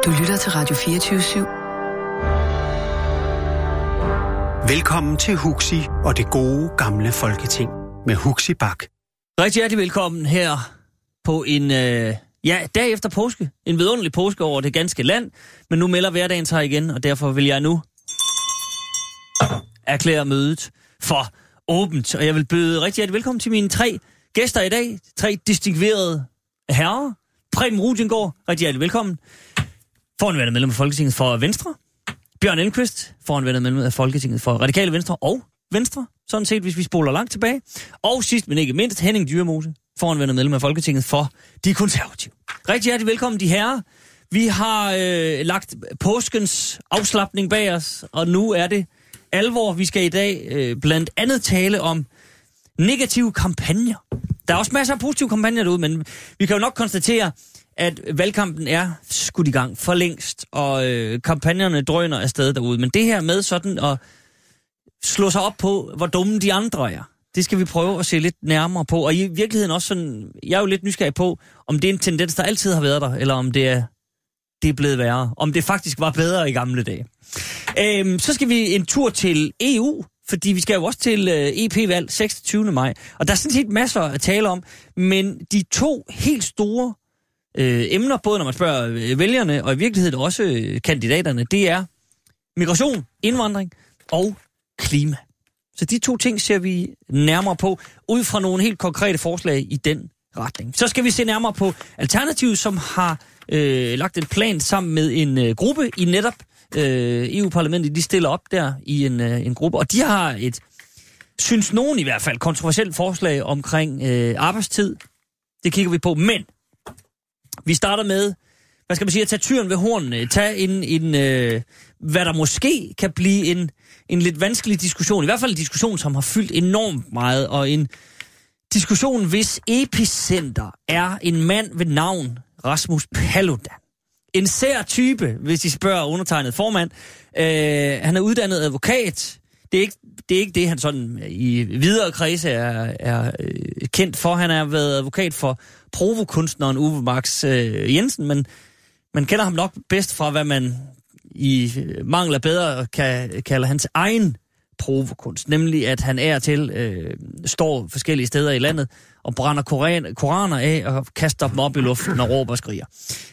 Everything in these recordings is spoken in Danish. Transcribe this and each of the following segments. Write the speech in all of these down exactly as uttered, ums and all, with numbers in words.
Du lytter til Radio fireogtyve syv. Velkommen til Huxi og det gode gamle Folketing med Huxi Bach. Rigtig hjertelig velkommen her på en øh, ja, dag efter påske. En vidunderlig påske over det ganske land. Men nu melder hverdagen sig igen, og derfor vil jeg nu erklære mødet for åbent. Og jeg vil byde rigtig hjertelig velkommen til mine tre gæster i dag. Tre distinguerede herrer. Preben Rudiengaard, rigtig hjertelig velkommen. Foranværende medlem af Folketinget for Venstre. Bjørn Elmquist, foranværende medlem af Folketinget for Radikale Venstre og Venstre, sådan set, hvis vi spoler langt tilbage. Og sidst, men ikke mindst, Henning Dyremose, foranværende medlem af Folketinget for De Konservative. Rigtig hjertelig velkommen, de herrer. Vi har øh, lagt påskens afslapning bag os, og nu er det alvor. Vi skal i dag øh, blandt andet tale om negative kampagner. Der er også masser af positive kampagner derude, men vi kan jo nok konstatere, at valgkampen er skudt i gang for længst, og øh, kampagnerne drøner afsted derude. Men det her med sådan at slå sig op på, hvor dumme de andre er, det skal vi prøve at se lidt nærmere på. Og i virkeligheden også sådan, jeg er jo lidt nysgerrig på, om det er en tendens, der altid har været der, eller om det er, det er blevet værre. Om det faktisk var bedre i gamle dage. Øhm, så skal vi en tur til E U, fordi vi skal jo også til øh, E P-valg seksogtyvende maj. Og der er sådan set masser at tale om, men de to helt store øh, emner, både når man spørger øh, vælgerne, og i virkeligheden også øh, kandidaterne, det er migration, indvandring og klima. Så de to ting ser vi nærmere på, ud fra nogle helt konkrete forslag i den retning. Så skal vi se nærmere på Alternativet, som har øh, lagt en plan sammen med en øh, gruppe i netop øh, E U-parlamentet. De stiller op der i en, øh, en gruppe, og de har et, synes nogen i hvert fald, kontroversielt forslag omkring øh, arbejdstid. Det kigger vi på, men vi starter med, hvad skal man sige, at tage tyren ved hornene, tage en, en øh, hvad der måske kan blive en, en lidt vanskelig diskussion, i hvert fald en diskussion, som har fyldt enormt meget, og en diskussion, hvis epicenter er en mand ved navn Rasmus Paludan. En sær type, hvis I spørger undertegnet formand. Øh, han er uddannet advokat. Det er ikke det, er ikke det han sådan i videre kredse er, er øh, kendt for. Han har været advokat for provokunstneren Uwe Max øh, Jensen, men man kender ham nok bedst fra, hvad man i mangel af bedre kan kalde hans egen provokunst. Nemlig, at han er til øh, står forskellige steder i landet og brænder koran, koraner af og kaster dem op i luften og råber og skriger.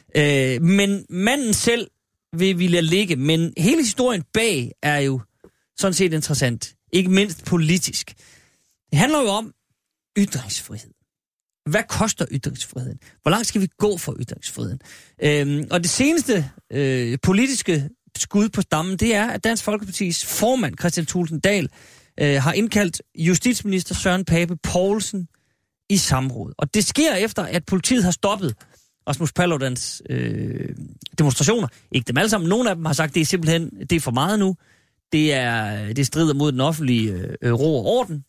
Øh, men manden selv vil vi lade ligge, men hele historien bag er jo sådan set interessant. Ikke mindst politisk. Det handler jo om ytringsfrihed. Hvad koster ytringsfriheden? Hvor langt skal vi gå for ytringsfriheden? Øhm, og det seneste øh, politiske skud på stammen, det er, at Dansk Folkepartis formand, Kristian Thulesen Dahl, øh, har indkaldt justitsminister Søren Pape Poulsen i samråd. Og det sker efter, at politiet har stoppet Rasmus Paludans øh, demonstrationer. Ikke dem alle sammen. Nogle af dem har sagt, at det er simpelthen det er for meget nu. Det, er, det strider mod den offentlige øh, ro og orden.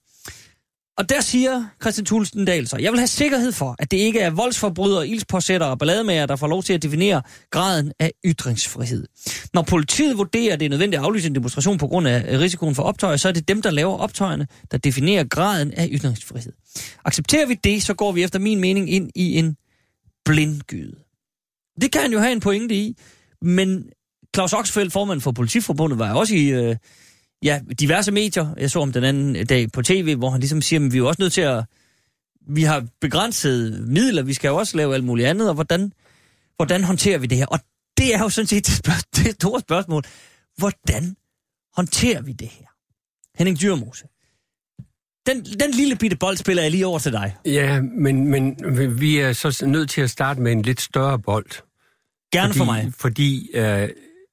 Og der siger Kristian Thulesen Dahl så, jeg vil have sikkerhed for, at det ikke er voldsforbrydere, ildspåsættere og ballademager, der får lov til at definere graden af ytringsfrihed. Når politiet vurderer, at det er nødvendigt at aflyse en demonstration på grund af risikoen for optøjer, så er det dem, der laver optøjerne, der definerer graden af ytringsfrihed. Accepterer vi det, så går vi efter min mening ind i en blindgyde. Det kan han jo have en pointe i, men Claus Oxfeldt, formand for Politiforbundet, var også i øh, ja, diverse medier. Jeg så om den anden dag på tv, hvor han ligesom siger, at vi er jo også nødt til at... Vi har begrænset midler, vi skal jo også lave alt muligt andet, og hvordan, hvordan håndterer vi det her? Og det er jo sådan set det, spørg- det store spørgsmål. Hvordan håndterer vi det her? Henning Dyremose. Den, den lille bitte bold spiller jeg lige over til dig. Ja, men, men vi er så nødt til at starte med en lidt større bold. Gerne fordi, for mig. Fordi øh,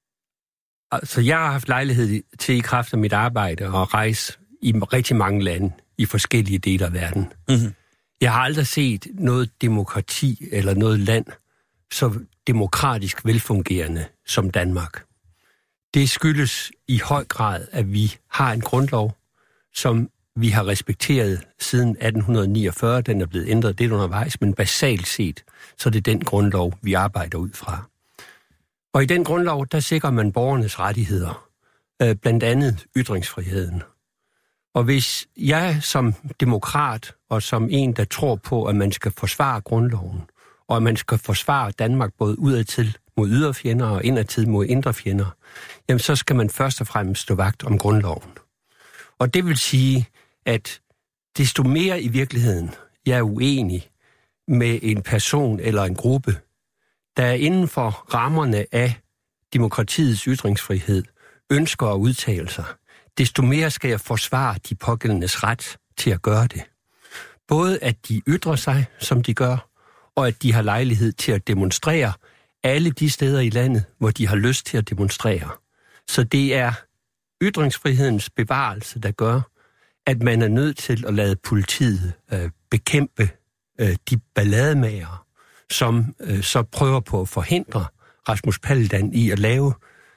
altså, jeg har haft lejlighed til i kraft af mit arbejde at rejse i rigtig mange lande i forskellige dele af verden. Mm-hmm. Jeg har aldrig set noget demokrati eller noget land så demokratisk velfungerende som Danmark. Det skyldes i høj grad, at vi har en grundlov, som vi har respekteret siden atten niogfyrre. Den er blevet ændret lidt undervejs, men basalt set, så er det den grundlov, vi arbejder ud fra. Og i den grundlov, der sikrer man borgernes rettigheder, blandt andet ytringsfriheden. Og hvis jeg som demokrat og som en, der tror på, at man skal forsvare grundloven, og at man skal forsvare Danmark både udadtil, mod ydre fjender og indadtid mod indre fjender, jamen så skal man først og fremmest stå vagt om grundloven. Og det vil sige, at desto mere i virkeligheden jeg er uenig med en person eller en gruppe, der er inden for rammerne af demokratiets ytringsfrihed, ønsker at udtale sig, desto mere skal jeg forsvare de pågældendes ret til at gøre det. Både at de ytrer sig, som de gør, og at de har lejlighed til at demonstrere alle de steder i landet, hvor de har lyst til at demonstrere. Så det er ytringsfrihedens bevarelse, der gør, at man er nødt til at lade politiet øh, bekæmpe øh, de ballademager, som øh, så prøver på at forhindre Rasmus Paludan i at lave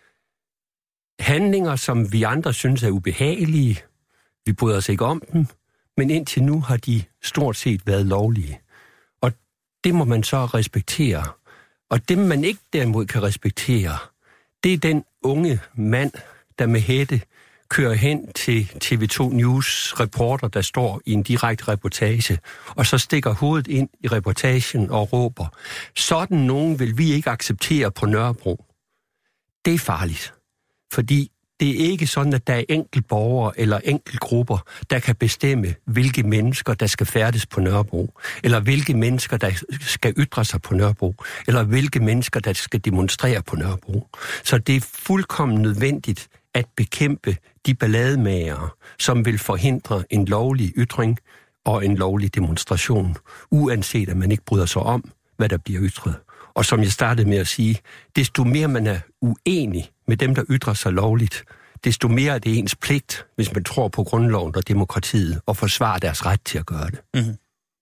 handlinger, som vi andre synes er ubehagelige. Vi bryder os ikke om dem, men indtil nu har de stort set været lovlige. Og det må man så respektere. Og det, man ikke derimod kan respektere, det er den unge mand, der med hætte kører hen til T V to News reporter, der står i en direkte reportage, og så stikker hovedet ind i reportagen og råber, sådan nogen vil vi ikke acceptere på Nørrebro. Det er farligt, fordi det er ikke sådan, at der er enkelte borgere eller enkelte grupper, der kan bestemme, hvilke mennesker, der skal færdes på Nørrebro, eller hvilke mennesker, der skal ytre sig på Nørrebro, eller hvilke mennesker, der skal demonstrere på Nørrebro. Så det er fuldkommen nødvendigt at bekæmpe de ballademager, som vil forhindre en lovlig ytring og en lovlig demonstration, uanset at man ikke bryder sig om, hvad der bliver ytret. Og som jeg startede med at sige, desto mere man er uenig med dem, der ytrer sig lovligt, desto mere er det ens pligt, hvis man tror på grundloven og demokratiet, og forsvare deres ret til at gøre det. Mm-hmm.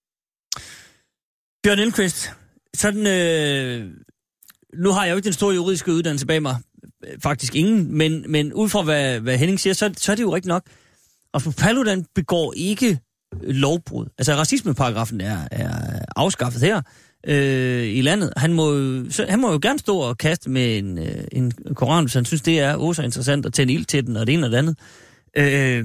Bjørn Elmquist, sådan, øh, nu har jeg jo ikke den store juridiske uddannelse bag mig, faktisk ingen, men, men ud fra hvad, hvad Henning siger, så, så er det jo rigtigt nok. Rasmus Paludan begår ikke lovbrud. Altså racismeparagrafen er, er afskaffet her øh, i landet. Han må, så, han må jo gerne stå og kaste med en, øh, en koran, hvis han synes, det er også interessant at tænde ild til den, og det ene og det andet. Øh,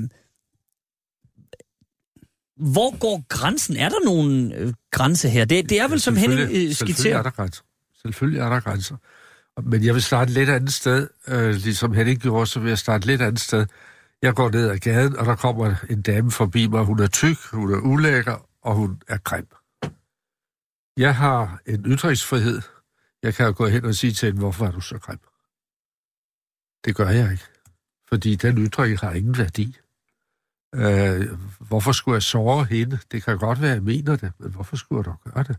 hvor går grænsen? Er der nogen øh, grænse her? Det, det er vel, ja, som Henning øh, skitserer. Selvfølgelig er der grænser. Selvfølgelig er der grænser. Men jeg vil starte lidt andet sted, øh, ligesom Henning gjorde, så vil jeg starte lidt andet sted. Jeg går ned ad gaden, og der kommer en dame forbi mig. Hun er tyk, hun er ulækker, og hun er grim. Jeg har en ytringsfrihed. Jeg kan jo gå hen og sige til hende, hvorfor er du så grim? Det gør jeg ikke. Fordi den ytring har ingen værdi. Øh, hvorfor skulle jeg såre hende? Det kan godt være, at jeg mener det, men hvorfor skulle jeg dog gøre det?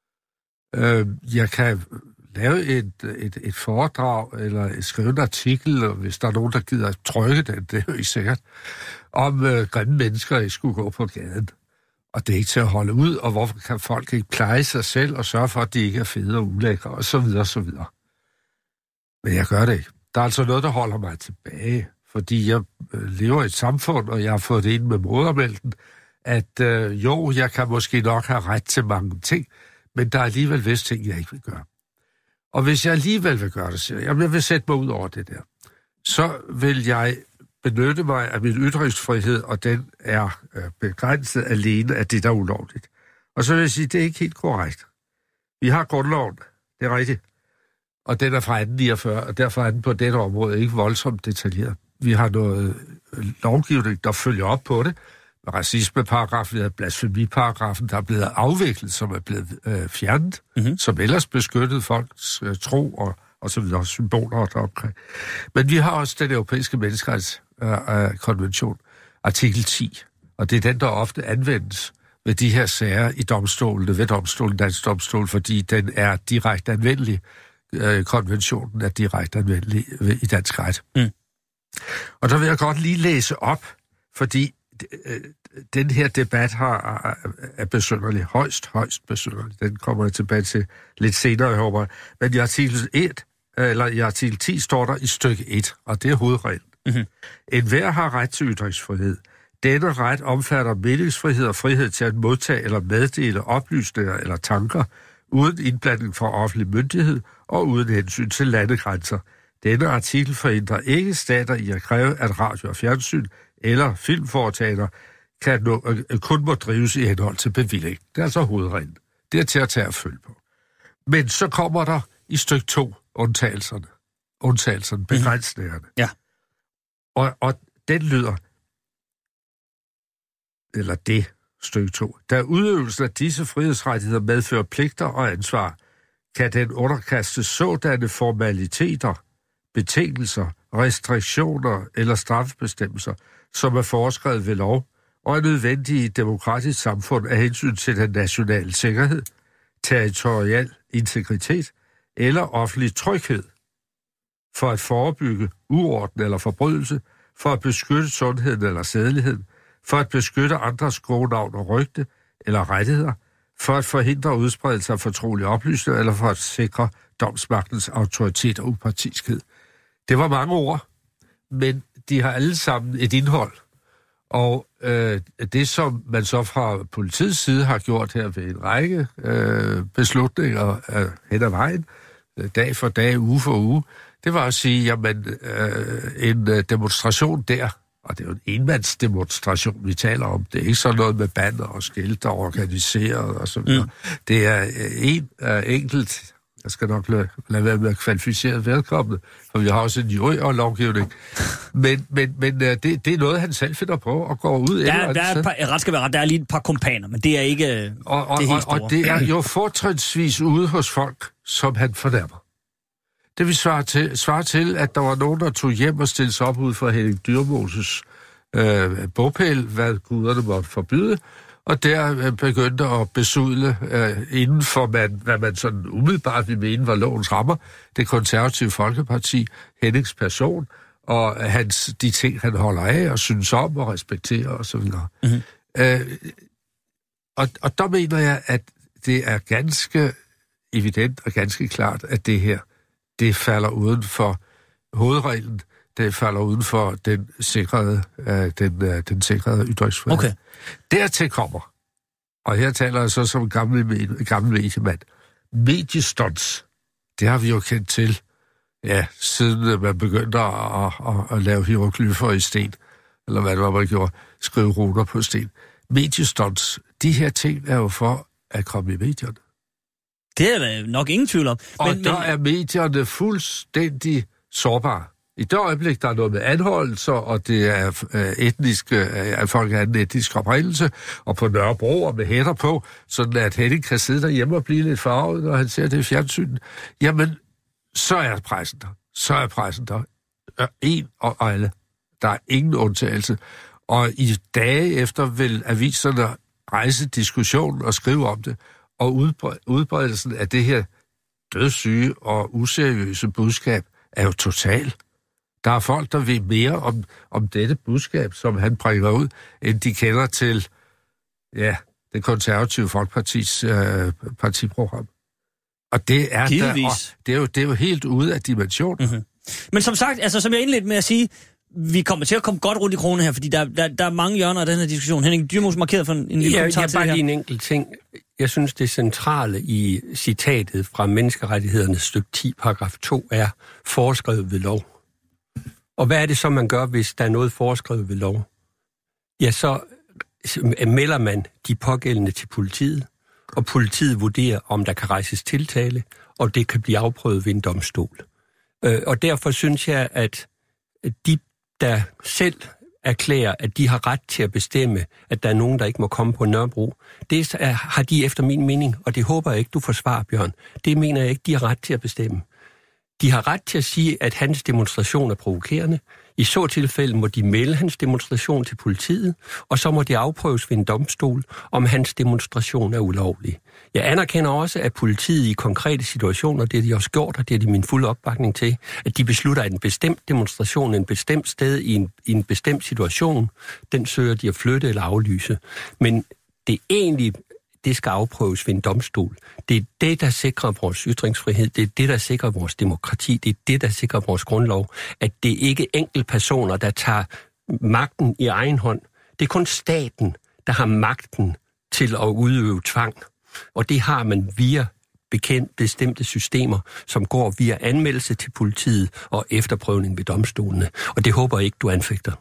Øh, jeg kan lave et, et, et foredrag, eller skrive en artikel, og hvis der er nogen, der gider at trykke den, det er jo ikke sikkert, om øh, grimme mennesker ikke skulle gå på gaden. Og det er ikke til at holde ud, og hvorfor kan folk ikke pleje sig selv, og sørge for, at de ikke er fede og ulækre, og så videre, og så videre. Men jeg gør det ikke. Der er altså noget, der holder mig tilbage, fordi jeg øh, lever i et samfund, og jeg har fået det ind med modermælken, at øh, jo, jeg kan måske nok have ret til mange ting, men der er alligevel vist ting, jeg ikke vil gøre. Og hvis jeg alligevel vil gøre det, siger jeg, jeg vil sætte mig ud over det der, så vil jeg benytte mig af min ytringsfrihed, og den er øh, begrænset alene af det, der er ulovligt. Og så vil jeg sige, det er ikke helt korrekt. Vi har grundloven, det er rigtigt, og den er fra atten niogfyrre, og derfor er den på dette område ikke voldsomt detaljeret. Vi har noget lovgivning, der følger op på det. Racismeparagrafen, vi har blasfemiparagrafen, der er blevet afviklet, som er blevet øh, fjernet, mm-hmm. som ellers beskyttede folks øh, tro og, og så videre, symboler deromkring. Men vi har også den europæiske menneskerettighedskonvention, øh, artikel ti, og det er den, der ofte anvendes ved de her sager i domstolene, ved domstolen, dansk domstol, fordi den er direkte anvendelig. Øh, konventionen er direkte anvendelig i dansk ret. Mm. Og der vil jeg godt lige læse op, fordi den her debat har, er besynderlig, højst, højst besynderlig. Den kommer jeg tilbage til lidt senere, jeg håber. Men i artikel et, eller i artikel ti, står der i stykke et, og det er hovedreglen. Mm-hmm. Enhver har ret til ytringsfrihed. Denne ret omfatter meningsfrihed og frihed til at modtage eller meddele oplysninger eller tanker, uden indblanding fra offentlig myndighed og uden hensyn til landegrænser. Denne artikel forhindrer ikke stater i at kræve, at radio og fjernsyn eller filmforetagender kan nå, kun må drives i henhold til bevilling. Det er altså hovedreglen. Det er til at tage at følge på. Men så kommer der i stykke to undtagelserne. Undtagelserne, begrænsningerne. Ja. Og, og den lyder, eller det, stykke to. Da udøvelsen af disse frihedsrettigheder medfører pligter og ansvar, kan den underkastes sådanne formaliteter, betingelser, restriktioner eller straffebestemmelser, som er foreskrevet ved lov, og er nødvendige i et demokratisk samfund af hensyn til den nationale sikkerhed, territorial integritet eller offentlig tryghed, for at forebygge uorden eller forbrydelse, for at beskytte sundheden eller sædeligheden, for at beskytte andres gode navn og rygte eller rettigheder, for at forhindre udspredelse af fortrolige oplysninger eller for at sikre domsmagtens autoritet og upartiskhed. Det var mange ord, men de har alle sammen et indhold. Og øh, det, som man så fra politiets side har gjort her ved en række øh, beslutninger øh, hen ad vejen, øh, dag for dag, uge for uge, det var at sige, jamen, øh, en øh, demonstration der, og det er jo en enmandsdemonstration, vi taler om. Det er ikke sådan noget med bander og skilte og organiseret og så videre. Mm. Det er en øh, enkelt, jeg skal nok lade, lade være med at kvalificere vedkommende, for vi har også en jury-lovgivning. Men, men, men det, det er noget, han selv finder på og går ud. Der, der, der er et par, ret skal være ret, der er lige et par kompaner, men det er ikke og, og, det helt store. Og, og det er jo fortrinsvis ude hos folk, som han fornærmer. Det vil svare til, svare til, at der var nogen, der tog hjem og stillede sig op ud for Henning Dyrmoses øh, bogpæl, hvad guderne måtte forbyde, og der øh, begyndte at besudle øh, inden for, man, hvad man sådan umiddelbart vil mene var lovens rammer, det konservative Folkeparti, Hennings person, og hans, de ting, han holder af og synes om og respekterer osv. Mm-hmm. Øh, og, og der mener jeg, at det er ganske evident og ganske klart, at det her det falder uden for hovedreglen, det falder uden for den sikrede, øh, den, øh, den sikrede ytringsfrihed. Okay. Dertil kommer, og her taler jeg så som gammel, gammel mediemand, mediestunts, det har vi jo kendt til, ja, siden man begyndte at, at, at, at lave hieroglyfer i sten, eller hvad det var, man gjorde, skrive ruter på sten. Mediestunts, de her ting er jo for at komme i medierne. Det er der nok ingen tvivl om. Og men, der men... er medierne fuldstændig sårbare. I det øjeblik, der er noget med anholdelser, og det er øh, etnisk, øh, at folk har en etnisk oprindelse, og på Nørrebro og med hætter på, sådan at Henning kan sidde derhjemme og blive lidt farvet, når han ser det i fjernsynet. Jamen, så er pressen der. Så er pressen der. En og alle. Der er ingen undtagelse. Og i dage efter vil aviserne rejse diskussionen og skrive om det, og udbredelsen af det her dødssyge og useriøse budskab er jo total. Der er folk, der ved mere om, om dette budskab, som han bringer ud, end de kender til ja, det konservative Folkepartis øh, partiprogram. Og det er, der, og det, er jo, det er jo helt ude af dimensionen. Mm-hmm. Men som sagt, altså som jeg indledte med at sige, vi kommer til at komme godt rundt i kronen her, fordi der, der, der er mange hjørner af den her diskussion. Henning Dyrmos markeret for en, en lille ja, kommentar jeg til det her. bare lige en enkelt ting. Jeg synes, det centrale i citatet fra menneskerettighedernes stykke ti, paragraf to, er foreskrevet ved lov. Og hvad er det så, man gør, hvis der er noget foreskrevet ved lov? Ja, så melder man de pågældende til politiet, og politiet vurderer, om der kan rejses tiltale, og det kan blive afprøvet ved en domstol. Og derfor synes jeg, at de, der selv erklærer, at de har ret til at bestemme, at der er nogen, der ikke må komme på Nørrebro, det er, har de efter min mening, og det håber jeg ikke, du forsvarer, Bjørn. Det mener jeg ikke, de har ret til at bestemme. De har ret til at sige, at hans demonstration er provokerende. I så tilfælde må de melde hans demonstration til politiet, og så må det afprøves ved en domstol, om hans demonstration er ulovlig. Jeg anerkender også, at politiet i konkrete situationer, det har de også gjort, og det er de min fulde opbakning til, at de beslutter, at en bestemt demonstration, en bestemt sted i en, i en bestemt situation, den søger de at flytte eller aflyse. Men det egentlig det skal afprøves ved en domstol. Det er det, der sikrer vores ytringsfrihed, det er det, der sikrer vores demokrati, det er det, der sikrer vores grundlov, at det ikke er enkeltpersoner, der tager magten i egen hånd. Det er kun staten, der har magten til at udøve tvang, og det har man via bekendt bestemte systemer, som går via anmeldelse til politiet og efterprøvning ved domstolene, og det håber jeg ikke, du anfægter.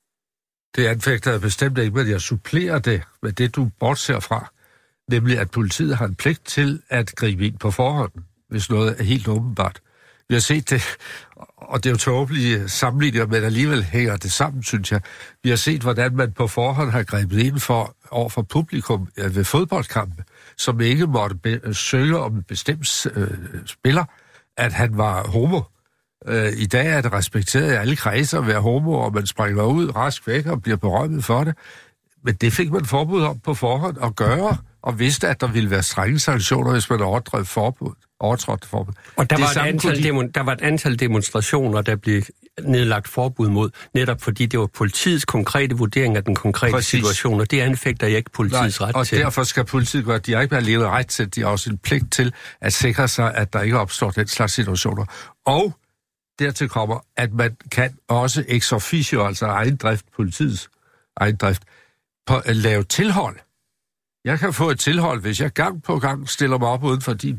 Det anfægter jeg bestemt ikke, men jeg supplerer det med det, du bortser fra. Nemlig, at politiet har en pligt til at gribe ind på forhånd, hvis noget er helt åbenbart. Vi har set det, og det er jo tåbelige sammenligninger, men alligevel hænger det sammen, synes jeg. Vi har set, hvordan man på forhånd har grebet ind for, over for publikum ved fodboldkampe, som ikke måtte be- søge om en bestemt øh, spiller, at han var homo. Øh, I dag er det respekteret i alle kredser at være homo, og man springer ud rask væk og bliver berømmet for det. Men det fik man forbud om på forhånd at gøre, og vidste, at der ville være strenge sanktioner, hvis man overdrev forbud. Overtrådte forbud. Og der det var, et antal de... demon, der var et antal demonstrationer, der blev nedlagt forbud mod, netop fordi det var politiets konkrete vurdering af den konkrete Præcis. situation, og det anfægter jeg ikke politiets Nej, ret og til. Og derfor skal politiet gøre, at de har ikke alene ret til, de har også en pligt til at sikre sig, at der ikke opstår den slags situationer. Og dertil kommer, at man kan også ex officio, altså egen drift, politiets egen drift, på at lave tilhold. Jeg kan få et tilhold, hvis jeg gang på gang stiller mig op uden for din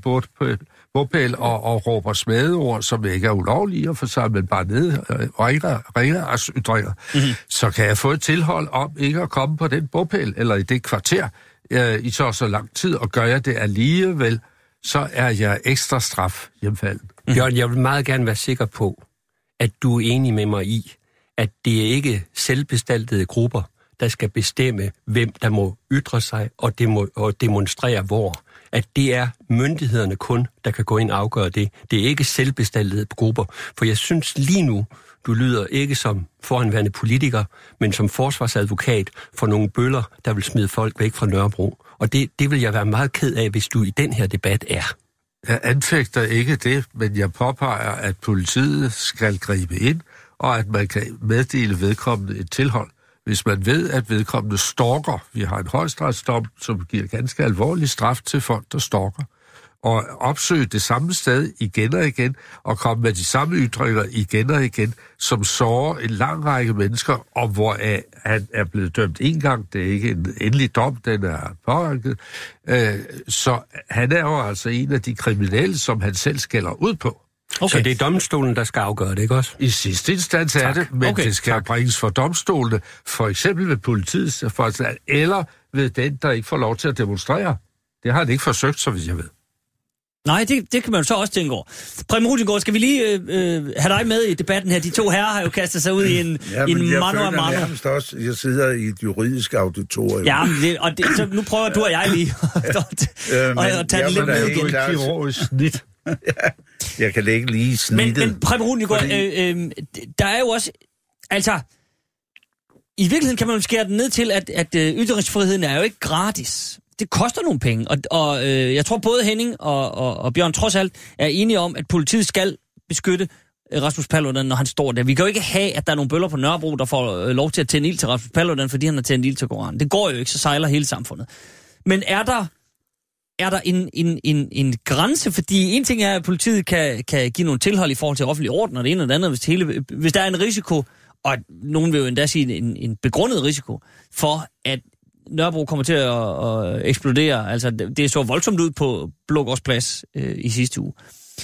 bordpæl og, og råber smadeord, som ikke er ulovlige og for sig, men bare nede og ringer ytringer. Mm-hmm. Så kan jeg få et tilhold om ikke at komme på den bordpæl eller i det kvarter øh, i så så lang tid, og gør jeg det alligevel, så er jeg ekstra straf hjemfalden. Mm-hmm. Bjørn, jeg vil meget gerne være sikker på, at du er enig med mig i, at det er ikke selvbestaltede grupper, der skal bestemme, hvem der må ytre sig og, demo, og demonstrere hvor. At det er myndighederne kun, der kan gå ind og afgøre det. Det er ikke selvbestaltede grupper. For jeg synes lige nu, du lyder ikke som foranværende politiker, men som forsvarsadvokat for nogle bøller, der vil smide folk væk fra Nørrebro. Og det, det vil jeg være meget ked af, hvis du i den her debat er. Jeg anfægter ikke det, men jeg påpeger, at politiet skal gribe ind, og at man kan meddele vedkommende et tilhold. Hvis man ved, at vedkommende stalker, vi har en højesteretsdom, som giver ganske alvorlig straf til folk, der stalker, og opsøge det samme sted igen og igen, og komme med de samme ytringer igen og igen, som sårer en lang række mennesker, og hvor han er blevet dømt en gang, det er ikke en endelig dom, den er påanket, øh, så han er jo altså en af de kriminelle, som han selv skælder ud på. Okay. Så det er domstolen, der skal afgøre det, ikke også? I sidste instans er det, men okay, det skal tak. bringes for domstolene, for eksempel ved politiets foranstaltning, eller ved den, der ikke får lov til at demonstrere. Det har han ikke forsøgt, så vidt jeg ved. Nej, det, det kan man jo så også tænke over. Preben Rudiengaard, skal vi lige øh, have dig med i debatten her? De to herrer har jo kastet sig ud i en, ja, i en jeg mano a mano. Nærmest også, jeg sidder i et juridisk auditorium. Ja, det, og det, så nu prøver du og jeg lige at, øh, og, og tage det lidt med igen. Kirurgisk snit. Ja, jeg kan ikke lige snittet. Men, men Preben Rudiengaard, fordi... øh, øh, der er jo også... Altså, i virkeligheden kan man jo skære den ned til, at, at øh, ytringsfriheden er jo ikke gratis. Det koster nogle penge, og, og øh, jeg tror både Henning og, og, og Bjørn trods alt er enige om, at politiet skal beskytte Rasmus Paludan, når han står der. Vi kan jo ikke have, at der er nogle bøller på Nørrebro, der får øh, lov til at tænde ild til Rasmus Paludan, fordi han har tændt ild til Koranen. Det går jo ikke, så sejler hele samfundet. Men er der, er der en, en, en, en grænse? Fordi en ting er, at politiet kan, kan give nogle tilhold i forhold til offentlig orden, og det ene og det andet, hvis, det hele, hvis der er en risiko, og nogen vil jo endda sige en, en begrundet risiko, for at Nørrebro kommer til at, at eksplodere. Altså, det så voldsomt ud på Blågårdsplads øh, i sidste uge.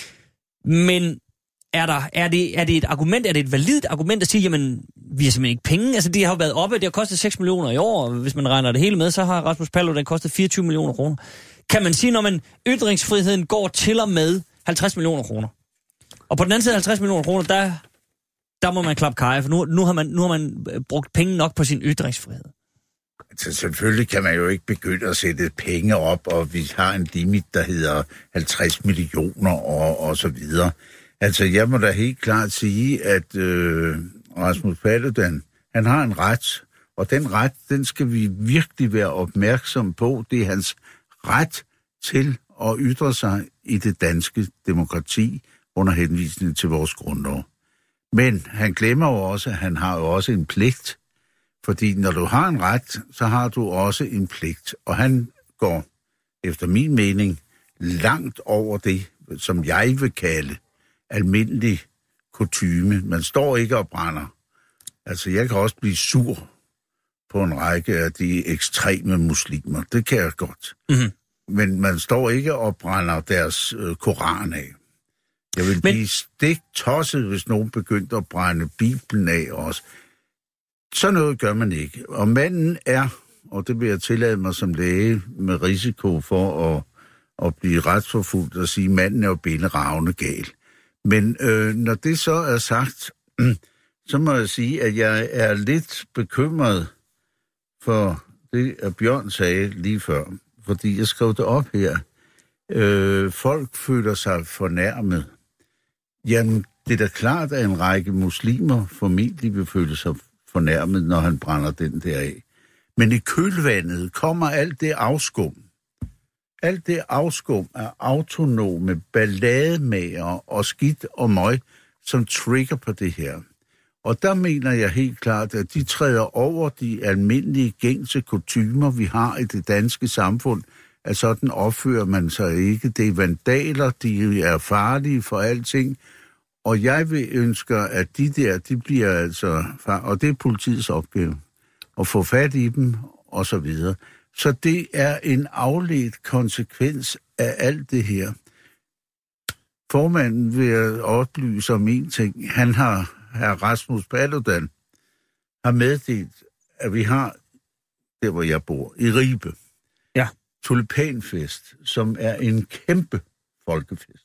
Men er, der, er, det, er det et argument, er det et validt argument at sige, jamen, vi har simpelthen ikke penge? Altså, det har jo været oppe, det har kostet seks millioner i år, og hvis man regner det hele med, så har Rasmus Paludan kostet fireogtyve millioner kroner. Kan man sige, når man ytringsfriheden går til og med halvtreds millioner kroner? Og på den anden side halvtreds millioner kroner, der, der må man klappe kaj, for nu, nu, har man, nu har man brugt penge nok på sin ytringsfrihed. Altså, selvfølgelig kan man jo ikke begynde at sætte penge op, og vi har en limit, der hedder halvtreds millioner og, og så videre. Altså, jeg må da helt klart sige, at øh, Rasmus Paludan, han har en ret, og den ret, den skal vi virkelig være opmærksom på. Det er hans ret til at ytre sig i det danske demokrati under henvisning til vores grundlov. Men han glemmer jo også, at han har jo også en pligt. Fordi når du har en ret, så har du også en pligt. Og han går, efter min mening, langt over det, som jeg vil kalde almindelig kutyme. Man står ikke og brænder. Altså, jeg kan også blive sur på en række af de ekstreme muslimer. Det kan jeg godt. Mm-hmm. Men man står ikke og brænder deres øh, koran af. Jeg vil Men... blive stik tosset, hvis nogen begyndte at brænde Bibelen af også. Så noget gør man ikke. Og manden er, og det vil jeg tillade mig som læge, med risiko for at, at blive retsforfulgt og sige, at manden er jo bælleravne gal. Men øh, når det så er sagt, så må jeg sige, at jeg er lidt bekymret for det, at Bjørn sagde lige før. Fordi jeg skrev det op her. Øh, folk føler sig fornærmet. Jamen, det er da klart, at en række muslimer formentlig vil føle sig fornærmet, når han brænder den der af. Men i kølvandet kommer alt det afskum. Alt det afskum af autonome ballademager og skidt og møg, som trigger på det her. Og der mener jeg helt klart, at de træder over de almindelige gængse kutymer, vi har i det danske samfund, at sådan opfører man sig ikke. Det er vandaler, de er farlige for alting, og jeg vil ønske, at de der, de bliver altså, og det er politiets opgave, at få fat i dem, og så videre. Så det er en afledt konsekvens af alt det her. Formanden vil oplyse om en ting. Han har, herr Rasmus Paludan, har meddelt, at vi har, der hvor jeg bor, i Ribe, ja. Tulipanfest, som er en kæmpe folkefest.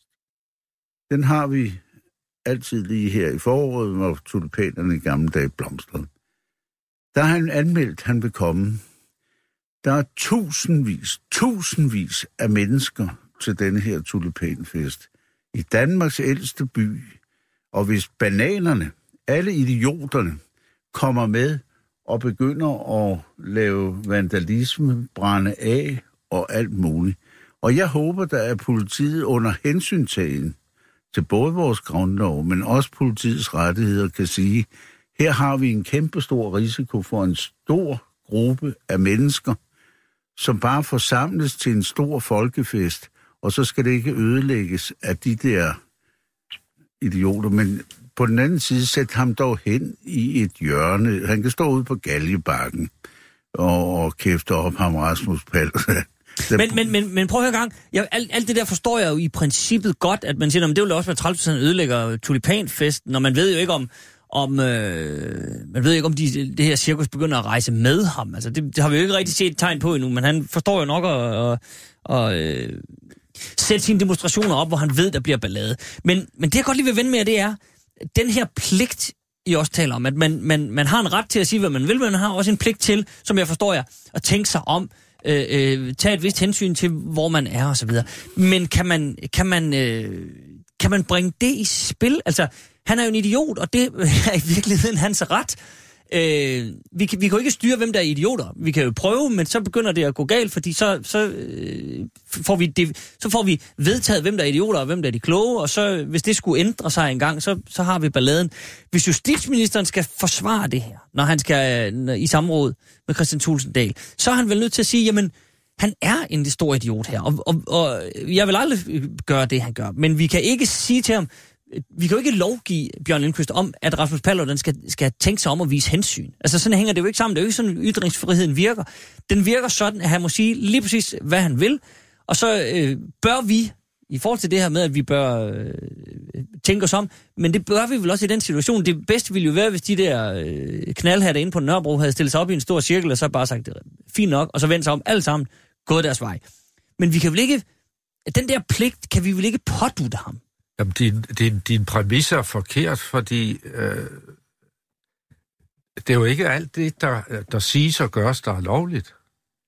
Den har vi altid lige her i foråret, hvor tulipanerne i gamle dage blomstrede. Der har han anmeldt, at han vil komme. Der er tusindvis, tusindvis af mennesker til denne her tulipanfest. I Danmarks ældste by. Og hvis bananerne, alle idioterne, kommer med og begynder at lave vandalisme, brænde af og alt muligt. Og jeg håber, der er politiet under hensyntagen til både vores grundlov, men også politiets rettigheder kan sige, her har vi en kæmpe stor risiko for en stor gruppe af mennesker, som bare forsamles til en stor folkefest, og så skal det ikke ødelægges af de der idioter. Men på den anden side, sæt ham dog hen i et hjørne. Han kan stå ude på Galjebakken og, og kæfte op ham Rasmus Paludan. Men, men, men, men prøv at høre gang. Jeg, alt, alt det der forstår jeg jo i princippet godt, at man siger, at det vil også være tredive procent ødelægger tulipanfesten, når man ved jo ikke om, om øh, man ved ikke om de, det her cirkus begynder at rejse med ham. Altså det, det har vi jo ikke rigtig set et tegn på endnu, men han forstår jo nok at, at, at øh, sætte sine demonstrationer op, hvor han ved, der bliver ballade. Men, men det jeg godt lige vil vende med, det er den her pligt, I også taler om, at man, man, man har en ret til at sige, hvad man vil, men man har også en pligt til, som jeg forstår jer, at tænke sig om, øh, øh, tage et vist hensyn til, hvor man er og så videre. Men kan man, kan man, øh, kan man bringe det i spil? Altså, han er jo en idiot, og det er i virkeligheden hans ret. Øh, vi, kan, vi kan jo ikke styre, hvem der er idioter. Vi kan jo prøve, men så begynder det at gå galt, fordi så, så, øh, får, vi det, så får vi vedtaget, hvem der er idioter, og hvem der er de kloge, og så, hvis det skulle ændre sig en gang, så, så har vi balladen. Hvis justitsministeren skal forsvare det her, når han skal når, i samråd med Kristian Thulesen Dahl, så er han vel nødt til at sige, jamen, han er en stor idiot her, og, og, og jeg vil aldrig gøre det, han gør, men vi kan ikke sige til ham, vi kan jo ikke lovgive Bjørn Lindqvist om, at Rasmus Paludan skal, skal tænke sig om at vise hensyn. Altså sådan hænger det jo ikke sammen. Det er jo ikke sådan, ytringsfriheden virker. Den virker sådan, at han må sige lige præcis, hvad han vil. Og så øh, bør vi, i forhold til det her med, at vi bør øh, tænke os om, men det bør vi vel også i den situation. Det bedste ville jo være, hvis de der øh, knaldhatter inde på Nørrebro havde stillet sig op i en stor cirkel, og så bare sagt, det er fint nok, og så vendt sig om alle sammen, gået deres vej. Men vi kan vel ikke, den der pligt kan vi vel ikke pådutte ham. Jamen, din, din, din præmis er forkert, fordi øh, det er jo ikke alt det, der, der siges og gøres, der er lovligt.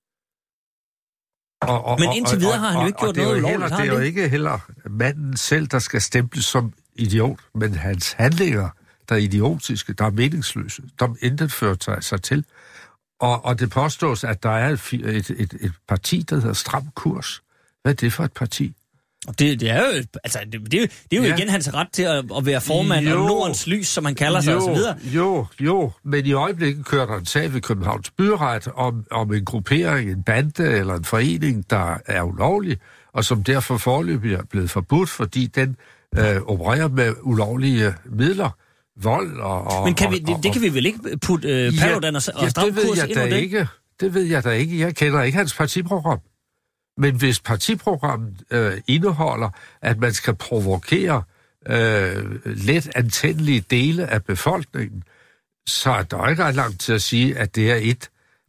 Og, og, Men indtil videre har han jo ikke gjort noget ulovligt, har han det? Det er jo ikke heller manden selv, der skal stemples som idiot, men hans handlinger, der er idiotiske, der er meningsløse, der intet fører sig til. Og, og det påstås, at der er et, et, et, et parti, der hedder Stram Kurs. Hvad er det for et parti? Det, det er jo, altså, det, det, det er jo ja. igen hans ret til at, at være formand jo. af Nordens Lys, som han kalder sig, jo, og så videre. Jo, jo, men i øjeblikket kører der en sag ved Københavns Byret om, om en gruppering, en bande eller en forening, der er ulovlig, og som derfor foreløbig er blevet forbudt, fordi den øh, opererer med ulovlige midler, vold og... og men kan vi, og, det, det kan vi vel ikke putte øh, Paludan ja, og, og Stram Kurs ind over det? Ikke. Det ved jeg da ikke. Jeg kender ikke hans partiprogram. Men hvis partiprogrammet øh, indeholder, at man skal provokere øh, let antændelige dele af befolkningen, så er der ikke ret langt til at sige, at det er et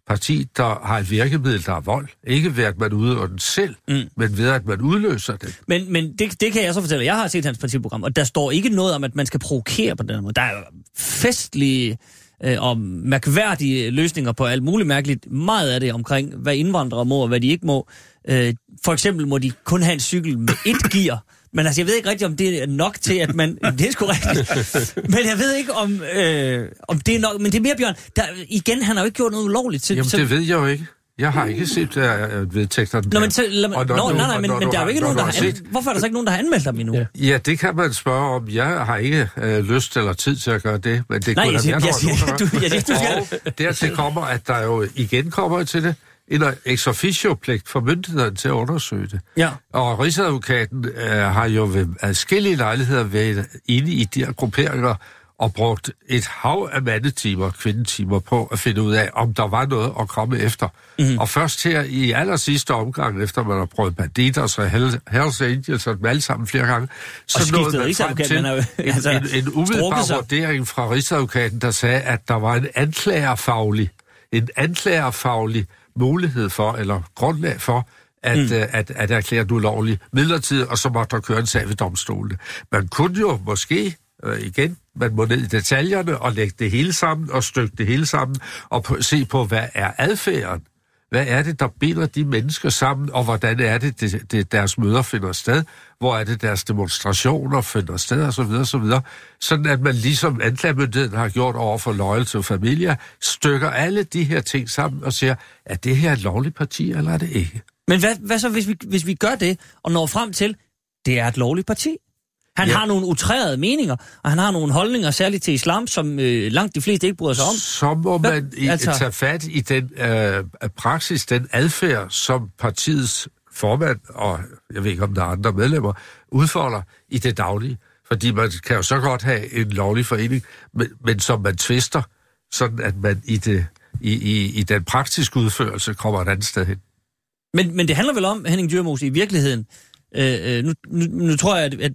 parti, der har et virkemiddel, der er vold. Ikke ved, at man udøver den selv, mm. men ved, at man udløser det. Men, men det, det kan jeg så fortælle. Jeg har set hans partiprogram, og der står ikke noget om, at man skal provokere på den måde. Der er festlige øh, og mærkværdige løsninger på alt muligt mærkeligt. Meget af det omkring, hvad indvandrere må og hvad de ikke må. Øh, for eksempel må de kun have en cykel med et gear. Men altså, jeg ved ikke rigtig, om det er nok til, at man... Det er sgu rigtigt. Men jeg ved ikke, om, øh, om det er nok... Men det er mere, Bjørn. Der, igen, han har jo ikke gjort noget ulovligt. Til, Jamen, så... det ved jeg jo ikke. Jeg har ikke set uh, vedtægterne. Nå, men, så, lad, når, nå, nej, nej, men, men der er jo ikke nogen, der har... Set... Hvorfor er der så ikke nogen, der har anmeldt ham endnu? Ja, ja, det kan man spørge om. Jeg har ikke uh, lyst eller tid til at gøre det, men det nej, kunne jeg siger, være, jeg siger, du, jeg siger, du skal... Og dertil kommer, at der jo igen kommer til det, en ex officio-pligt for myndighederne til at undersøge det. Ja. Og Rigsadvokaten øh, har jo ved adskillige lejligheder været inde i de her grupperinger og brugt et hav af mandetimer, kvindetimer på at finde ud af, om der var noget at komme efter. Mm-hmm. Og først her i aller sidste omgang, efter man har prøvet Bandidos og Hells Angels og dem alle sammen flere gange, så nåede man frem til jo, altså, en, en, en umiddelbar vurdering fra Rigsadvokaten, der sagde, at der var en anklagerfaglig, en anklagerfaglig mulighed for, eller grundlag for, at, mm. at, at, at erklære den ulovlig midlertidigt, og så måtte der køre en sag ved domstolene. Man kunne jo måske, øh, igen, man må ned i detaljerne og lægge det hele sammen, og stykke det hele sammen, og på, se på, hvad er adfærden? Hvad er det, der binder de mennesker sammen, og hvordan er det, det, det deres møder finder sted? Hvor er det, deres demonstrationer finder sted, og så videre, så videre. Sådan at man ligesom anklagemyndigheden har gjort over for Loyal to Familia, stykker alle de her ting sammen og siger, er det her et lovligt parti, eller er det ikke? Men hvad, hvad så, hvis vi, hvis vi gør det, og når frem til, det er et lovligt parti? Han ja. har nogle utrærede meninger, og han har nogle holdninger, særligt til islam, som øh, langt de fleste ikke bryder sig om. Så må Hvad? man i, altså... tage fat i den øh, praksis, den adfærd, som partiets formand, og jeg ved ikke, om der er andre medlemmer, udfolder i det daglige. Fordi man kan jo så godt have en lovlig forening, men, men som man tvister, sådan at man i, det, i, i, i den praktiske udførelse kommer et andet sted hen. Men, men det handler vel om, Henning Dyremose, i virkeligheden. Øh, nu, nu, nu tror jeg, at, at,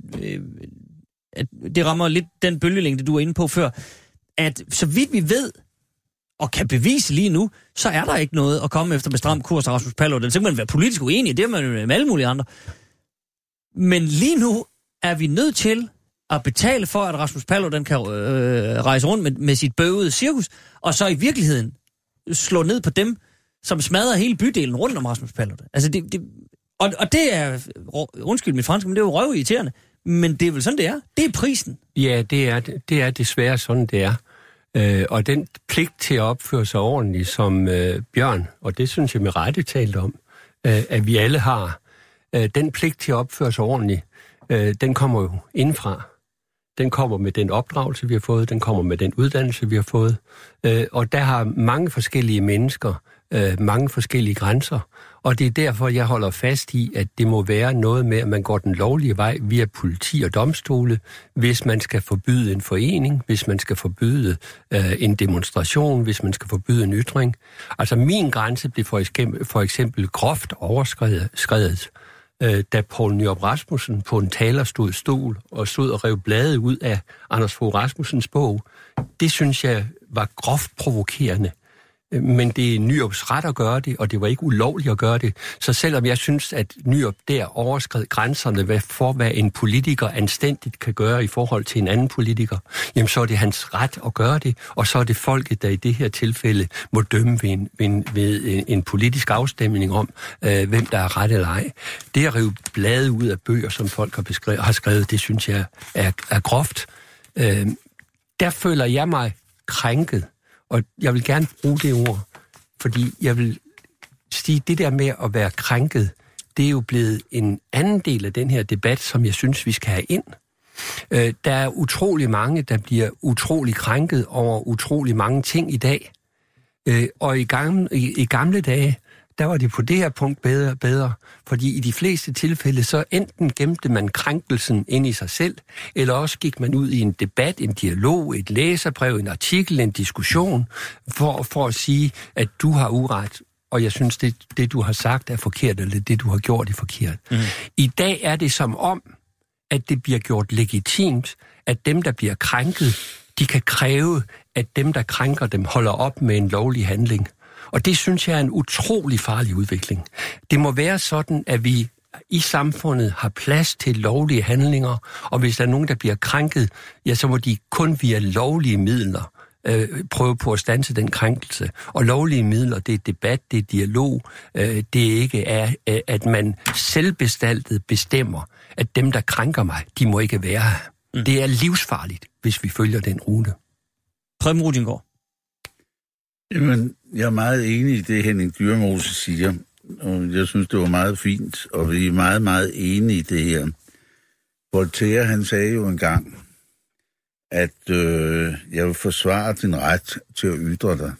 at det rammer lidt den bølgelængde, du er inde på før, at så vidt vi ved, og kan bevise lige nu, så er der ikke noget at komme efter med stram kurs af Rasmus Paludan. Så kan man være politisk uenig, det er man jo med alle mulige andre. Men lige nu er vi nødt til at betale for, at Rasmus Paludan kan øh, rejse rundt med, med sit bøvede cirkus, og så i virkeligheden slå ned på dem, som smadrer hele bydelen rundt om Rasmus Paludan. Altså det... det Og, og det er, undskyld mit fransk, men det er jo røvirriterende, men det er vel sådan, det er. Det er prisen. Ja, det er, det er desværre sådan, det er. Øh, og den pligt til at opføre sig ordentligt som øh, Bjørn, og det synes jeg med rette talt om, øh, at vi alle har, øh, den pligt til at opføre sig ordentligt, øh, den kommer jo indfra. Den kommer med den opdragelse, vi har fået, den kommer med den uddannelse, vi har fået. Øh, og der har mange forskellige mennesker, øh, mange forskellige grænser, og det er derfor, jeg holder fast i, at det må være noget med, at man går den lovlige vej via politi og domstole, hvis man skal forbyde en forening, hvis man skal forbyde øh, en demonstration, hvis man skal forbyde en ytring. Altså min grænse blev for eksempel, for eksempel groft overskredet, øh, da Poul Nyrup Rasmussen på en talerstol stol og stod og rev blade ud af Anders Fogh Rasmussens bog. Det synes jeg var groft provokerende. Men det er Nyrups ret at gøre det, og det var ikke ulovligt at gøre det. Så selvom jeg synes, at Nyrup der overskred grænserne for, hvad en politiker anstændigt kan gøre i forhold til en anden politiker, jamen så er det hans ret at gøre det, og så er det folket, der i det her tilfælde må dømme ved en, ved en, ved en, en politisk afstemning om, øh, hvem der er ret eller ej. Det at rive blade ud af bøger, som folk har, beskrevet, har skrevet, det synes jeg er, er groft. Øh, der føler jeg mig krænket. Og jeg vil gerne bruge det ord, fordi jeg vil sige, det der med at være krænket, det er jo blevet en anden del af den her debat, som jeg synes, vi skal have ind. Øh, der er utrolig mange, der bliver utrolig krænket over utrolig mange ting i dag. Øh, og i gamle, i, i gamle dage, der var det på det her punkt bedre, bedre, fordi i de fleste tilfælde, så enten gemte man krænkelsen ind i sig selv, eller også gik man ud i en debat, en dialog, et læserbrev, en artikel, en diskussion, for, for at sige, at du har uret, og jeg synes, det, det du har sagt er forkert, eller det du har gjort er forkert. Mm. I dag er det som om, at det bliver gjort legitimt, at dem, der bliver krænket, de kan kræve, at dem, der krænker dem, holder op med en lovlig handling. Og det synes jeg er en utrolig farlig udvikling. Det må være sådan, at vi i samfundet har plads til lovlige handlinger, og hvis der er nogen, der bliver krænket, ja, så må de kun via lovlige midler øh, prøve på at standse den krænkelse. Og lovlige midler, det er debat, det er dialog, øh, det er ikke, er, at man selvbestaltet bestemmer, at dem, der krænker mig, de må ikke være her. Mm. Det er livsfarligt, hvis vi følger den rute. Preben Rudiengaard. Jamen, jeg er meget enig i det, Henning Dyremose siger. Og jeg synes, det var meget fint, og vi er meget, meget enige i det her. Voltaire, han sagde jo engang, at øh, jeg vil forsvare din ret til at ytre dig.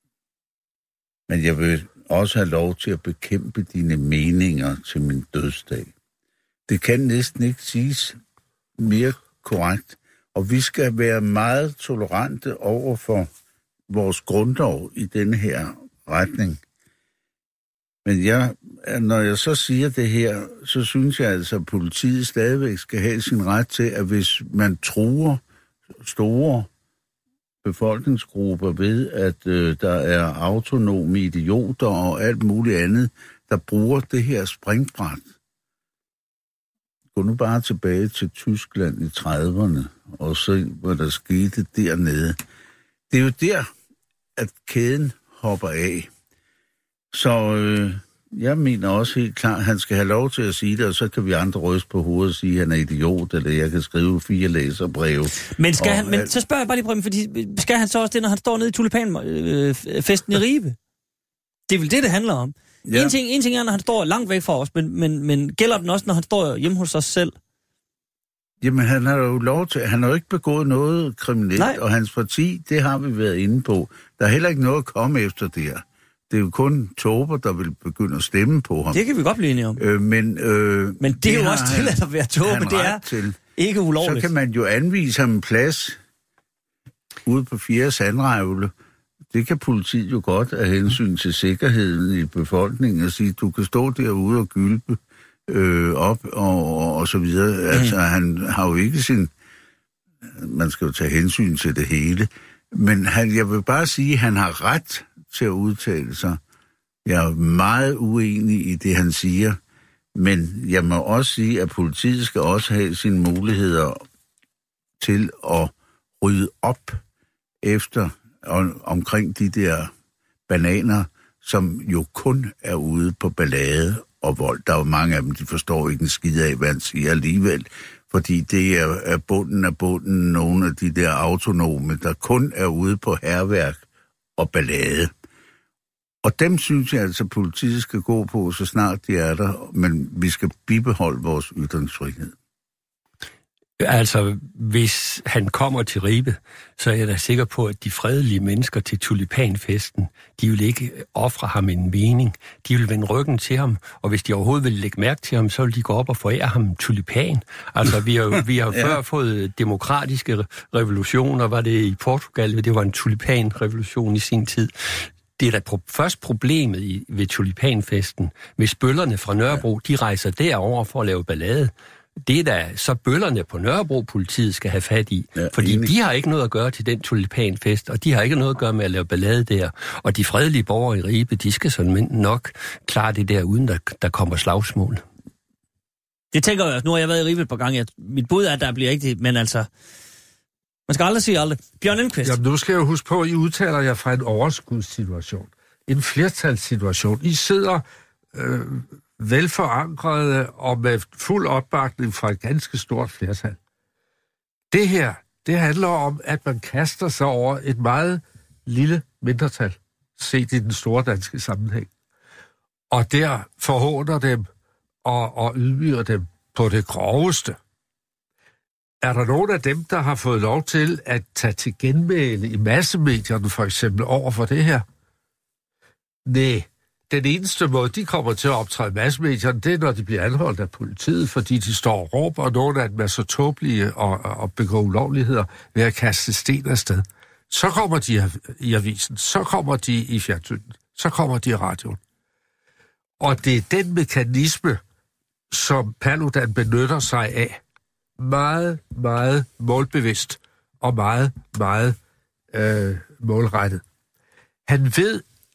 Men jeg vil også have lov til at bekæmpe dine meninger til min dødsdag. Det kan næsten ikke siges mere korrekt. Og vi skal være meget tolerante over for vores grundlov i denne her retning. Men jeg, når jeg så siger det her, så synes jeg altså, at politiet stadigvæk skal have sin ret til, at hvis man truer store befolkningsgrupper ved, at øh, der er autonome idioter og alt muligt andet, der bruger det her springbræt. Gå nu bare tilbage til Tyskland i trediverne, og se, hvad der skete dernede. Det er jo der, at kæden hopper af. Så øh, jeg mener også helt klart, at han skal have lov til at sige det, og så kan vi andre ryste på hovedet og sige, at han er idiot, eller jeg kan skrive fire læserbreve. Men, skal han, men alt... så spørger jeg bare lige, Preben, fordi skal han så også det, når han står nede i tulipanfesten øh, i Ribe? Det er vel det, det handler om. Ja. En, ting, en ting er, når han står langt væk fra os, men, men, men gælder den også, når han står hjemme hos os selv? Jamen, han har jo lov til... Han har jo ikke begået noget kriminelt, Nej. Og hans parti, det har vi været inde på. Der er heller ikke noget at komme efter der. Det er jo kun Tober, der vil begynde at stemme på ham. Det kan vi godt blive enige om. Øh, men, øh, men det, det er jo også til at være Tober, det er til. Ikke ulovligt. Så kan man jo anvise ham en plads ude på fjerde sandrevle. Det kan politiet jo godt af hensyn til sikkerheden i befolkningen og sige, du kan stå derude og gylpe øh, op og, og, og så videre. Mm. Altså, han har jo ikke sin... Man skal jo tage hensyn til det hele. Men han, jeg vil bare sige, at han har ret til at udtale sig. Jeg er meget uenig i det, han siger. Men jeg må også sige, at politiet skal også have sine muligheder til at rydde op efter og, omkring de der bananer, som jo kun er ude på ballade og vold. Der er jo mange af dem, de forstår ikke en skid af, hvad han siger alligevel. Fordi det er, er bunden af bunden nogle af de der autonome, der kun er ude på hærværk og ballade. Og dem synes jeg altså, at politiet skal gå på, så snart de er der, men vi skal bibeholde vores ytringsfrihed. Altså, hvis han kommer til Ribe, så er jeg da sikker på, at de fredelige mennesker til tulipanfesten, de vil ikke ofre ham en mening. De vil vende ryggen til ham, og hvis de overhovedet vil lægge mærke til ham, så vil de gå op og forære ham tulipan. Altså, vi har, vi har ja. før fået demokratiske revolutioner, var det i Portugal, det var en tulipanrevolution i sin tid. Det er da pro- først problemet i, ved tulipanfesten, hvis bøllerne fra Nørrebro, de rejser derover for at lave ballade. Det er da så bøllerne på Nørrebro, politiet skal have fat i. Ja, fordi enig. De har ikke noget at gøre til den tulipanfest, og de har ikke noget at gøre med at lave ballade der. Og de fredelige borgere i Ribe, de skal sådan nok klare det der, uden der, der kommer slagsmål. Det tænker jeg også. Nu har jeg været i Ribe et par gange. Mit bud er, at der bliver ikke det, men altså... Man skal aldrig sige aldrig. Bjørn Lindqvist. Jamen, nu skal jeg jo huske på, at I udtaler jer fra en overskudssituation. En flertalssituation. I sidder... Øh, velforankrede og med fuld opbakning fra et ganske stort flertal. Det her, det handler om, at man kaster sig over et meget lille mindretal, set i den store danske sammenhæng. Og der forhåner dem og, og ydmyger dem på det groveste. Er der nogen af dem, der har fået lov til at tage til genmæle i massemedierne, for eksempel, over for det her? Nej. Den eneste måde, de kommer til at optræde massemedierne, det er, når de bliver anholdt af politiet, fordi de står og råber, og nogle af dem er så tåbelige og, og begår ulovligheder ved at kaste sten afsted. Så kommer de i avisen, så kommer de i fjernsynet, så kommer de i radioen. Og det er den mekanisme, som Paludan benytter sig af, meget, meget målbevidst og meget, meget øh, målrettet. Han ved,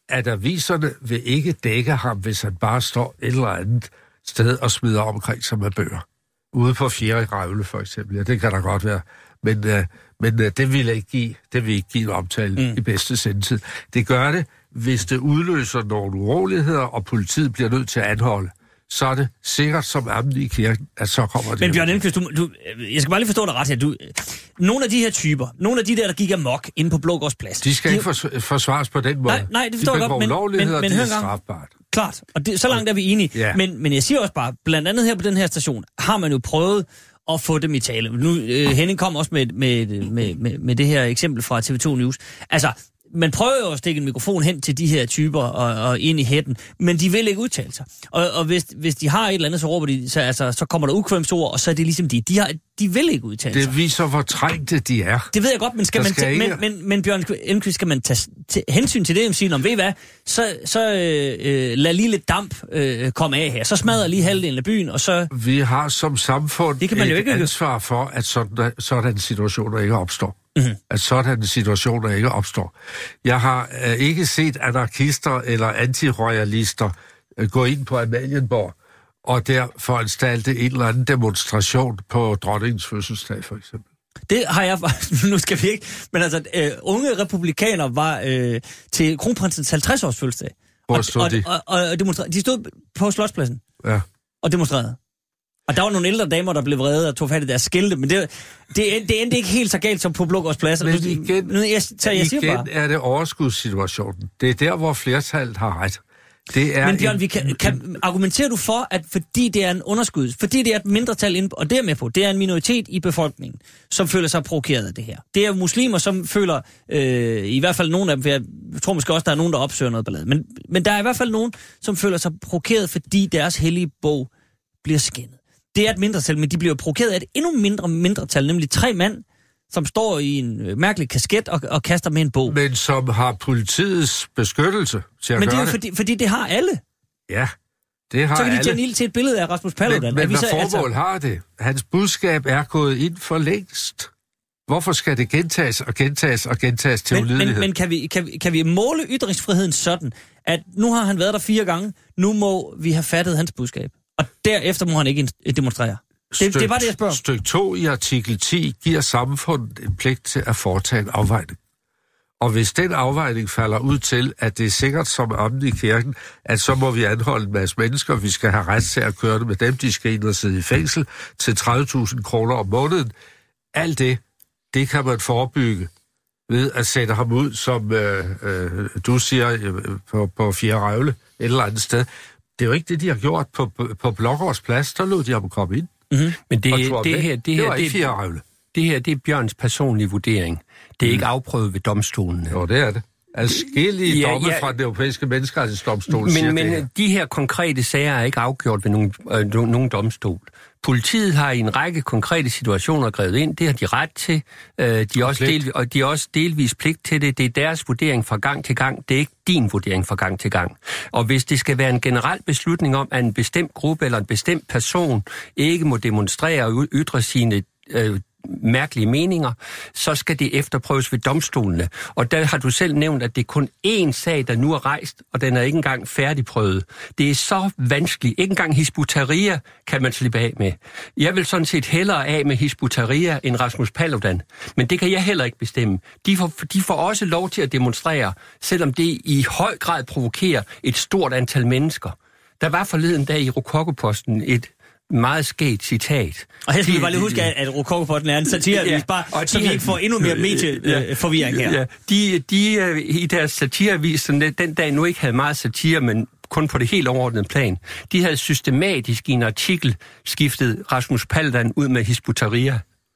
at aviserne vil ikke dække ham, hvis han bare står et eller andet sted og smider omkring sig med bøger. Ude på Fjerde Revle, for eksempel. Ja, det kan der godt være. Men, uh, men uh, det vil ikke give, det vil ikke give en omtale mm. i bedste sendetid. Det gør det, hvis det udløser nogle uroligheder, og politiet bliver nødt til at anholde. Så er det sikkert som ammen i kirken, at så kommer det. Men Bjørn Elmquist, du, du, jeg skal bare lige forstå dig ret her. Du, nogle af de her typer, nogle af de der, der gik amok inde på Blågårds Plads. De skal de, ikke forsvares på den måde. Nej, nej, det forstår jeg godt, men, men, men, men hør engang. Strafbart. Klart, og det, så langt er vi enige. Ja. Men, men jeg siger også bare, blandt andet her på den her station, har man jo prøvet at få dem i tale. Nu, øh, Henning kom også med, med, med, med, med det her eksempel fra T V to News. Altså, man prøver jo at stikke en mikrofon hen til de her typer og, og ind i hætten, men de vil ikke udtale sig. Og, og hvis, hvis de har et eller andet, så råber de, så, altså, så kommer der ukvemsord, og så er det ligesom de. De, har, de vil ikke udtale det sig. Det viser, hvor trængte de er. Det ved jeg godt, men skal, man skal ikke... men, men, men Bjørn Elmquist, skal man tage t- hensyn til det, og sige, om ved I hvad, så, så øh, lad lige lidt damp øh, komme af her. Så smadrer lige halvdelen af byen, og så... Vi har som samfund det kan man jo ikke ansvar for, at sådan, sådan situationer ikke opstår. Mm-hmm. At sådanne situationer ikke opstår. Jeg har øh, ikke set anarkister eller antiroyalister øh, gå ind på Amalienborg og der foranstalte en eller anden demonstration på dronningens fødselsdag, for eksempel. Det har jeg faktisk... Nu skal vi ikke... Men altså, øh, unge republikanere var øh, til kronprinsens halvtreds-års fødselsdag. Hvor stod og, de? Og, og, og demonstrerede. De stod på Slotspladsen. Ja. Og demonstrerede. Og der var nogle ældre damer, der blev vrede og tog fat i deres skilte, men det, det, det endte ikke helt så galt som på Blågårds Plads. Men igen, nu, jeg, så jeg igen bare. Er det overskudssituationen. Det er der, hvor flertallet har ret. Det er men Bjørn, en, vi kan, kan, argumenterer du for, at fordi det er en underskud, fordi det er et mindretal, inde, og det er med på, det er en minoritet i befolkningen, som føler sig provokeret af det her. Det er muslimer, som føler, øh, i hvert fald nogle af dem, for jeg tror måske også, der er nogen, der opsøger noget ballade, men, men der er i hvert fald nogen, som føler sig provokeret, fordi deres hellige bog bliver skændet. Det er et mindretal, men de bliver provokeret af et endnu mindre mindretal, nemlig tre mand, som står i en mærkelig kasket og, og kaster med en bog. Men som har politiets beskyttelse til at men det er gøre jo fordi, fordi det har alle. Ja, det har alle. Så kan de tænde ild til et billede af Rasmus Paludan. Men, men hvad så, formål altså... har det? Hans budskab er gået ind for længst. Hvorfor skal det gentages og gentages og gentages til men, ulydighed? Men, men kan, vi, kan, vi, kan vi måle ytringsfriheden sådan, at nu har han været der fire gange, nu må vi have fattet hans budskab? Og derefter må han ikke demonstrere. Det, styk, det er bare det, jeg spørger. Styk to i artikel ti giver samfundet en pligt til at foretage en afvejning. Og hvis den afvejning falder ud til, at det er sikkert som ammen i kirken, at så må vi anholde en masse mennesker, vi skal have ret til at køre det med dem, de skal ind og sidde i fængsel til tredive tusind kroner om måneden. Alt det, det kan man forebygge ved at sætte ham ud, som øh, øh, du siger, øh, på, på Fjerde Revle, et eller andet sted. Det er jo ikke det, de har gjort på, på, på Blågårds Plads. Der lod de ham komme ind. Mm-hmm. Men det, det, det her, det, her, det, det, det, det her, det er Bjørns personlige vurdering. Det er mm. ikke afprøvet ved domstolen. Jo, det er det. Adskillige ja, domme ja, fra den europæiske menneskerettighedsdomstol men, siger men det de her konkrete sager er ikke afgjort ved nogen, øh, nogen domstol. Politiet har i en række konkrete situationer grebet ind. Det har de ret til. Øh, de, er også del, og de har også delvis pligt til det. Det er deres vurdering fra gang til gang. Det er ikke din vurdering fra gang til gang. Og hvis det skal være en generel beslutning om, at en bestemt gruppe eller en bestemt person ikke må demonstrere og ytre sine øh, mærkelige meninger, så skal det efterprøves ved domstolene. Og der har du selv nævnt, at det er kun én sag, der nu er rejst, og den er ikke engang færdigprøvet. Det er så vanskeligt. Ikke engang Hizb ut-Tahrir kan man slippe af med. Jeg vil sådan set hellere af med Hizb ut-Tahrir end Rasmus Paludan, men det kan jeg heller ikke bestemme. De får, de får også lov til at demonstrere, selvom det i høj grad provokerer et stort antal mennesker. Der var forleden dag i Rokokoposten et meget skægt citat. Og her skal vi bare lige huske, at Rokokoposten er en satireavis, ja, bare og så de, vi ikke får endnu mere medieforvirring her. Ja, de, de i deres satireavis, som den dag nu ikke havde meget satire, men kun på det helt overordnede plan, de havde systematisk i en artikel skiftet Rasmus Paludan ud med Hizb ut-Tahrir.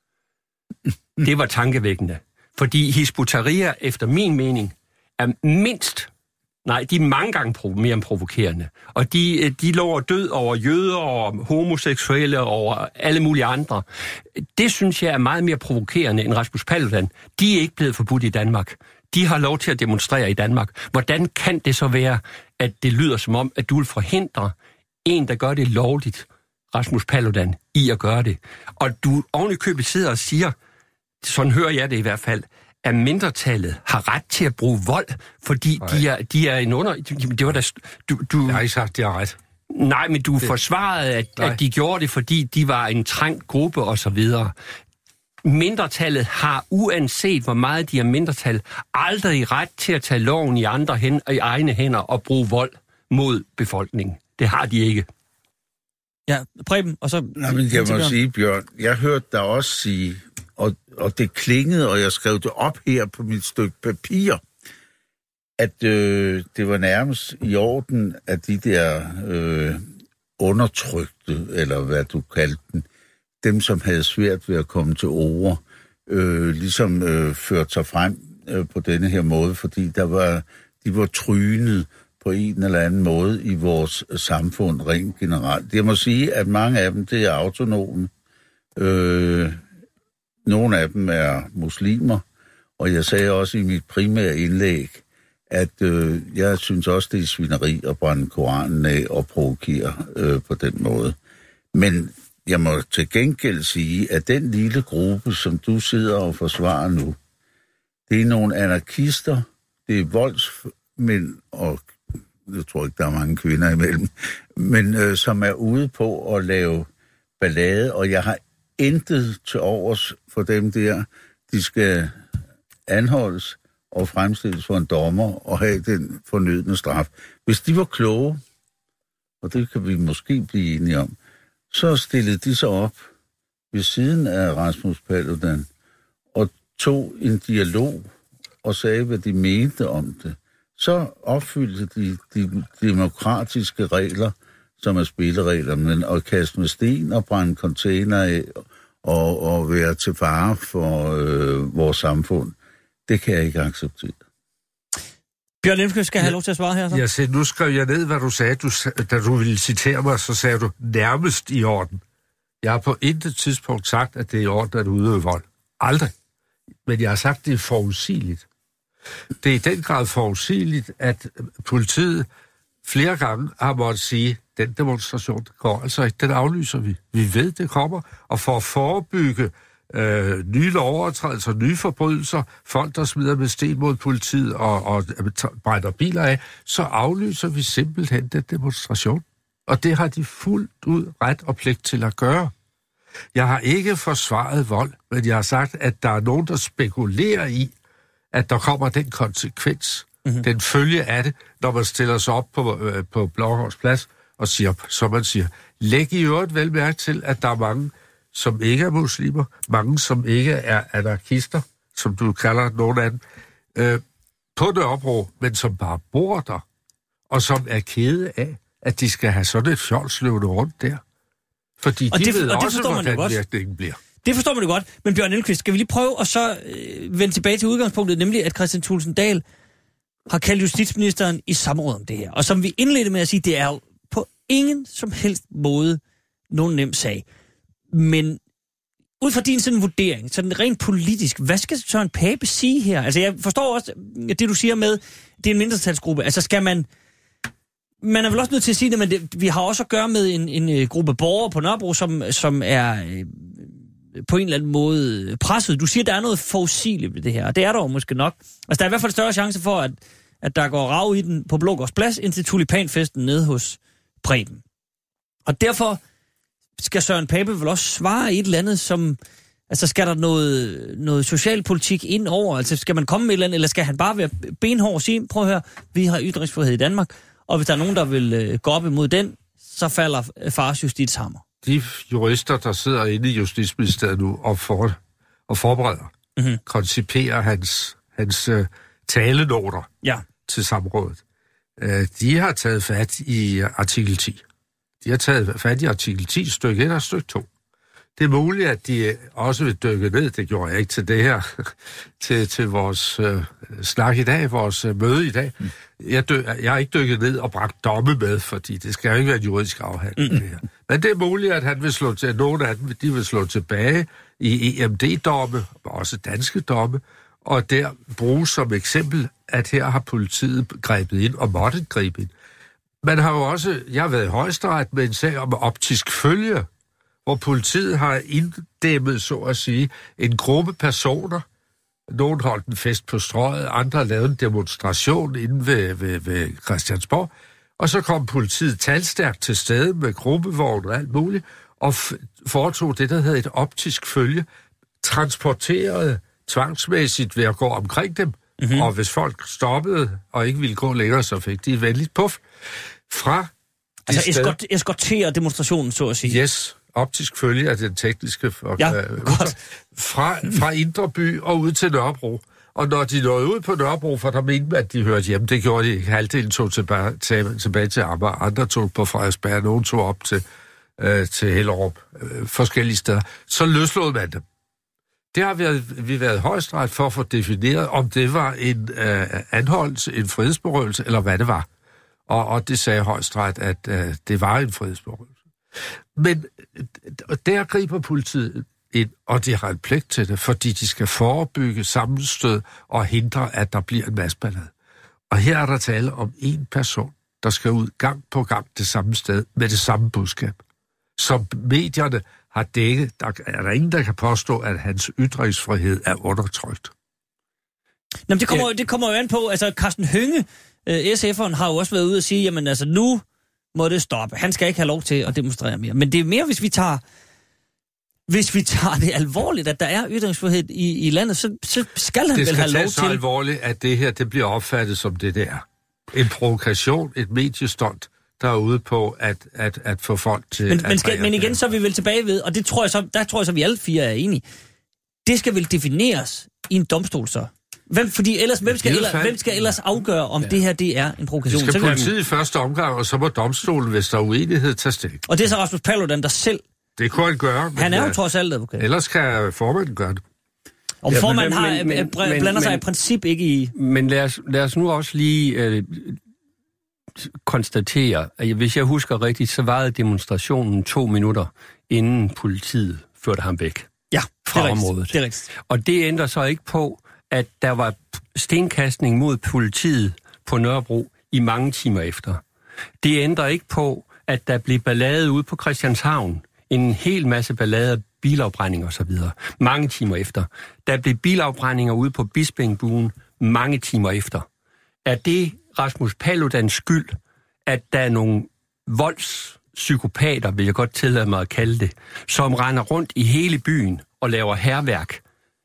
Det var tankevækkende. Fordi Hizb ut-Tahrir, efter min mening, er mindst Nej, de er mange gange mere end provokerende. Og de, de lover død over jøder, over homoseksuelle, over alle mulige andre. Det synes jeg er meget mere provokerende end Rasmus Paludan. De er ikke blevet forbudt i Danmark. De har lov til at demonstrere i Danmark. Hvordan kan det så være, at det lyder som om, at du vil forhindre en, der gør det lovligt, Rasmus Paludan, i at gøre det? Og du oven i købet sidder og siger, sådan hører jeg det i hvert fald, at mindretallet har ret til at bruge vold, fordi de er, de er en under... Det var der, du, du, Jeg har ikke sagt, at de har ret. Nej, men du det, forsvarede, at, at de gjorde det, fordi de var en trængt gruppe og så videre. Mindretallet har, uanset hvor meget de er mindretal, aldrig ret til at tage loven i, andre hen, i egne hænder og bruge vold mod befolkningen. Det har de ikke. Ja, Preben, og så... Nej, men jeg må sige, Bjørn, jeg hørte dig også sige, og, og det klingede, og jeg skrev det op her på mit stykke papir, at øh, det var nærmest i orden, at de der øh, undertrykte, eller hvad du kaldte dem, dem, som havde svært ved at komme til ord, øh, ligesom øh, førte sig frem øh, på denne her måde, fordi der var, de var trynet på en eller anden måde i vores samfund rent generelt. Jeg må sige, at mange af dem, det er autonome. Øh, nogle af dem er muslimer, og jeg sagde også i mit primære indlæg, at øh, jeg synes også, det er svineri at brænde Koranen af og provokere øh, på den måde. Men jeg må til gengæld sige, at den lille gruppe, som du sidder og forsvarer nu, det er nogle anarkister, det er voldsmænd, og jeg tror ikke, der er mange kvinder imellem, men øh, som er ude på at lave ballade, og jeg har intet til overs for dem der. De skal anholdes og fremstilles for en dommer og have den fornødne straf. Hvis de var kloge, og det kan vi måske blive enige om, så stillede de sig op ved siden af Rasmus Paludan og tog en dialog og sagde, hvad de mente om det. Så opfyldte de de demokratiske regler, som er spilleregler, men at kaste med sten og brænde container af og, og være til fare for øh, vores samfund, det kan jeg ikke acceptere. Bjørn Lindqvist skal have lov til at svare her, så. Ja, se, nu skrev jeg ned, hvad du sagde. Du, da du ville citere mig, så sagde du nærmest i orden. Jeg har på intet tidspunkt sagt, at det er i orden at udøve vold. Aldrig. Men jeg har sagt, at det er forudsigeligt. Det er i den grad forudsigeligt, at politiet flere gange har måttet sige, at den demonstration går altså ikke, den aflyser vi. Vi ved, det kommer, og for at forebygge øh, nye lovovertrædelser, nye forbrydelser, folk, der smider med sten mod politiet og, og brænder biler af, så aflyser vi simpelthen den demonstration. Og det har de fuldt ud ret og pligt til at gøre. Jeg har ikke forsvaret vold, men jeg har sagt, at der er nogen, der spekulerer i, at der kommer den konsekvens, mm-hmm. den følge af det, når man stiller sig op på, øh, på Blågårds Plads og siger, som man siger, læg i øvrigt vel mærke til, at der er mange, som ikke er muslimer, mange, som ikke er anarkister, som du kalder nogle af dem, øh, på Nørrebro, men som bare bor der, og som er kede af, at de skal have sådan et fjolsløvende rundt der. Fordi og de det, ved og også, hvordan virkningen bliver. Det forstår man jo godt, men Bjørn Lindqvist, skal vi lige prøve at så øh, vende tilbage til udgangspunktet, nemlig at Kristian Thulesen Dahl har kaldt justitsministeren i samråd om det her. Og som vi indledte med at sige, det er jo på ingen som helst måde nogen nem sag. Men ud fra din sådan vurdering, sådan rent politisk, hvad skal Søren Pape sige her? Altså jeg forstår også det, du siger med, det er en mindretalsgruppe. Altså skal man... Man er vel også nødt til at sige det, men det, vi har også at gøre med en, en gruppe borgere på Nørrebro, som, som er øh, på en eller anden måde presset. Du siger, der er noget forudsigeligt ved det her, og det er der jo måske nok. Altså, der er i hvert fald større chance for, at, at der går rav i den på Blågårds Plads indtil tulipanfesten nede hos Preben. Og derfor skal Søren Pape vel også svare i et eller andet, som... Altså, skal der noget, noget socialpolitik ind over? Altså, skal man komme med et eller andet, eller skal han bare være benhård og sige, prøv at høre, vi har ytringsfrihed i Danmark, og hvis der er nogen, der vil øh, gå op imod den, så falder fars justitshammer. De jurister, der sidder inde i Justitsministeriet nu og, for, og forbereder, mm-hmm. konciperer hans, hans øh, talenoter ja. til samrådet. Øh, de har taget fat i artikel ti. De har taget fat i artikel ti, stykke et og stykke to. Det er muligt, at de også vil dykke ned, det gjorde jeg ikke til det her, til, til vores øh, snak i dag, vores øh, møde i dag. Mm. Jeg, dø, jeg har ikke dykket ned og bragt domme med, fordi det skal jo ikke være en juridisk afhandling, mm. det her. Men det er muligt, at han vil slå til, nogle af dem, de vil slå tilbage i E M D-domme, og også danske domme, og der bruges som eksempel, at her har politiet grebet ind og måtte gribe ind. Man har jo også, jeg har været i Højesteret med en sag om optisk følge, hvor politiet har inddæmmet, så at sige, en gruppe personer, Nogen holdt en fest på Strøget, andre lavede en demonstration inde ved, ved, ved Christiansborg, og så kom politiet talstærkt til stede med gruppevogn og alt muligt, og f- foretog det, der hedder et optisk følge, transporterede tvangsmæssigt ved at gå omkring dem, mm-hmm. og hvis folk stoppede og ikke ville gå længere, så fik de et venligt puff. Fra altså sted, eskort, eskortere demonstrationen, så at sige. Yes, optisk følge af den tekniske... For, ja, øh, godt. Fra, fra Indre By og ud til Nørrebro. Og når de nåede ud på Nørrebro, for der mente at de hørte hjem, det gjorde de ikke. Halvdelen tog tilbage, tilbage til Amager, andre tog på Frederiksberg, nogen tog op til, øh, til Hellerup, øh, forskellige steder. Så løslod man dem. Det har vi, vi været højesteret for at få defineret, om det var en øh, anholdelse, en frihedsberøvelse, eller hvad det var. Og, og det sagde højesteret, at øh, det var en frihedsberøvelse. Men øh, der griber politiet ind, og de har en pligt til det, fordi de skal forebygge sammenstød og hindre, at der bliver en masse ballade. Og her er der tale om en person, der skal ud gang på gang det samme sted med det samme budskab. Som medierne har dækket, der er der ingen, der kan påstå, at hans ytringsfrihed er undertrykt. Nå, det, kommer, det kommer jo an på, altså Carsten Hønge, øh, S F'eren, har jo også været ude og sige, jamen altså nu må det stoppe. Han skal ikke have lov til at demonstrere mere. Men det er mere, hvis vi tager, hvis vi tager det alvorligt, at der er ytringsfrihed i, i landet, så, så skal han det vel have lov til... Det skal tage så alvorligt, at det her det bliver opfattet som det der. En provokation, et mediestunt, der er ude på at, at, at få folk til... Men, men, skal, at men igen, så er vi vel tilbage ved, og det tror jeg så, der tror jeg så, vi alle fire er enige. Det skal vel defineres i en domstol så? Hvem, fordi ellers, hvem, skal ellers, hvem skal ellers afgøre, om ja. det her det er en provokation? Det skal så politiet i første omgang, og så må domstolen, hvis der er uenighed, tage stilling. Og det er så Rasmus Paludan, der selv... Det kunne han gøre. Han er jo trods alt advokat. Ellers kan formanden gøre det. Og ja, formanden men, har, men, men, blander men, sig i princip ikke i... Men lad os, lad os nu også lige øh, konstatere, at hvis jeg husker rigtigt, så varede demonstrationen to minutter, inden politiet førte ham væk ja, fra det området. Det er rigtigt. Og det ændrer så ikke på, at der var stenkastning mod politiet på Nørrebro i mange timer efter. Det ændrer ikke på, at der blev ballade ude på Christianshavn. En hel masse ballade, bilafbrændinger osv. Mange timer efter. Der blev bilafbrændinger ude på Bispingbuen mange timer efter. Er det Rasmus Paludans skyld, at der er nogle voldspsykopater, vil jeg godt tillade mig at kalde det, som render rundt i hele byen og laver hærværk?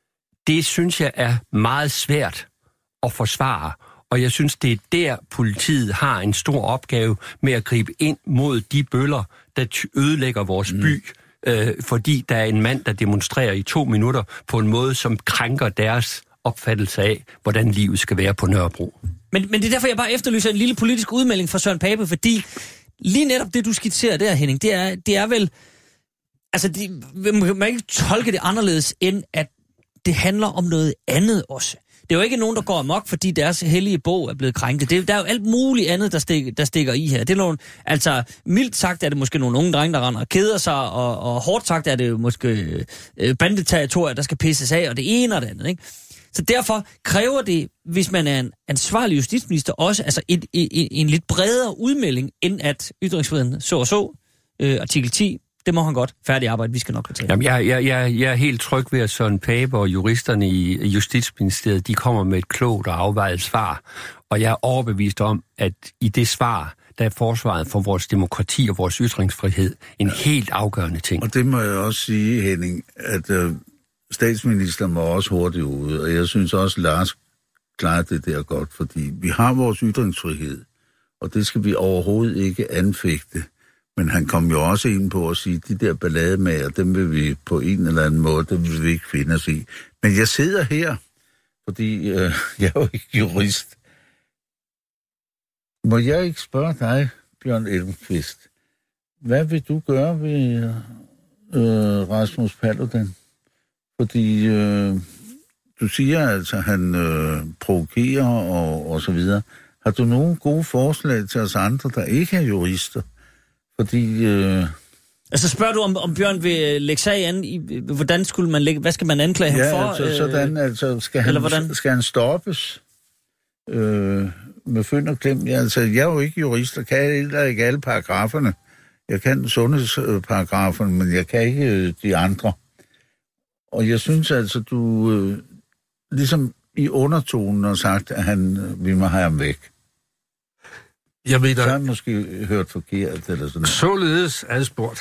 Det synes jeg er meget svært at forsvare, og jeg synes, det er der, politiet har en stor opgave med at gribe ind mod de bøller, der ødelægger vores by, mm. øh, fordi der er en mand, der demonstrerer i to minutter på en måde, som krænker deres opfattelse af, hvordan livet skal være på Nørrebro. Men, men det er derfor, jeg bare efterlyser en lille politisk udmelding fra Søren Pape, fordi lige netop det, du skitserer der, Henning, det er, det er vel... Altså, det, man kan ikke tolke det anderledes, end at det handler om noget andet også. Det er jo ikke nogen, der går amok, fordi deres hellige bog er blevet krænket. Det, der er jo alt muligt andet, der, stik, der stikker i her. Det er nogle, altså, mildt sagt er det måske nogle unge drenge, der render og keder sig, og, og hårdt sagt er det jo måske øh, bandeterritorier, der skal pisses af, og det ene og det andet, ikke? Så derfor kræver det, hvis man er en ansvarlig justitsminister, også altså et, et, et, en lidt bredere udmelding, end at ytringsfriheden så og så, øh, artikel ti, det må han godt. Færdig arbejde, vi skal nok betale. Jamen, jeg, jeg, jeg, jeg er helt tryg ved, at Søren Pape og juristerne i Justitsministeriet, de kommer med et klogt og afvejet svar. Og jeg er overbevist om, at i det svar, der er forsvaret for vores demokrati og vores ytringsfrihed en helt afgørende ting. Og det må jeg også sige, Henning, at øh, statsministeren var også hurtigt ude, og jeg synes også, Lars klarer det der godt, fordi vi har vores ytringsfrihed, og det skal vi overhovedet ikke anfægte. Men han kom jo også ind på at sige, at de der ballademager, dem vil vi på en eller anden måde, dem vil vi ikke finde os i. Men jeg sidder her, fordi øh, jeg er jo ikke jurist. Må jeg ikke spørge dig, Bjørn Elmqvist, hvad vil du gøre ved øh, Rasmus Paludan? Fordi øh, du siger altså, at han øh, provokerer og, og så videre. Har du nogle gode forslag til os andre, der ikke er jurister? Fordi... Øh... Altså spørger du, om, om Bjørn vil lægge sag an i, hvordan skulle man lægge, hvad skal man anklage ham ja, for? Ja, altså sådan, altså skal han, skal han stoppes øh, med fynd og klem? Ja, altså, jeg er jo ikke jurist, og kan heller ikke alle paragraferne. Jeg kan sundhedsparagraferne, men jeg kan ikke øh, de andre. Og jeg synes altså, du... Øh, ligesom i undertonen og sagt, at han, vi må have ham væk. Jeg mener... Så har han måske hørt forkert eller sådan noget. Således adspurgt.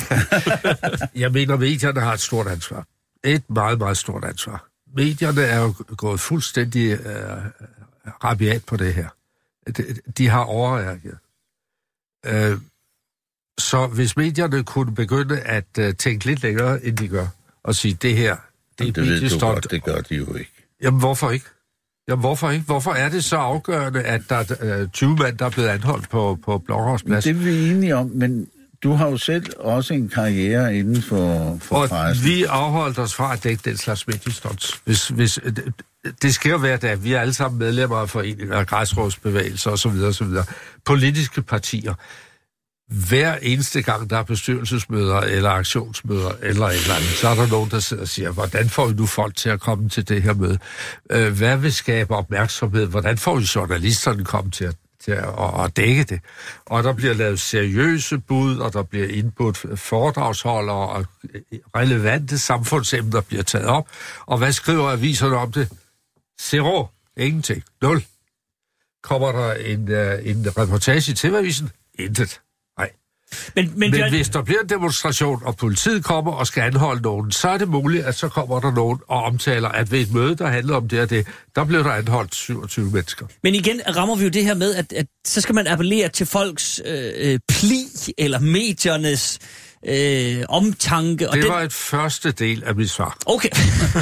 Jeg mener, medierne har et stort ansvar. Et meget, meget stort ansvar. Medierne er jo gået fuldstændig øh, rabiat på det her. De, de har overreageret. Øh, så hvis medierne kunne begynde at uh, tænke lidt længere, end de gør, og sige, det her, det er det mediestort. Det gør de jo ikke. Jamen, hvorfor ikke? Jamen, hvorfor ikke? Hvorfor er det så afgørende, at der er uh, tyve mand, der er blevet anholdt på, på Blågårdsplads? Det er vi enige om, men du har jo selv også en karriere inden for, for og pressen. Vi afholdt os fra at dække den slags mediestunts. Hvis, hvis, det, det sker jo hver dag. Vi er alle sammen medlemmer af foreninger, græsrådsbevægelser osv. osv. Politiske partier. Hver eneste gang, der er bestyrelsesmøder eller aktionsmøder eller et eller andet, så er der nogen, der sidder og siger, hvordan får vi nu folk til at komme til det her møde? Hvad vil skabe opmærksomhed? Hvordan får vi journalisterne komme til at til at, at dække det. Og der bliver lavet seriøse bud, og der bliver indbudt foredragsholdere, og relevante samfundsemner bliver taget op. Og hvad skriver aviserne om det? Zero. Ingenting. Nul. Kommer der en, en reportage i T V-avisen? Intet. Nej. Men, men, men hvis der bliver en demonstration, og politiet kommer og skal anholde nogen, så er det muligt, at så kommer der nogen og omtaler, at ved et møde, der handler om det og det, der blev der anholdt syvogtyve mennesker. Men igen rammer vi jo det her med, at, at så skal man appellere til folks øh, pli, eller mediernes øh, omtanke. Og det den... var et første del af mit svar. Okay.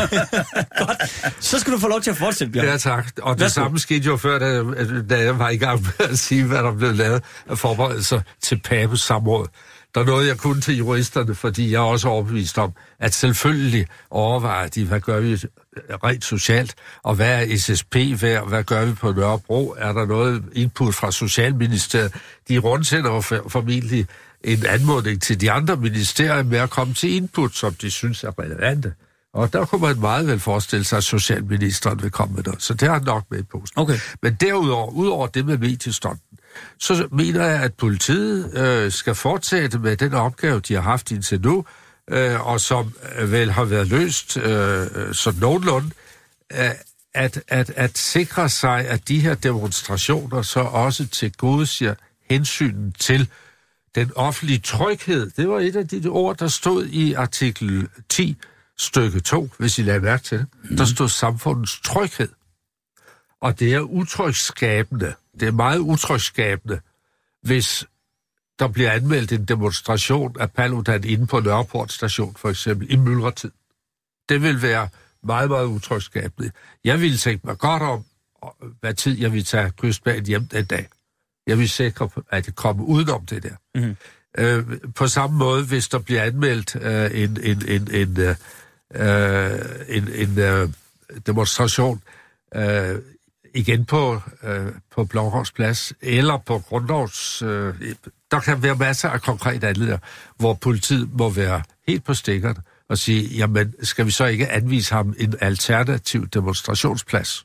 Godt. Så skal du få lov til at fortsætte, Bjørn. Ja, tak. Og det Værsgo. Samme skete jo før, da, da jeg var i gang med at sige, hvad der blev lavet af forberedelser til Papes samråd. Der nåede jeg kun til juristerne, fordi jeg er også overbevist om, at selvfølgelig overvejer de, hvad gør vi rent socialt, og hvad er S S P værd, hvad gør vi på Nørrebro, er der noget input fra Socialministeriet. De rundsender jo formentlig en anmodning til de andre ministerier med at komme til input, som de synes er relevante. Og der kunne man meget vel forestille sig, at socialministeren vil komme med noget. Så det har han nok med i posten. Okay. Men derudover, udover det med mediestunten, så mener jeg, at politiet øh, skal fortsætte med den opgave, de har haft indtil nu, øh, og som øh, vel har været løst øh, sådan nogenlunde, øh, at, at, at sikre sig, at de her demonstrationer så også tilgodesiger hensynen til den offentlige tryghed. Det var et af de ord, der stod i artikel ti, stykke to, hvis I lader mærke til det. Mm. Der stod samfundets tryghed. Og det er utrygskabende. Det er meget utrygskabende, hvis der bliver anmeldt en demonstration af Paludan inde på Nørreport station, for eksempel, i myldretid. Det vil være meget, meget utrygskabende. Jeg ville tænke mig godt om, hvad tid jeg vil tage kystbanen hjem den dag. Jeg vil sikre, at det kommer udenom det der. Mm-hmm. Øh, på samme måde, hvis der bliver anmeldt øh, en, en, en, en, øh, en, en øh, demonstration øh, igen på, øh, på Blågårdsplads, eller på Grundlovs... Øh, der kan være masser af konkrete anledninger, hvor politiet må være helt på stikkerne og sige, jamen, skal vi så ikke anvise ham en alternativ demonstrationsplads?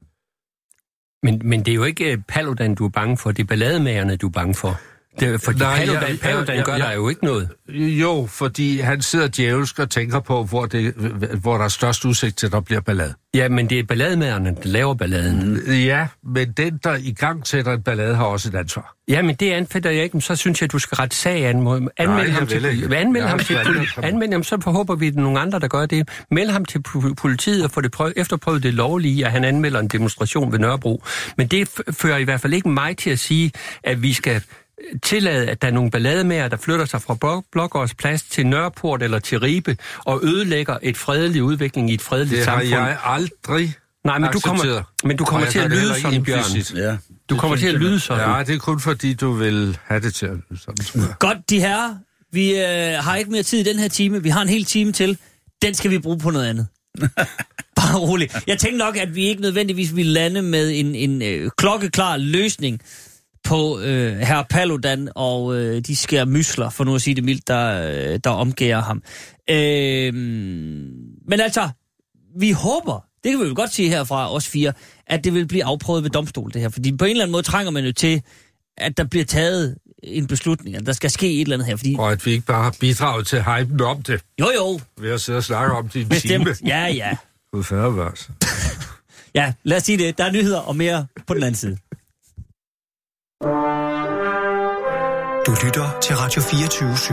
Men, men det er jo ikke Paludan, du er bange for, det er ballademagerne, du er bange for. Det, fordi Nej, Paludan, jeg, Paludan jeg, gør jeg, der jo ikke noget. Jo, fordi han sidder djævelsk og tænker på, hvor, det, hvor der er størst udsigt til, der bliver ballade. Ja, men det er ballademagerne, der laver balladen. Mm, ja, men den, der i gang sætter en ballade, har også et ansvar. Ja, men det anfætter jeg ikke. Så synes jeg, at du skal rette sag an. Anmeld Nej, ham til, anmeld ham til anmeld ham, så håber vi, at nogle andre, der gør det. Meld ham til politiet og få det prøv, efterprøvet det lovlige, at han anmelder en demonstration ved Nørrebro. Men det fører i hvert fald ikke mig til at sige, at vi skal tillade, at der er nogle ballademager, der flytter sig fra Blågårdsplads til Nørreport eller til Ribe og ødelægger et fredelig udvikling i et fredeligt samfund. Det har jeg aldrig Nej, men du kommer, men du kommer til at lyde sådan, Bjørn. Ja, du kommer til at lyde sådan. Ja, det er kun fordi, du vil have det til at lyde sådan, tror jeg. Godt, de herrer. Vi øh, har ikke mere tid i den her time. Vi har en hel time til. Den skal vi bruge på noget andet. Bare roligt. Jeg tænkte nok, at vi ikke nødvendigvis vil lande med en, en øh, klokkeklar løsning på øh, herr Paludan og øh, de skære mysler, for nu at sige det mildt, der, øh, der omgiver ham. Øh, men altså, vi håber, det kan vi jo godt sige herfra, os fire, at det vil blive afprøvet ved domstol, det her. Fordi på en eller anden måde trænger man jo til, at der bliver taget en beslutning, at der skal ske et eller andet her. Fordi... Og at vi ikke bare har bidraget til hypen om det. Jo, jo. Ved at sidde og snakke om det i en Bestemt. time. Ja, ja. Gud færre Ja, lad os sige det. Der er nyheder og mere på den anden side. Du lytter til Radio fireogtyve syv.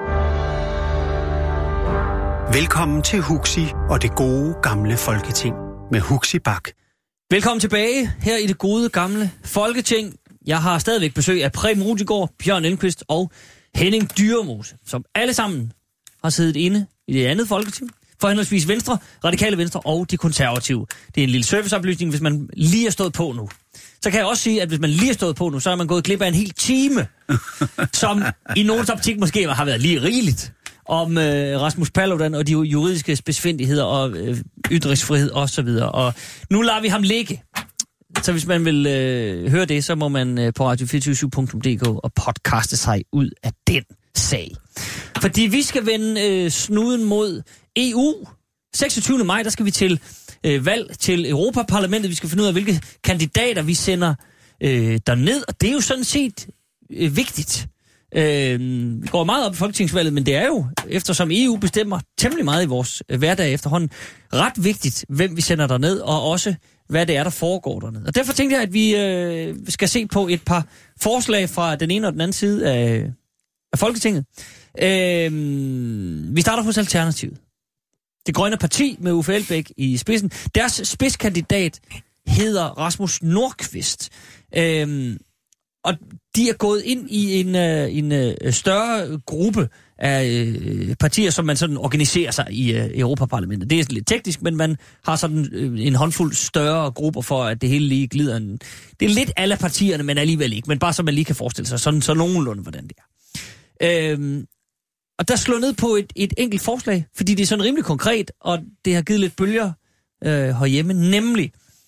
Velkommen til Huxi og det gode gamle Folketing med Huxi Bak. Velkommen tilbage her i det gode gamle Folketing. Jeg har stadigvæk besøg af Preben Rudiengaard, Bjørn Elmqvist og Henning Dyremose, som alle sammen har siddet inde i det andet Folketing. For henholdsvis Venstre, Radikale Venstre og de konservative. Det er en lille serviceoplysning, hvis man lige er stået på nu. Så kan jeg også sige, at hvis man lige er stået på nu, så er man gået glip af en hel time, som i nogens optik måske har været lige rigeligt, om øh, Rasmus Paludan og de juridiske spidsfindigheder og øh, ytringsfrihed osv. Og, og nu lader vi ham ligge. Så hvis man vil øh, høre det, så må man øh, på radio fireogtyve syv punktum d k og podcaste sig ud af den sag. Fordi vi skal vende øh, snuden mod E U. seksogtyvende maj, der skal vi til øh, valg til Europaparlamentet. Vi skal finde ud af, hvilke kandidater vi sender øh, derned. Og det er jo sådan set øh, vigtigt. Øh, vi går meget op i folketingsvalget, men det er jo, eftersom E U bestemmer temmelig meget i vores øh, hverdag efterhånden, ret vigtigt, hvem vi sender derned, og også hvad det er, der foregår dernede. Og derfor tænkte jeg, at vi øh, skal se på et par forslag fra den ene og den anden side af, af Folketinget. Øh, vi starter hos Alternativet. Det Grønne Parti med Uffe Elbæk i spidsen. Deres spidskandidat hedder Rasmus Nordqvist. Øh, og de er gået ind i en, en, en større gruppe af øh, partier, som man sådan organiserer sig i øh, Europaparlamentet. Det er lidt teknisk, men man har sådan øh, en håndfuld større grupper for, at det hele lige glider. En, det er lidt alle partierne, men alligevel ikke. Men bare så man lige kan forestille sig sådan så nogenlunde, hvordan det er. Øhm, og der slår ned på et, et enkelt forslag, fordi det er sådan rimelig konkret, og det har givet lidt bølger øh, herhjemme, nemlig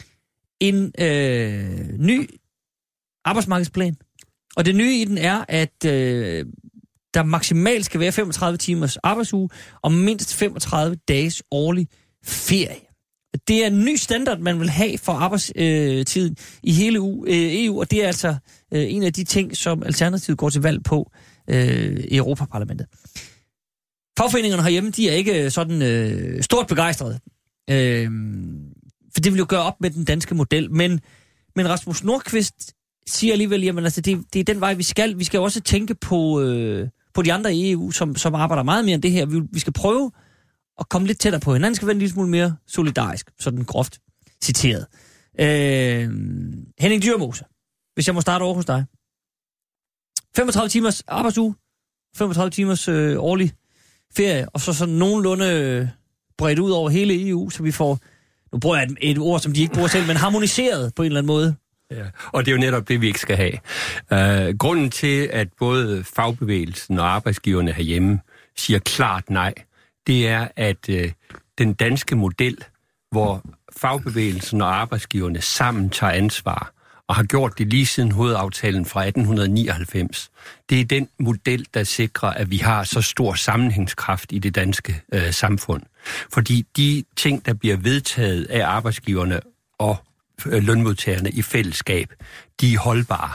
en øh, ny arbejdsmarkedsplan. Og det nye i den er, at øh, der maksimalt skal være femogtredive timers arbejdsuge og mindst femogtredive dages årlig ferie. Det er en ny standard, man vil have for arbejdstiden øh, i hele U, øh, E U, og det er altså øh, en af de ting, som Alternativet går til valg på øh, i Europaparlamentet. Fagforeningerne herhjemme, de er ikke sådan øh, stort begejstrede, øh, for det vil jo gøre op med den danske model, men, men Rasmus Nordqvist siger alligevel, jamen altså, det, det er den vej, vi skal. Vi skal også tænke på, øh, på de andre i E U, som, som arbejder meget mere end det her. Vi, vi skal prøve at komme lidt tættere på hinanden. Det skal være en lille smule mere solidarisk, sådan groft citeret. Øh, Henning Dyremose, hvis jeg må starte over hos dig. femogtredive timers arbejdsuge, femogtredive timers øh, årlig ferie, og så sådan nogenlunde øh, bredt ud over hele E U, så vi får, nu bruger jeg et, et ord, som de ikke bruger selv, men harmoniseret på en eller anden måde. Ja, og det er jo netop det, vi ikke skal have. Uh, grunden til, at både fagbevægelsen og arbejdsgiverne herhjemme siger klart nej, det er, at uh, den danske model, hvor fagbevægelsen og arbejdsgiverne sammen tager ansvar, og har gjort det lige siden hovedaftalen fra atten nioghalvfems, det er den model, der sikrer, at vi har så stor sammenhængskraft i det danske uh, samfund. Fordi de ting, der bliver vedtaget af arbejdsgiverne og lønmodtagerne i fællesskab, de er holdbare.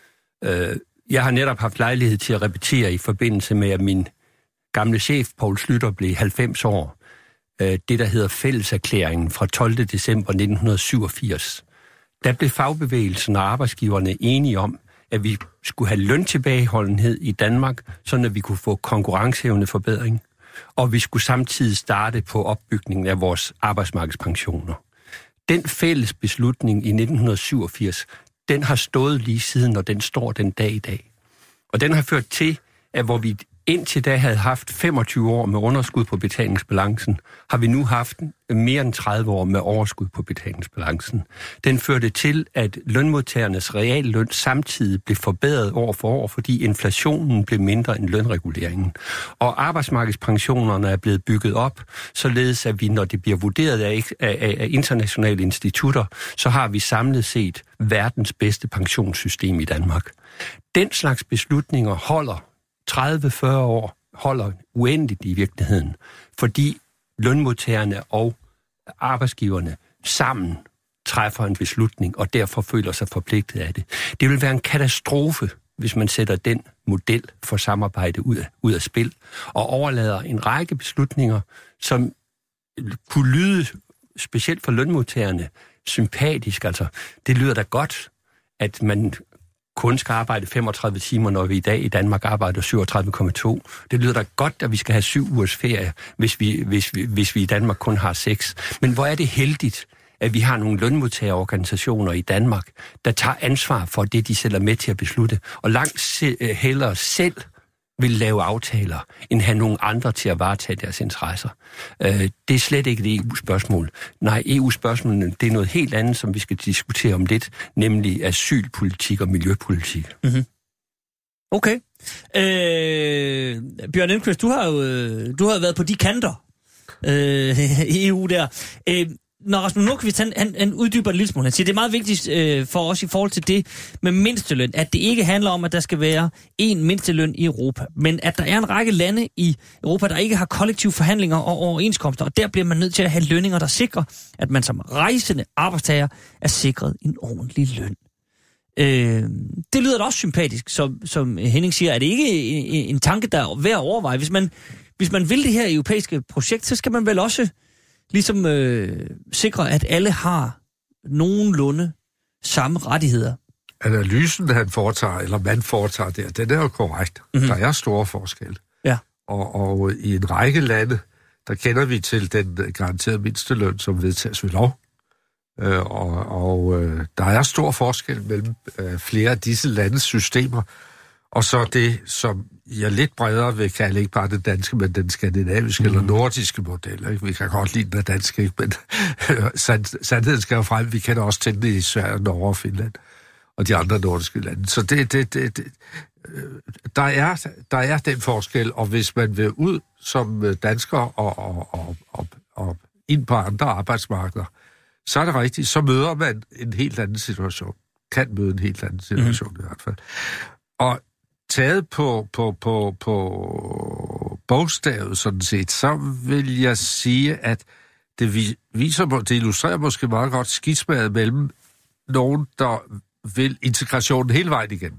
Jeg har netop haft lejlighed til at repetere i forbindelse med, at min gamle chef, Poul Schlüter, blev halvfems år. Det, der hedder fælleserklæringen fra tolvte december nitten syvogfirs. Der blev fagbevægelsen og arbejdsgiverne enige om, at vi skulle have løntilbageholdenhed i Danmark, så vi kunne få konkurrenceevneforbedring, og vi skulle samtidig starte på opbygningen af vores arbejdsmarkedspensioner. Den fælles beslutning i nitten syvogfirs, den har stået lige siden, og den står den dag i dag. Og den har ført til, at hvor vi indtil da havde haft femogtyve år med underskud på betalingsbalancen, har vi nu haft mere end tredive år med overskud på betalingsbalancen. Den førte til, at lønmodtagernes realløn samtidig blev forbedret år for år, fordi inflationen blev mindre end lønreguleringen. Og arbejdsmarkedspensionerne er blevet bygget op, således at vi, når det bliver vurderet af, af, af internationale institutter, så har vi samlet set verdens bedste pensionssystem i Danmark. Den slags beslutninger holder tredive til fyrre år, holder uendeligt i virkeligheden, fordi lønmodtagerne og arbejdsgiverne sammen træffer en beslutning, og derfor føler sig forpligtet af det. Det vil være en katastrofe, hvis man sætter den model for samarbejde ud af, ud af spil, og overlader en række beslutninger, som kunne lyde, specielt for lønmodtagerne, sympatisk. Altså, det lyder da godt, at man kun skal arbejde femogtredive timer, når vi i dag i Danmark arbejder syvogtredive komma to. Det lyder da godt, at vi skal have syv ugers ferie, hvis vi, hvis vi, hvis vi i Danmark kun har seks. Men hvor er det heldigt, at vi har nogle lønmodtagerorganisationer i Danmark, der tager ansvar for det, de selv er med til at beslutte, og langt se, hellere selv vil lave aftaler, end have nogle andre til at varetage deres interesser. Øh, det er slet ikke et E U-spørgsmål. Nej, E U-spørgsmålene, det er noget helt andet, som vi skal diskutere om lidt, nemlig asylpolitik og miljøpolitik. Mm-hmm. Okay. Øh, Bjørn Elmquist, du har jo du har været på de kanter øh, i E U der. Øh, Når Rasmus Nordqvist, han, han, han uddyber en lille smule. Han siger, det er meget vigtigt øh, for os i forhold til det med mindsteløn, at det ikke handler om, at der skal være én mindsteløn i Europa, men at der er en række lande i Europa, der ikke har kollektive forhandlinger og overenskomster, og der bliver man nødt til at have lønninger, der sikrer, at man som rejsende arbejdstager er sikret en ordentlig løn. Øh, det lyder da også sympatisk, som, som Henning siger. Er det ikke en, en tanke, der er værd at overveje? Hvis man, hvis man vil det her europæiske projekt, så skal man vel også ligesom øh, sikre, at alle har nogenlunde samme rettigheder. Analysen, han foretager, eller man foretager der, den er jo korrekt. Mm-hmm. Der er store forskelle. Ja. Og, og i en række lande, der kender vi til den garanterede mindsteløn, som vedtages ved lov. Øh, og og øh, der er stor forskel mellem øh, flere af disse landes systemer, og så det, som jeg lidt bredere vil kalde, ikke bare den danske, men den skandinaviske mm. eller nordiske model. Ikke? Vi kan godt lide den danske, ikke? Men sand, sandheden skal jo frem. Vi kender også til det i Sverige, Norge og Finland og de andre nordiske lande. Så det, det, det, det, der, er, der er den forskel, og hvis man vil ud som dansker og, og, og, og, og ind på andre arbejdsmarkeder, så er det rigtigt, så møder man en helt anden situation. Kan møde en helt anden situation mm. i hvert fald. Og taget på, på, på, på bogstavet, sådan set, så vil jeg sige, at det, viser, det illustrerer måske meget godt skismaet mellem nogen, der vil integrationen hele vejen igennem.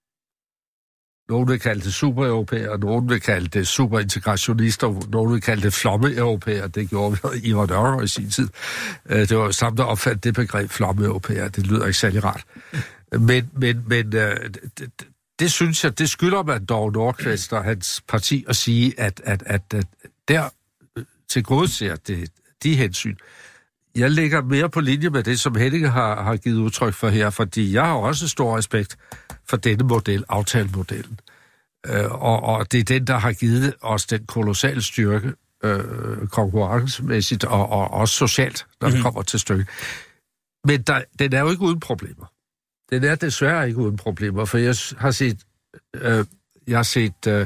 Nogen vil kalde det super-europæer, nogen vil kalde det superintegrationister, nogen vil kalde det flomme-europæer. Det gjorde vi Ivar Nørgaard i sin tid. Det var samt der opfandt det begreb flomme-europæer. Det lyder ikke særlig rart. Men, men, men det, det synes jeg, det skylder man dog Nordqvist og hans parti at sige, at, at, at, at der til gode ser det, de hensyn. Jeg ligger mere på linje med det, som Henning har, har givet udtryk for her, fordi jeg har også stor respekt for denne model, aftalemodellen. Øh, og, og det er den, der har givet os den kolossale styrke, øh, konkurrencemæssigt og, og også socialt, når mm-hmm. det kommer til stykket. Men der, den er jo ikke uden problemer. Den er desværre ikke uden problemer, for jeg har set, øh, jeg har set øh,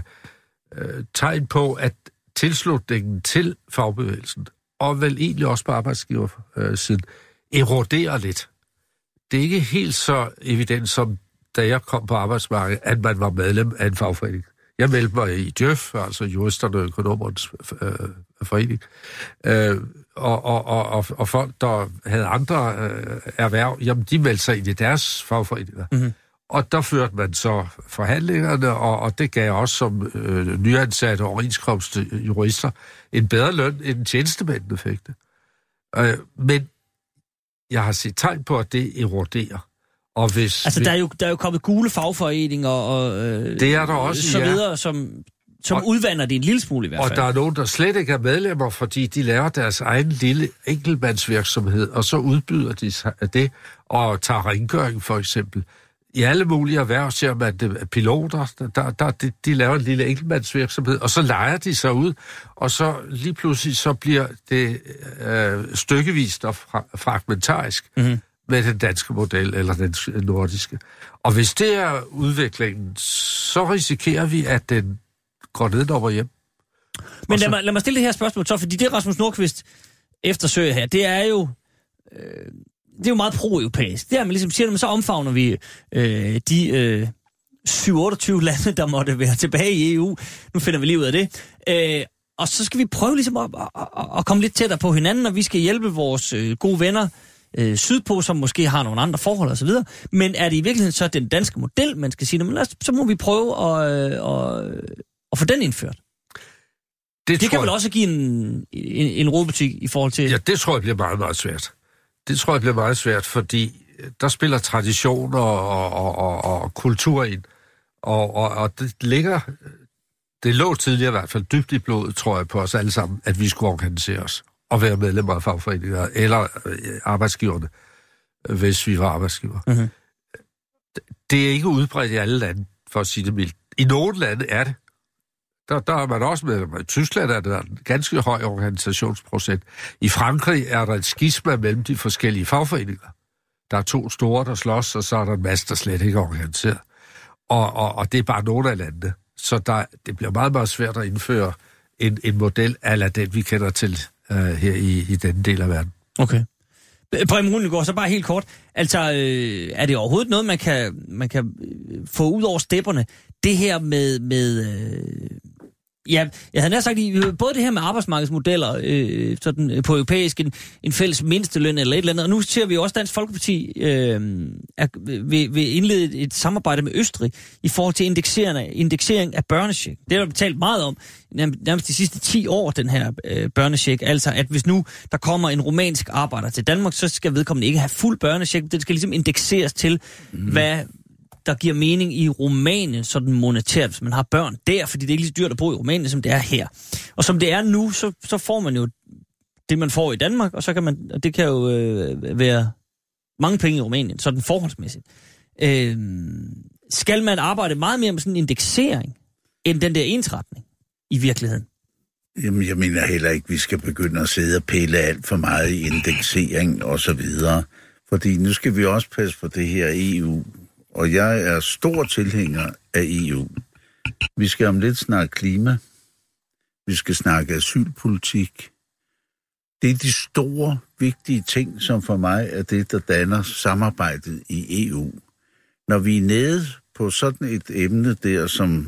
øh, tegn på, at tilslutningen til fagbevægelsen, og vel egentlig også på arbejdsgiversiden, øh, eroderer lidt. Det er ikke helt så evident, som da jeg kom på arbejdsmarkedet, at man var medlem af en fagforening. Jeg meldte mig i D Ø F, altså Juristerne og Økonomernes øh, forening, øh, og, og, og, og folk, der havde andre øh, erhverv, jamen de meldte sig ind i deres fagforeninger. Mm-hmm. Og der førte man så forhandlingerne, og, og det gav også som øh, nyansatte overenskomstjurister en bedre løn, end tjenestemændene fik det. Øh, men jeg har set tegn på, at det eroderer. Og hvis altså, vi... der, er jo, der er jo kommet gule fagforeninger og øh, det er der også, så ja. videre, som, som og, udvander det en lille smule i hvert fald. Og der er nogen, der slet ikke er medlemmer, fordi de laver deres egen lille enkeltmandsvirksomhed, og så udbyder de det, og tager rengøring for eksempel. I alle mulige erhverv ser man det, piloter, der, der, de, de laver en lille enkeltmandsvirksomhed, og så lejer de sig ud, og så lige pludselig så bliver det øh, stykkevist og fra, fragmentarisk. Mm-hmm. Med den danske model, eller den nordiske. Og hvis det er udviklingen, så risikerer vi, at den går ned over hjem. Men så... lad, mig, lad mig stille det her spørgsmål, så, fordi det Rasmus Nordqvist eftersøger her, det er jo øh, det er jo meget pro-europæisk. Det er, man ligesom siger, men så omfavner vi øh, de øh, syv otteogtyve lande, der måtte være tilbage i E U. Nu finder vi lige ud af det. Øh, og så skal vi prøve ligesom at, at, at komme lidt tættere på hinanden, og vi skal hjælpe vores øh, gode venner Øh, sydpå, som måske har nogle andre forhold og så videre. Men er det i virkeligheden så den danske model, man skal sige, men os, så må vi prøve at, øh, at, at få den indført. Det, det kan jeg... vel også give en, en, en rodebutik i forhold til... Ja, det tror jeg bliver meget, meget svært. det tror jeg bliver meget svært, fordi der spiller traditioner og, og, og, og kultur ind. Og, og, og det ligger, det lå tidligere i hvert fald dybt i blodet, tror jeg, på os alle sammen, at vi skulle organisere os og være medlemmer af fagforeninger eller arbejdsgiverne, hvis vi var arbejdsgiver. Mm-hmm. Det er ikke udbredt i alle lande, for at sige det mildt. I nogle lande er det. Der, der er man også med. I Tyskland er der en ganske høj organisationsprocent. I Frankrig er der et skisma mellem de forskellige fagforeninger. Der er to store, der slås, og så er der en masse, der slet ikke er organiseret. Og, og, og det er bare nogle af landene. Så der, det bliver meget, meget svært at indføre en, en model ala den, vi kender til uh, her i, i denne del af verden. Okay. Preben Rudiengaard, så bare helt kort. Altså, øh, er det overhovedet noget, man kan, man kan få ud over stepperne? Det her med... med øh, ja, jeg havde nær sagt, både det her med arbejdsmarkedsmodeller øh, sådan på europæisk, en, en fælles mindsteløn eller et eller andet, og nu ser vi også Dansk Folkeparti øh, er, vil, vil indlede et, et samarbejde med Østrig i forhold til indeksering, indeksering af børnecheck. Det har vi talt meget om nærmest de sidste ti år, den her øh, børnecheck. Altså, at hvis nu der kommer en rumænsk arbejder til Danmark, så skal vedkommende ikke have fuld børnecheck. Den skal ligesom indekseres til, mm. hvad der giver mening i Rumænien, sådan monetært, hvis man har børn der, fordi det er ikke lige så dyrt at bo i Rumænien, som det er her. Og som det er nu, så, så får man jo det, man får i Danmark, og så kan man, og det kan jo øh, være mange penge i Rumænien, sådan forholdsmæssigt. Øh, skal man arbejde meget mere med sådan en indeksering, end den der ensretning i virkeligheden? Jamen, jeg mener heller ikke, vi skal begynde at sidde og pille alt for meget i indeksering og så videre. Fordi nu skal vi også passe på det her E U. Og jeg er stor tilhænger af E U. Vi skal om lidt snakke klima. Vi skal snakke asylpolitik. Det er de store, vigtige ting, som for mig er det, der danner samarbejdet i E U. Når vi er nede på sådan et emne der, som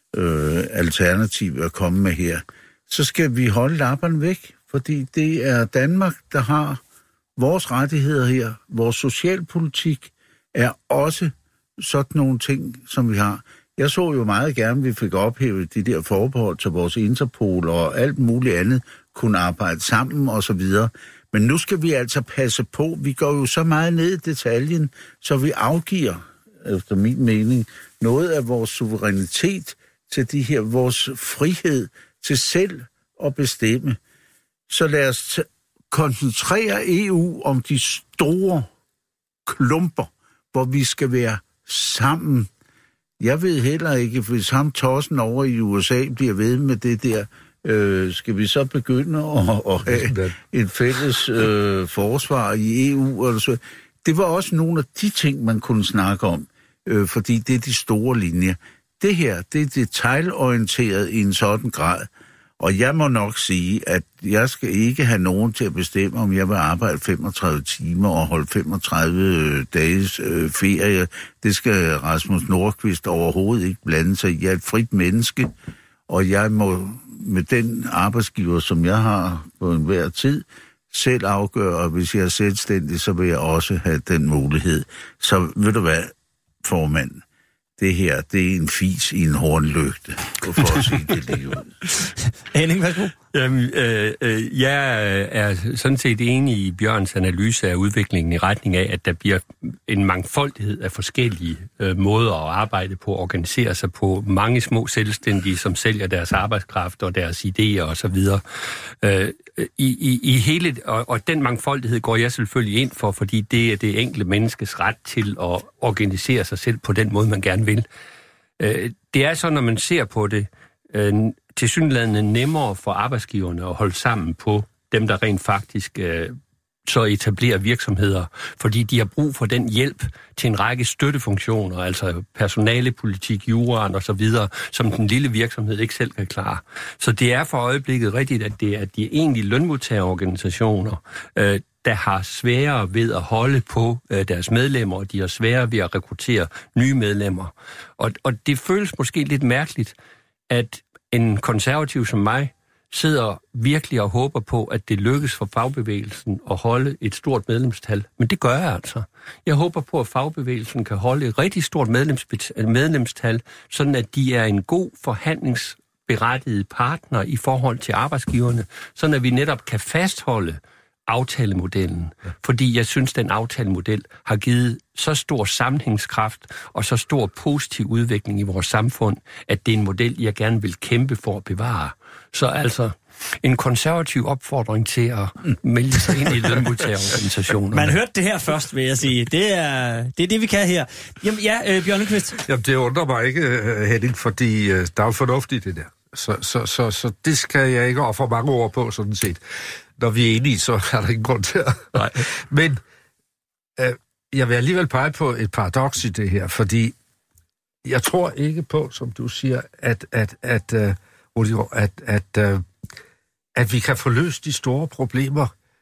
øh, Alternativ er kommet med her, så skal vi holde lapperne væk, fordi det er Danmark, der har vores rettigheder her. Vores socialpolitik er også sådan nogle ting, som vi har. Jeg så jo meget gerne, at vi fik ophævet de der forbehold til vores Interpol og alt muligt andet, kunne arbejde sammen og så videre. Men nu skal vi altså passe på. Vi går jo så meget ned i detaljen, så vi afgiver, efter min mening, noget af vores suverænitet til de her, vores frihed til selv at bestemme. Så lad os t- koncentrere E U om de store klumper, hvor vi skal være sammen. Jeg ved heller ikke, hvis ham tossen over i U S A bliver ved med det der, øh, skal vi så begynde at, at have et fælles øh, forsvar i E U? Eller så. Det var også nogle af de ting, man kunne snakke om, øh, fordi det er de store linjer. Det her, det er detailorienteret i en sådan grad, og jeg må nok sige, at jeg skal ikke have nogen til at bestemme, om jeg vil arbejde femogtredive timer og holde femogtredive dages øh, ferie. Det skal Rasmus Nordqvist overhovedet ikke blande sig i. Jeg er et frit menneske, og jeg må med den arbejdsgiver, som jeg har på enhver tid, selv afgøre, og hvis jeg er selvstændig, så vil jeg også have den mulighed. Så ved du hvad, formand? Det her, det er en fis i en hornlygte, for at sige det lige ud. Henning, værsgo. Jamen, øh, øh, jeg er sådan set enig i Bjørns analyse af udviklingen i retning af, at der bliver en mangfoldighed af forskellige øh, måder at arbejde på, at organisere sig på. Mange små selvstændige, som sælger deres arbejdskraft og deres idéer osv. Øh, i, i, i hele, og, og den mangfoldighed går jeg selvfølgelig ind for, fordi det er det enkelte menneskes ret til at organisere sig selv på den måde, man gerne vil. Øh, det er så, når man ser på det, øh, tilsyneladende nemmere for arbejdsgiverne at holde sammen på dem, der rent faktisk øh, så etablerer virksomheder, fordi de har brug for den hjælp til en række støttefunktioner, altså personalepolitik, juraen og så videre, som den lille virksomhed ikke selv kan klare. Så det er for øjeblikket rigtigt, at det er de egentlige lønmodtagerorganisationer, øh, der har sværere ved at holde på øh, deres medlemmer, og de har sværere ved at rekruttere nye medlemmer. Og, og det føles måske lidt mærkeligt, at en konservativ som mig sidder virkelig og håber på, at det lykkes for fagbevægelsen at holde et stort medlemstal. Men det gør jeg altså. Jeg håber på, at fagbevægelsen kan holde et rigtig stort medlemstal, sådan at de er en god forhandlingsberettiget partner i forhold til arbejdsgiverne, sådan at vi netop kan fastholde aftalemodellen. Ja. Fordi jeg synes, den aftalemodel har givet så stor sammenhængskraft og så stor positiv udvikling i vores samfund, at det er en model, jeg gerne vil kæmpe for at bevare. Så altså en konservativ opfordring til at melde sig ind i lønmodtagerorganisationer. Man hørte det her først, vil jeg sige. Det er det, er det vi kan her. Jamen ja, øh, Bjørn Lindqvist. Jamen det undrer mig ikke, Henning, fordi øh, der er jo fornuftigt det der. Så, så, så, så det skal jeg ikke ofre mange ord på, sådan set. Når vi er enige, så er der ingen grund til at... Nej. Men øh, jeg vil alligevel pege på et paradoks i det her, fordi jeg tror ikke på, som du siger, at, at, at, at, at, at, at, at vi kan få løst de store problemer,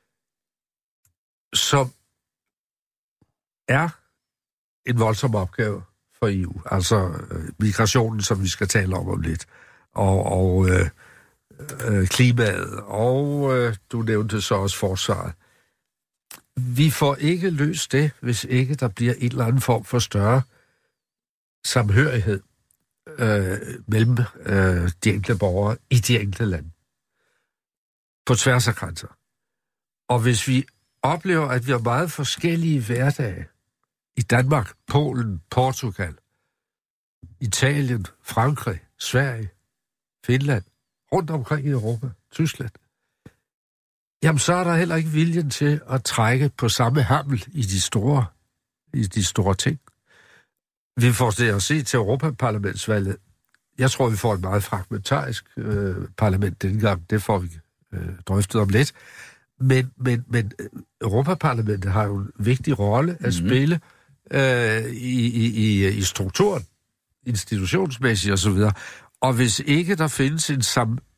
som er en voldsom opgave for E U. Altså migrationen, som vi skal tale om om lidt, og... og øh, klimaet, og øh, du nævnte så også forsvaret. Vi får ikke løst det, hvis ikke der bliver en eller anden form for større samhørighed øh, mellem øh, de enkelte borgere i de enkelte lande. På tværs af grænser. Og hvis vi oplever, at vi har meget forskellige hverdage i Danmark, Polen, Portugal, Italien, Frankrig, Sverige, Finland, rundt omkring i Europa, Tyskland, jamen så er der heller ikke viljen til at trække på samme hammel i de store, i de store ting. Vi får det at se til Europaparlamentsvalget. Jeg tror, vi får et meget fragmentarisk øh, parlament denne gang. Det får vi øh, drøftet om lidt. Men, men, men Europaparlamentet har jo en vigtig rolle at mm-hmm. spille øh, i, i, i strukturen, institutionsmæssigt osv., og hvis ikke der findes en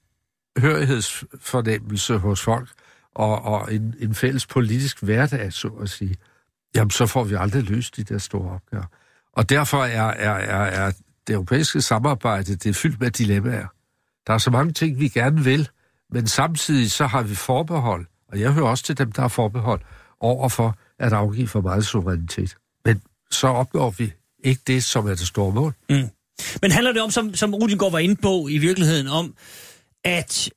samhørighedsfornemmelse hos folk, og, og en, en fælles politisk hverdag, så at sige, jamen så får vi aldrig løst de der store opgaver. Og derfor er, er, er, er det europæiske samarbejde, det er fyldt med dilemmaer. Der er så mange ting, vi gerne vil, men samtidig så har vi forbehold, og jeg hører også til dem, der har forbehold, overfor at afgive for meget suverænitet. Men så opnår vi ikke det, som er det store mål. Mm. Men handler det om, som, som Rudingård var inde på i virkeligheden, om, at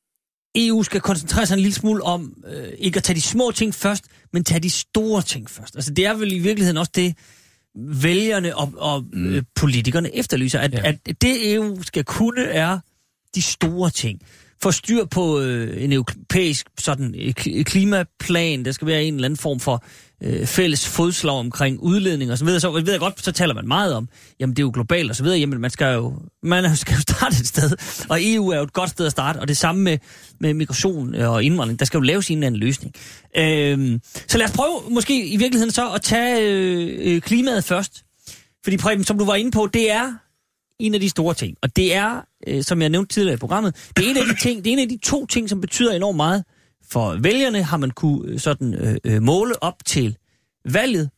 E U skal koncentrere sig en lille smule om, øh, ikke at tage de små ting først, men tage de store ting først. Altså det er vel i virkeligheden også det, vælgerne og, og mm. øh, politikerne efterlyser, at, ja. at det E U skal kunne er de store ting. Få styr på øh, en europæisk sådan, øh, klimaplan, der skal være en eller anden form for øh, fælles fodslag omkring udledning og så videre. Så ved jeg godt, så taler man meget om, jamen det er jo globalt og så videre, jamen man skal jo, man skal jo starte et sted, og E U er jo et godt sted at starte, og det samme med, med migration og indvandring, der skal jo laves en eller anden løsning. Øh, så lad os prøve måske i virkeligheden så at tage øh, klimaet først, fordi Preben, som du var inde på, det er en af de store ting, og det er, øh, som jeg nævnte tidligere i programmet, det er en af de ting, det er en af de to ting, som betyder enormt meget. For vælgerne har man kunne sådan øh, øh, måle op til valget,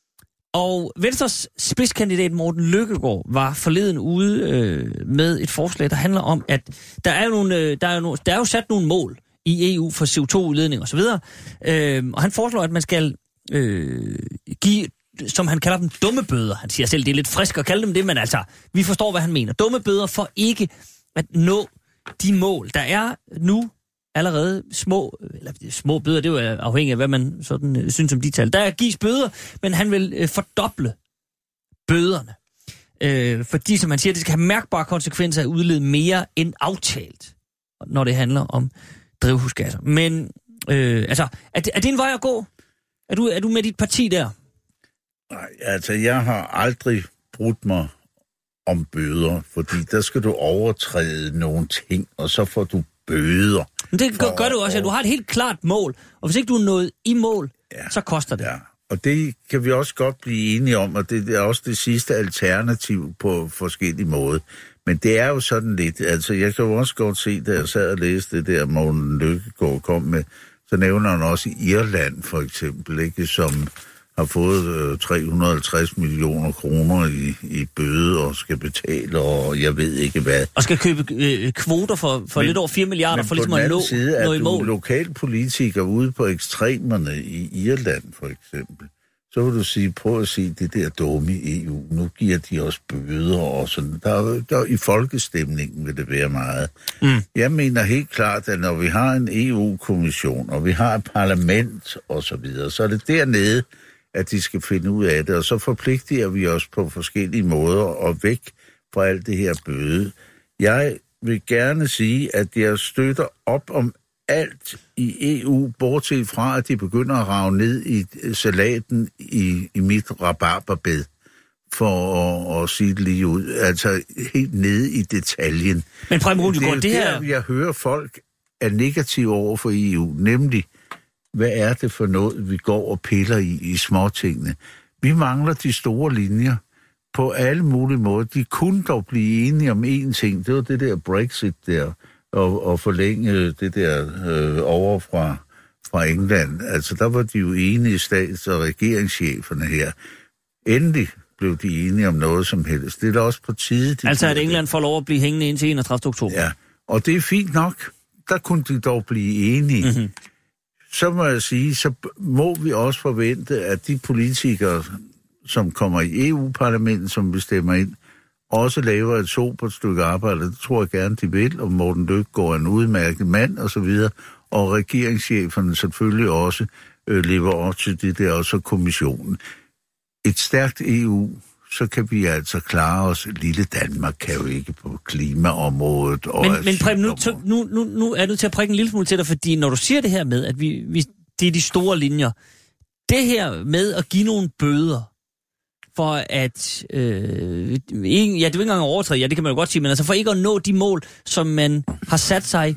og Venstres spidskandidat Morten Løkkegaard var forleden ude øh, med et forslag, der handler om, at der er jo nogle, øh, der er jo, der er jo sat nogle mål i E U for C O to udledning og så videre, øh, og han foreslår, at man skal øh, give, som han kalder dem, dumme bøder. Han siger selv, det er lidt frisk at kalde dem det, men altså, vi forstår, hvad han mener. Dumme bøder for ikke at nå de mål. Der er nu allerede små, eller små bøder, det er jo afhængigt af, hvad man sådan øh, synes om de tal. Der gives bøder, men han vil øh, fordoble bøderne. Øh, fordi, som han siger, det skal have mærkbare konsekvenser at udlede mere end aftalt, når det handler om drivhusgasser. Men, øh, altså, er det, er det en vej at gå? Er du, er du med dit parti der? Nej, altså, jeg har aldrig brudt mig om bøder, fordi der skal du overtræde nogle ting, og så får du bøder. Men det gør, gør du også, at du har et helt klart mål, og hvis ikke du er nået i mål, ja, så koster det. Ja, og det kan vi også godt blive enige om, og det er også det sidste alternativ på forskellige måder. Men det er jo sådan lidt, altså jeg kan jo også godt se, da jeg sad og læste det der, Morten Løkkegaard kom med, så nævner han også Irland for eksempel, ikke, som har fået øh, tre hundrede og halvtreds millioner kroner i, i bøde og skal betale, og jeg ved ikke hvad. Og skal købe øh, kvoter for, for men, lidt over fire milliarder for ligesom at nå, nå i mål. Men lokalpolitikere ude på ekstremerne i Irland for eksempel, så vil du sige, prøv at se det der dumme i E U. Nu giver de os bøder og sådan. Der, der, I folkestemningen vil det være meget. Mm. Jeg mener helt klart, at når vi har en E U-kommission, og vi har et parlament og så videre, så er det dernede, at de skal finde ud af det, og så forpligter vi os på forskellige måder og væk fra alt det her bøde. Jeg vil gerne sige, at jeg støtter op om alt i E U, bortset fra, at de begynder at rage ned i salaten i, i mit rabarberbed, for at, at sige det lige ud. Altså helt nede i detaljen. Men Preben Rudiengaard, det, det her... Der, jeg hører folk er negative over for E U, nemlig, hvad er det for noget, vi går og piller i i småtingene? Vi mangler de store linjer på alle mulige måder. De kunne dog blive enige om én ting. Det var det der Brexit der, og, og forlænge det der øh, over fra, fra England. Altså, der var de jo enige stats- og regeringscheferne her. Endelig blev de enige om noget som helst. Det er da også på tide. Altså, at England får lov at blive hængende indtil enogtredivte oktober? Ja, og det er fint nok. Der kunne de dog blive enige. Mm-hmm. Så må jeg sige, så må vi også forvente, at de politikere, som kommer i E U-parlamentet, som bestemmer ind, også laver et sobert stykke arbejde. Det tror jeg gerne, de vil, og Morten Løkkegaard er en udmærket mand, og så videre. Og regeringscheferne selvfølgelig også øh, lever op til det der, og så kommissionen. Et stærkt E U, så kan vi altså klare os. Lille Danmark kan jo ikke på klimaområdet. Og men men Preben, nu, nu, nu, nu er du til at prikke en lille smule til dig, fordi når du siger det her med, at vi, vi, det er de store linjer, det her med at give nogle bøder, for at, øh, ikke, ja, det er jo ikke engang at overtræde, ja, det kan man jo godt sige, men altså for ikke at nå de mål, som man har sat sig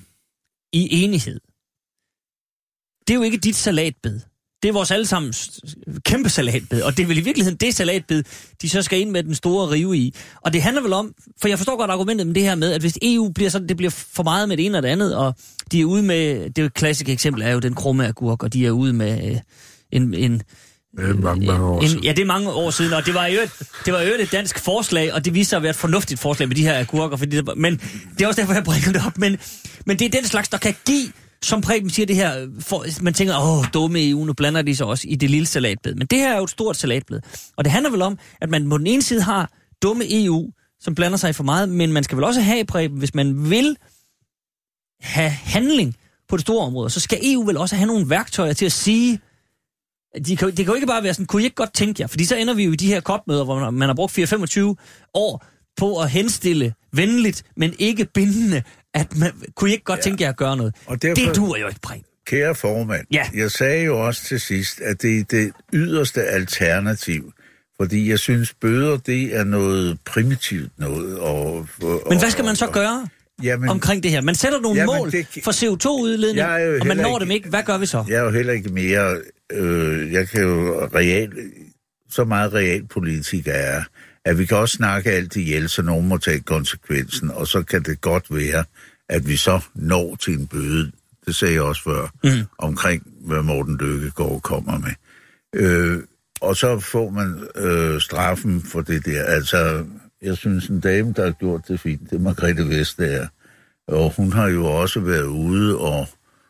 i enighed. Det er jo ikke dit salatbed. Det er vores allesammens kæmpe salatbed, og det er vel i virkeligheden det salatbed, de så skal ind med den store rive i. Og det handler vel om, for jeg forstår godt argumentet med det her med, at hvis E U bliver sådan, det bliver for meget med det ene og det andet, og de er ude med, det klassiske eksempel er jo den krumme agurk, og de er ude med øh, en... en Det er mange, mange år siden. En, ja, det er mange år siden, og det var jo et, det var jo et dansk forslag, og det viste sig at være et fornuftigt forslag med de her agurker, fordi det, men det er også derfor, jeg bringer det op. Men, men det er den slags, der kan give, som Preben siger det her, for, man tænker, åh, dumme E U, nu blander de sig også i det lille salatbed. Men det her er jo et stort salatbed, og det handler vel om, at man på den ene side har dumme E U, som blander sig for meget, men man skal vel også have, Preben, hvis man vil have handling på det store område, så skal E U vel også have nogle værktøjer til at sige, De kan, det kan jo ikke bare være sådan, kunne I ikke godt tænke jer? Fordi så ender vi jo i de her COP-møder, hvor man har brugt fire til femogtyve år på at henstille venligt, men ikke bindende, at man, kunne I ikke godt ja. tænke jer at gøre noget? Og derfor, det duer jo ikke, Preben. Kære formand, ja. jeg sagde jo også til sidst, at det er det yderste alternativ. Fordi jeg synes, bøder, det er noget primitivt noget. Og, og, men hvad skal man så gøre? Jamen, omkring det her. Man sætter nogle jamen, mål det, for C O to udledning, og man når ikke, dem ikke. Hvad gør vi så? Jeg er jo heller ikke mere... Øh, jeg kan jo real... Så meget realpolitik er, at vi kan også snakke alt ihjel, så nogen må tage konsekvensen, og så kan det godt være, at vi så når til en bøde. Det sagde jeg også før, mm. omkring hvad Morten Løkkegaard kommer med. Øh, og så får man øh, straffen for det der. Altså... Jeg synes, en dame, der har gjort det fint, det er Margrethe Vestager. Og hun har jo også været ude og,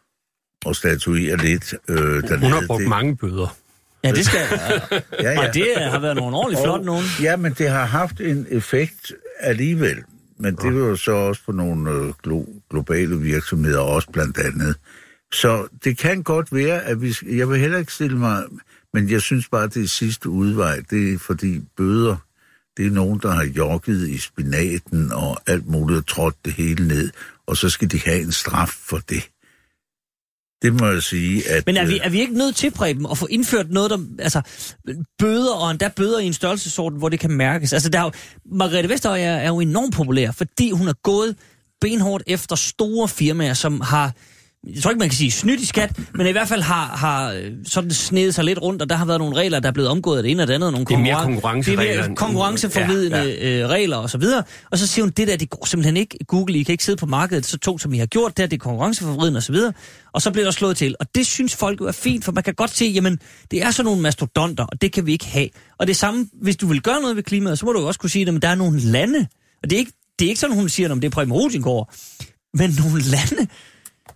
og statuere lidt. Øh, dernede. Hun har brugt det. mange bøder. Ja, det skal ja, ja. Og det har været nogle ordentligt flot nogen. Ja, men det har haft en effekt alligevel. Men det var jo så også på nogle øh, glo- globale virksomheder, også blandt andet. Så det kan godt være, at vi... Jeg vil heller ikke stille mig... Men jeg synes bare, at det er sidste udvej. Det er fordi bøder... Det er nogen, der har jogget i spinaten og alt muligt og trådt det hele ned, og så skal de have en straf for det. Det må jeg sige, at... Men er vi, er vi ikke nødt til, Preben, at få indført noget, der... Altså, bøder, og endda bøder i en størrelsesorden, hvor det kan mærkes. Altså, der er jo, Margrethe Vestager er, er jo enormt populær, fordi hun er gået benhårdt efter store firmaer, som har... Jeg tror ikke, man kan sige snydt i skat, men i hvert fald har, har sådan snedet sig lidt rundt, og der har været nogle regler, der er blevet omgået af det ene og det andet. Nogle det er mere konkurrenceregler. Det er mere konkurrenceforvridende ja, ja. Øh, regler og så videre. Og så siger hun, det der, det går simpelthen ikke. Google, I kan ikke sidde på markedet så tungt, som I har gjort der, det er konkurrenceforvridende og så videre. Og så bliver der slået til. Og det synes folk jo er fint, for man kan godt se, jamen, det er sådan nogle mastodonter, og det kan vi ikke have. Og det samme, hvis du vil gøre noget ved klimaet, så må du jo også kunne sige, at der er nogle lande, og det er ikke, det er ikke sådan, hun siger, om det er Preben Rudiengaard, men nogle lande,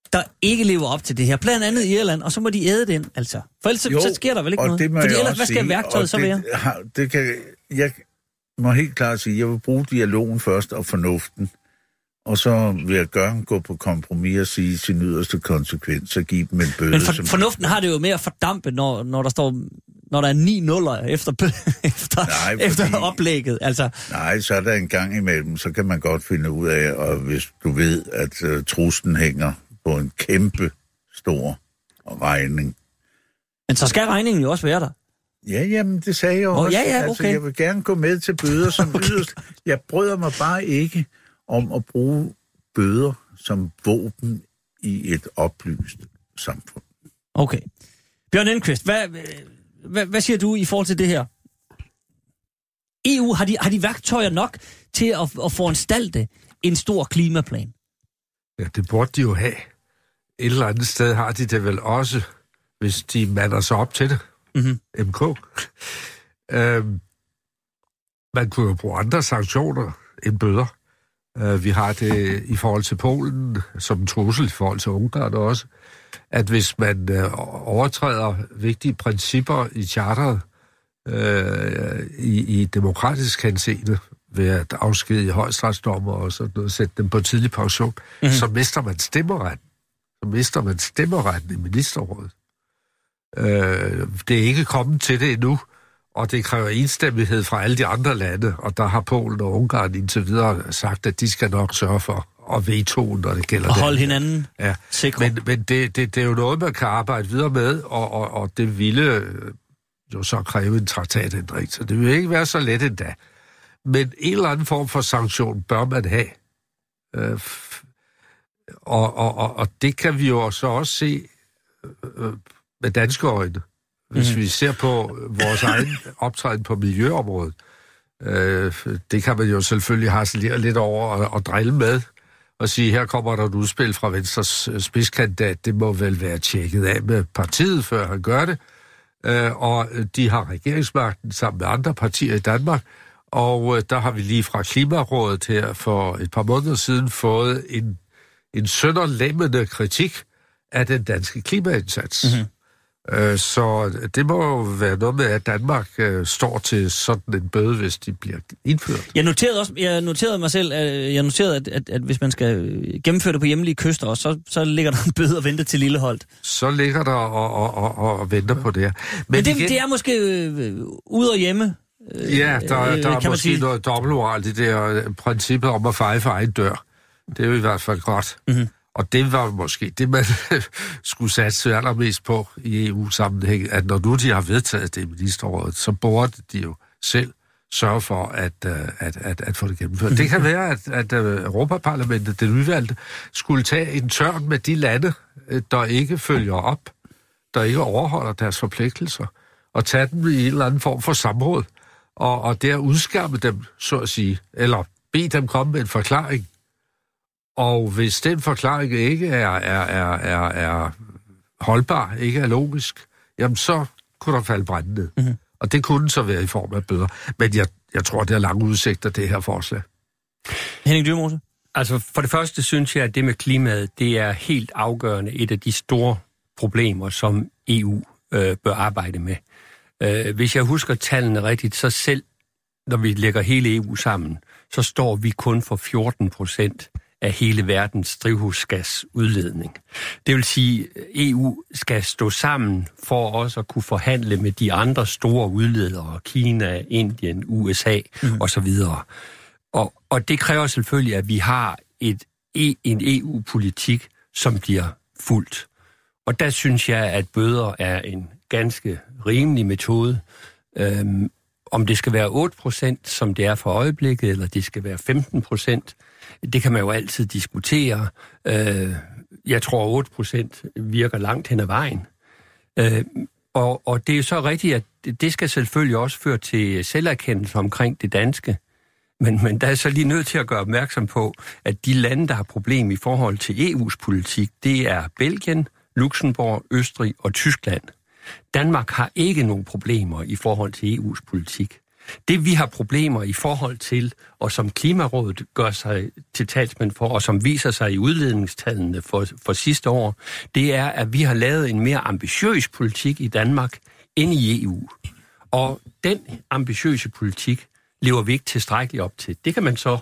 der ikke lever op til det her. Blandt andet i Irland, og så må de æde den, altså. For ellers jo, så sker der vel ikke noget. Fordi ellers, hvad skal værktøjet så være? Har, det kan, jeg må helt klart sige, jeg vil bruge dialogen først og fornuften. Og så vil jeg gøre gå på kompromis og sige sin yderste konsekvens og give dem en bøde. Men for, som... fornuften har det jo mere fordampe, når, når der står... Når der er ni nuller efter, efter, nej, fordi, efter oplægget, altså. Nej, så er der en gang imellem, så kan man godt finde ud af, og hvis du ved, at uh, truslen hænger på en kæmpe stor regning. Men så skal regningen jo også være der. Ja, jamen, det sagde jeg oh, også. Ja, ja, okay. Altså, jeg vil gerne gå med til bøder som okay. yderst. Jeg bryder mig bare ikke om at bruge bøder som våben i et oplyst samfund. Okay. Bjørn Enquist, hvad... Hvad, hvad siger du i forhold til det her? E U, har de, har de værktøjer nok til at, at foranstalte en stor klimaplan? Ja, det burde de jo have. Et eller andet sted har de det vel også, hvis de mander sig op til det. Mm-hmm. M K. øhm, man kunne jo bruge andre sanktioner end bøder. Uh, vi har det i forhold til Polen, som en trussel i forhold til Ungarn også, at hvis man uh, overtræder vigtige principper i charteret uh, i, i demokratisk henseende, ved at afskedige højesteretsdommer og sådan noget, sætte dem på tidlig pension, mm-hmm. så mister man stemmeretten. Så mister man stemmeretten i ministerrådet. Uh, det er ikke kommet til det endnu, og det kræver enstemmighed fra alle de andre lande, og der har Polen og Ungarn indtil videre sagt, at de skal nok sørge for at veto, når det gælder og det. Og holde hinanden ja. sikre. Men, men det, det, det er jo noget, man kan arbejde videre med, og, og, og det ville jo så kræve en traktatændring, så det vil ikke være så let endda. Men en eller anden form for sanktion bør man have. Øh, og, og, og, og det kan vi jo så også se øh, med danske øjne. Hvis mm. vi ser på vores egen optræden på miljøområdet, øh, det kan man jo selvfølgelig harcelere lidt over og, og drille med, og sige, her kommer der et udspil fra Venstres spidskandidat, det må vel være tjekket af med partiet, før han gør det, øh, og de har regeringsmagten sammen med andre partier i Danmark, og øh, der har vi lige fra Klimarådet her for et par måneder siden fået en, en sønderlemmende kritik af den danske klimaindsats. Mm-hmm. Så det må jo være noget med, at Danmark øh, står til sådan en bøde, hvis de bliver indført. Jeg noterede også, jeg noterede mig selv, at, jeg noterede, at, at, at hvis man skal gennemføre det på hjemlige kyster, så, så ligger der en bøde og venter til Lilleholdt. Så ligger der og, og, og, og venter på det her. Men, Men det, igen, det er måske øh, ude og hjemme. Øh, ja, der, øh, der er måske sige. noget dobbeltmoral, det der princippet om at feje for egen dør. Det er jo i hvert fald godt. Mm-hmm. Og det var måske det, man skulle satse allermest på i E U-sammenhæng, at når nu de har vedtaget det i ministerrådet, så burde de jo selv sørge for at, at, at, at få det gennemført. Det kan være, at, at Europaparlamentet, det udvalgte, skulle tage en tørn med de lande, der ikke følger op, der ikke overholder deres forpligtelser, og tage dem i en eller anden form for samråd, og, og der udskamme dem, så at sige, eller bede dem komme med en forklaring. Og hvis den forklaring ikke er, er, er, er, er holdbar, ikke er logisk, jamen så kunne der falde brænde ned. Mm-hmm. Og det kunne så være i form af bøder. Men jeg, jeg tror, det er lange udsigter, det her forslag. Henning Dyrmose? Altså, for det første synes jeg, at det med klimaet, det er helt afgørende et af de store problemer, som E U øh, bør arbejde med. Øh, hvis jeg husker tallene rigtigt, så selv når vi lægger hele E U sammen, så står vi kun for fjorten procent af hele verdens drivhusgasudledning. Det vil sige, at E U skal stå sammen for også at kunne forhandle med de andre store udledere, Kina, Indien, U S A mm. osv. Og, og det kræver selvfølgelig, at vi har et, en E U-politik, som bliver fuldt. Og der synes jeg, at bøder er en ganske rimelig metode. Øhm, om det skal være otte procent, som det er for øjeblikket, eller det skal være femten procent, det kan man jo altid diskutere. Jeg tror, otte procent virker langt hen ad vejen. Og, og det er jo så rigtigt, at det skal selvfølgelig også føre til selverkendelse omkring det danske. Men, men der er så lige nødt til at gøre opmærksom på, at de lande, der har problem i forhold til E U's politik, det er Belgien, Luxembourg, Østrig og Tyskland. Danmark har ikke nogen problemer i forhold til E U's politik. Det vi har problemer i forhold til, og som Klimarådet gør sig til talsmænd for, og som viser sig i udledningstallene for, for sidste år, det er, at vi har lavet en mere ambitiøs politik i Danmark end i E U. Og den ambitiøse politik lever vi ikke tilstrækkeligt op til. Det kan man så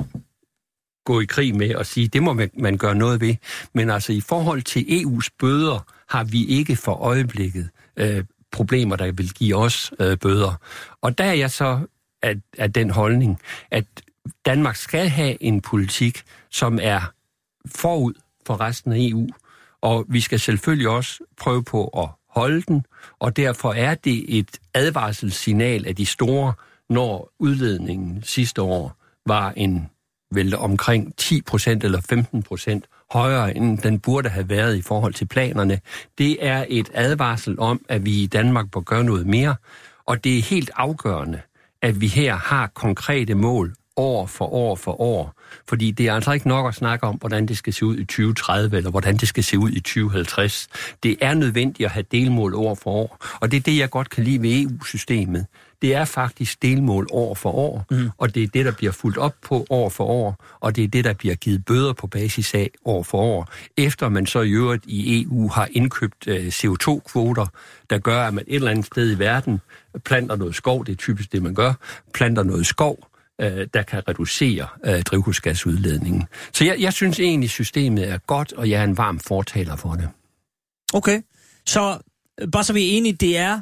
gå i krig med og sige, det må man, man gøre noget ved. Men altså i forhold til E U's bøder har vi ikke for øjeblikket øh, problemer, der vil give os øh, bøder. Og der er jeg så af, af den holdning, at Danmark skal have en politik, som er forud for resten af E U, og vi skal selvfølgelig også prøve på at holde den, og derfor er det et advarselssignal af de store, når udledningen sidste år var en vel omkring ti procent eller femten procent højere, end den burde have været i forhold til planerne. Det er et advarsel om, at vi i Danmark bør gøre noget mere, og det er helt afgørende, at vi her har konkrete mål år for år for år. Fordi det er altså ikke nok at snakke om, hvordan det skal se ud i tyve tredive, eller hvordan det skal se ud i tyve halvtreds. Det er nødvendigt at have delmål år for år, og det er det, jeg godt kan lide ved E U-systemet. Det er faktisk delmål år for år, mm. og det er det, der bliver fulgt op på år for år, og det er det, der bliver givet bøder på basis af år for år, efter man så i øvrigt i E U har indkøbt øh, C O to kvoter, der gør, at man et eller andet sted i verden planter noget skov, det er typisk det, man gør, planter noget skov, øh, der kan reducere øh, drivhusgasudledningen. Så jeg, jeg synes egentlig, systemet er godt, og jeg er en varm fortaler for det. Okay, så bare så vi er enige, det er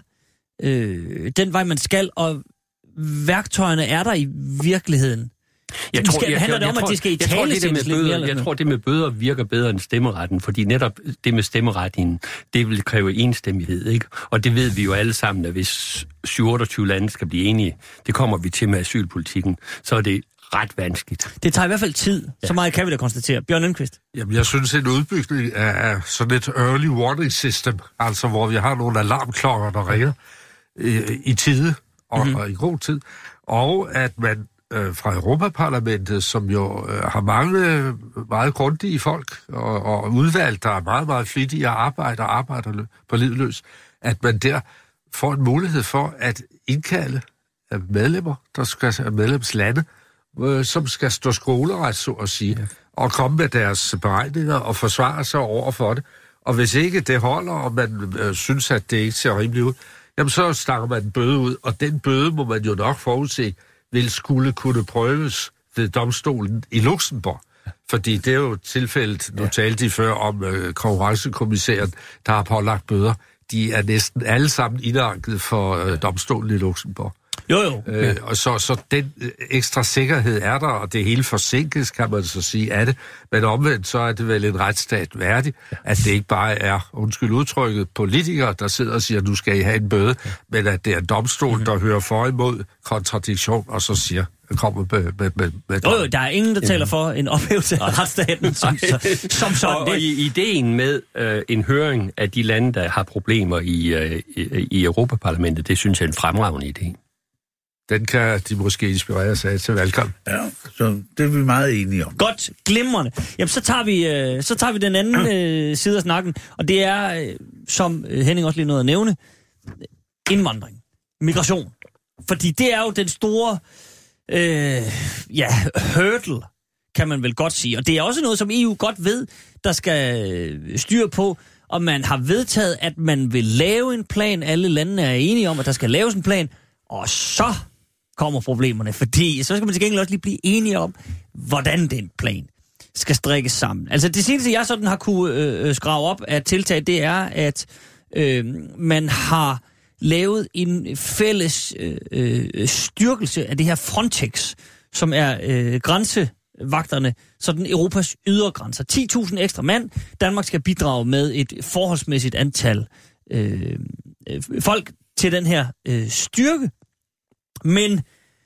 Øh, den vej, man skal, og værktøjerne er der i virkeligheden. Jeg tror, skal, jeg, handler jeg, det om, jeg, at de skal i jeg, tror, det tale med bøder, jeg tror, det med bøder virker bedre end stemmeretten, fordi netop det med stemmeretten, det vil kræve enstemmighed, ikke? Og det ved vi jo alle sammen, at hvis syvogtyve lande skal blive enige, det kommer vi til med asylpolitikken, så er det ret vanskeligt. Det tager i hvert fald tid. Ja. Så meget kan vi da konstatere. Bjørn Lindqvist. Jamen, jeg synes, en udbygning af sådan et early warning system, altså hvor vi har nogle alarmklokker, der ringer i, i tide og, mm-hmm. og i god tid, og at man øh, fra Europaparlamentet, som jo øh, har mange meget grundige folk og, og udvalg, der er meget, meget flittige at arbejde og arbejder på livet løs, at man der får en mulighed for at indkalde medlemmer, der skal være medlemslande, øh, som skal stå skoleret, så at sige, ja. og komme med deres beregninger og forsvare sig over for det. Og hvis ikke det holder, og man øh, synes, at det ikke ser rimeligt ud, jamen så stakker man en bøde ud, og den bøde må man jo nok forudse, vil skulle kunne prøves ved domstolen i Luxembourg. Fordi det er jo tilfældet, nu talte de før om øh, konkurrencekommissæren, der har pålagt bøder. De er næsten alle sammen indanket for øh, domstolen i Luxembourg. Jo, jo. Øh, og så, så den ekstra sikkerhed er der, og det hele forsinkes, kan man så sige, af det. Men omvendt, så er det vel en retsstat værdig, at det ikke bare er, undskyld udtrykket, politikere, der sidder og siger, nu skal I have en bøde, men at det er domstolen, der hører for imod kontradiktion, og så siger, kommer med... med, med, med jo, jo, der er ingen, der taler for en ophævelse af retsstaten, som, som sådan. Og, og i, ideen med øh, en høring af de lande, der har problemer i, øh, i, i Europaparlamentet, det synes jeg er en fremragende idé. Den kan de måske inspirere sig til valgkamp. Ja, så det er vi meget enige om. Godt, glimrende. Jamen, så tager vi, øh, så tager vi den anden øh, side af snakken, og det er, øh, som Henning også lige nåede at nævne, indvandring, migration. Fordi det er jo den store, øh, ja, hurdle, kan man vel godt sige. Og det er også noget, som E U godt ved, der skal styre på, og man har vedtaget, at man vil lave en plan. Alle landene er enige om, at der skal laves en plan, og så kommer problemerne, fordi så skal man til gengæld også lige blive enige om, hvordan den plan skal strikkes sammen. Altså det seneste, jeg sådan har kunne øh, skrave op af tiltag, det er, at øh, man har lavet en fælles øh, øh, styrkelse af det her Frontex, som er øh, grænsevagterne, sådan Europas ydre grænser. ti tusind ekstra mand. Danmark skal bidrage med et forholdsmæssigt antal øh, øh, folk til den her øh, styrke. Men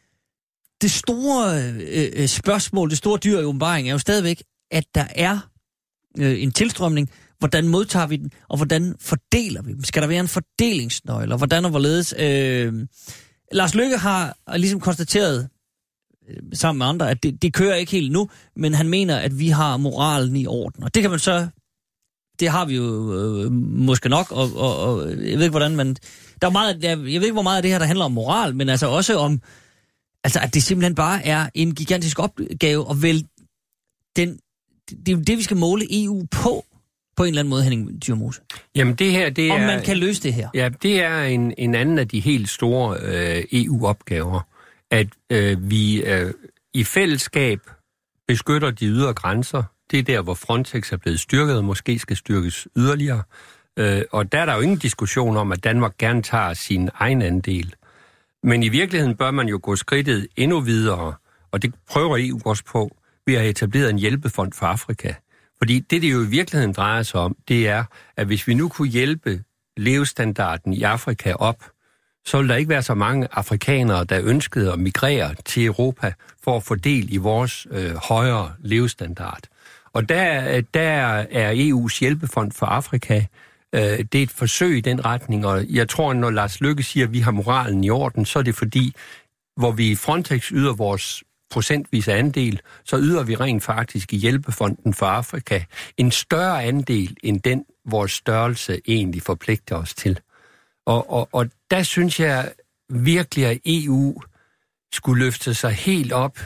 det store øh, spørgsmål, det store dyr i åbenbaringen er jo stadigvæk, at der er øh, en tilstrømning. Hvordan modtager vi den, og hvordan fordeler vi dem? Skal der være en fordelingsnøgle, og hvordan og hvorledes? Øh, Lars Løkke har ligesom konstateret, øh, sammen med andre, at det, det kører ikke helt nu, men han mener, at vi har moralen i orden. Og det kan man så, det har vi jo øh, måske nok, og, og, og jeg ved ikke, hvordan man... Der er meget, jeg ved ikke, hvor meget af det her, der handler om moral, men altså også om Altså, at det simpelthen bare er en gigantisk opgave, og vel, den, det er jo det, vi skal måle E U på, på en eller anden måde, Henning Dyrmose. Jamen det her, det Om er... man kan løse det her. Ja, det er en, en anden af de helt store øh, E U-opgaver, at øh, vi øh, i fællesskab beskytter de ydre grænser. Det er der, hvor Frontex er blevet styrket, og måske skal styrkes yderligere. Øh, og der er der jo ingen diskussion om, at Danmark gerne tager sin egen andel. Men i virkeligheden bør man jo gå skridtet endnu videre, og det prøver E U også på, ved at have etableret en hjælpefond for Afrika. Fordi det, det jo i virkeligheden drejer sig om, det er, at hvis vi nu kunne hjælpe levestandarden i Afrika op, så ville der ikke være så mange afrikanere, der ønskede at migrere til Europa for at få del i vores øh, højere levestandard. Og der, der er E U's hjælpefond for Afrika, øh, det er et forsøg i den retning, og jeg tror, når Lars Løkke siger, at vi har moralen i orden, så er det fordi, hvor vi i Frontex yder vores procentvis andel, så yder vi rent faktisk i hjælpefonden for Afrika en større andel, end den vores størrelse egentlig forpligter os til. Og, og, og der synes jeg virkelig, at E U skulle løfte sig helt op,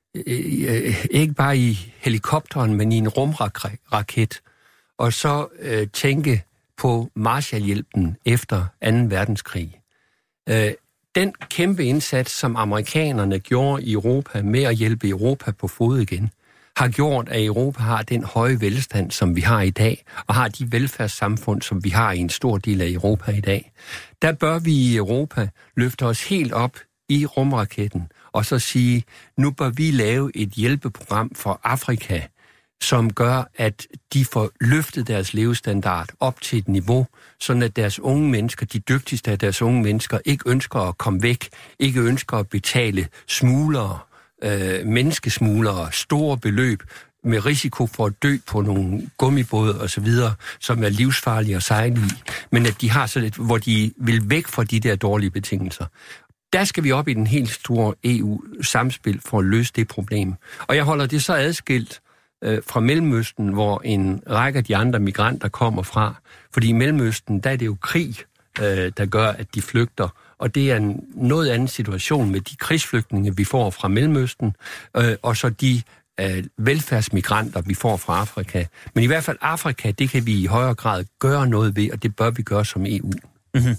øh, ikke bare i helikopteren, men i en rumraket, og så øh, tænke på Marshallhjælpen efter anden verdenskrig. Øh, Den kæmpe indsats, som amerikanerne gjorde i Europa med at hjælpe Europa på fod igen, har gjort, at Europa har den høje velstand, som vi har i dag, og har de velfærdssamfund, som vi har i en stor del af Europa i dag. Der bør vi i Europa løfte os helt op i rumraketten, og så sige, nu bør vi lave et hjælpeprogram for Afrika, som gør, at de får løftet deres levestandard op til et niveau, sådan at deres unge mennesker, de dygtigste af deres unge mennesker, ikke ønsker at komme væk, ikke ønsker at betale smuglere, øh, menneskesmuglere, store beløb med risiko for at dø på nogle gummibåde osv., som er livsfarlige at sejle i, men at de har så lidt, hvor de vil væk fra de der dårlige betingelser. Der skal vi op i den helt store E U-samspil for at løse det problem. Og jeg holder det så adskilt fra Mellemøsten, hvor en række af de andre migranter kommer fra. Fordi i Mellemøsten, der er det jo krig, øh, der gør, at de flygter. Og det er en noget anden situation med de krigsflygtninge, vi får fra Mellemøsten, øh, og så de øh, velfærdsmigranter, vi får fra Afrika. Men i hvert fald Afrika, det kan vi i højere grad gøre noget ved, og det bør vi gøre som E U. Mm-hmm.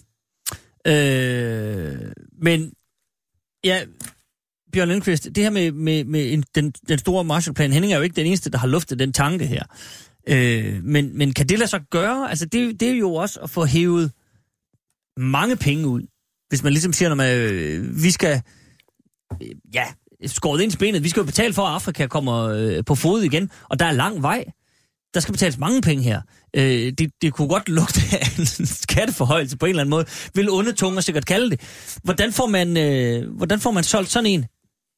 Øh, men ja... Bjørn Lindqvist, det her med, med, med en, den, den store Marshallplan, Henning er jo ikke den eneste, der har luftet den tanke her. Øh, men, men kan det lade sig gøre? Altså, det, det er jo også at få hævet mange penge ud. Hvis man ligesom siger, når man, øh, vi skal, øh, ja, skåret ind til benet, vi skal jo betale for, at Afrika kommer øh, på fod igen, og der er lang vej. Der skal betales mange penge her. Øh, det, det kunne godt lugte af en skatteforhøjelse på en eller anden måde. Vil onde tunger sikkert kalde det. Hvordan får man, øh, hvordan får man solgt sådan en?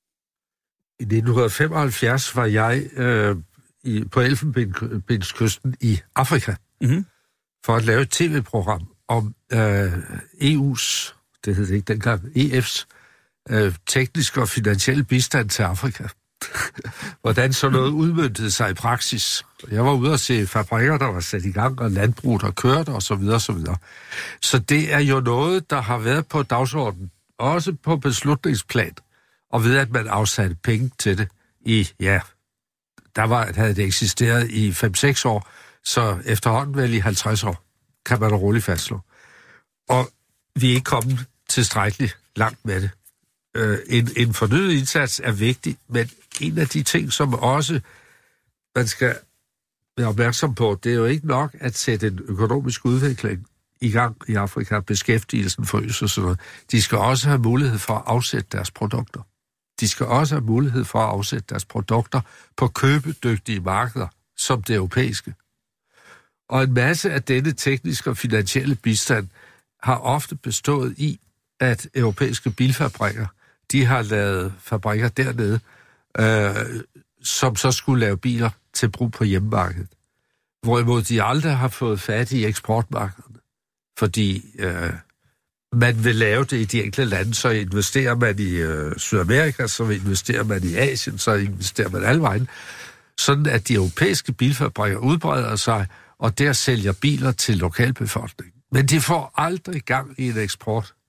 I nitten femoghalvfjerds var jeg øh, i, på Elfenbenskysten i Afrika mm-hmm. for at lave et tv-program om øh, E U's, det hed det ikke dengang, E F's øh, tekniske og finansielle bistand til Afrika. Hvordan så noget udmøntede sig i praksis. Jeg var ude at se fabrikker, der var sat i gang, og landbrug, der kørte, og så videre, så videre. Så det er jo noget, der har været på dagsordenen, også på beslutningsplan, og ved at man afsatte penge til det i, ja, der var, havde det eksisteret i fem seks år, så efterhånden vel i halvtreds år, kan man da roligt fastslå. Og vi er ikke kommet tilstrækkeligt langt med det. Øh, en, en fornyet indsats er vigtig, men en af de ting, som også man skal være opmærksom på, det er jo ikke nok at sætte en økonomisk udvikling i gang i Afrika, beskæftigelsen forøges og sådan noget. De skal også have mulighed for at afsætte deres produkter. De skal også have mulighed for at afsætte deres produkter på købedygtige markeder, som det europæiske. Og en masse af denne tekniske og finansielle bistand har ofte bestået i, at europæiske bilfabrikker, de har lavet fabrikker dernede, øh, som så skulle lave biler til brug på hjemmemarkedet. Hvorimod de aldrig har fået fat i eksportmarkederne. Fordi øh, man vil lave det i de enkelte lande, så investerer man i øh, Sydamerika, så investerer man i Asien, så investerer man alle vejen. Sådan at de europæiske bilfabrikker udbreder sig, og der sælger biler til lokalbefolkningen. Men de får aldrig gang i en eksport.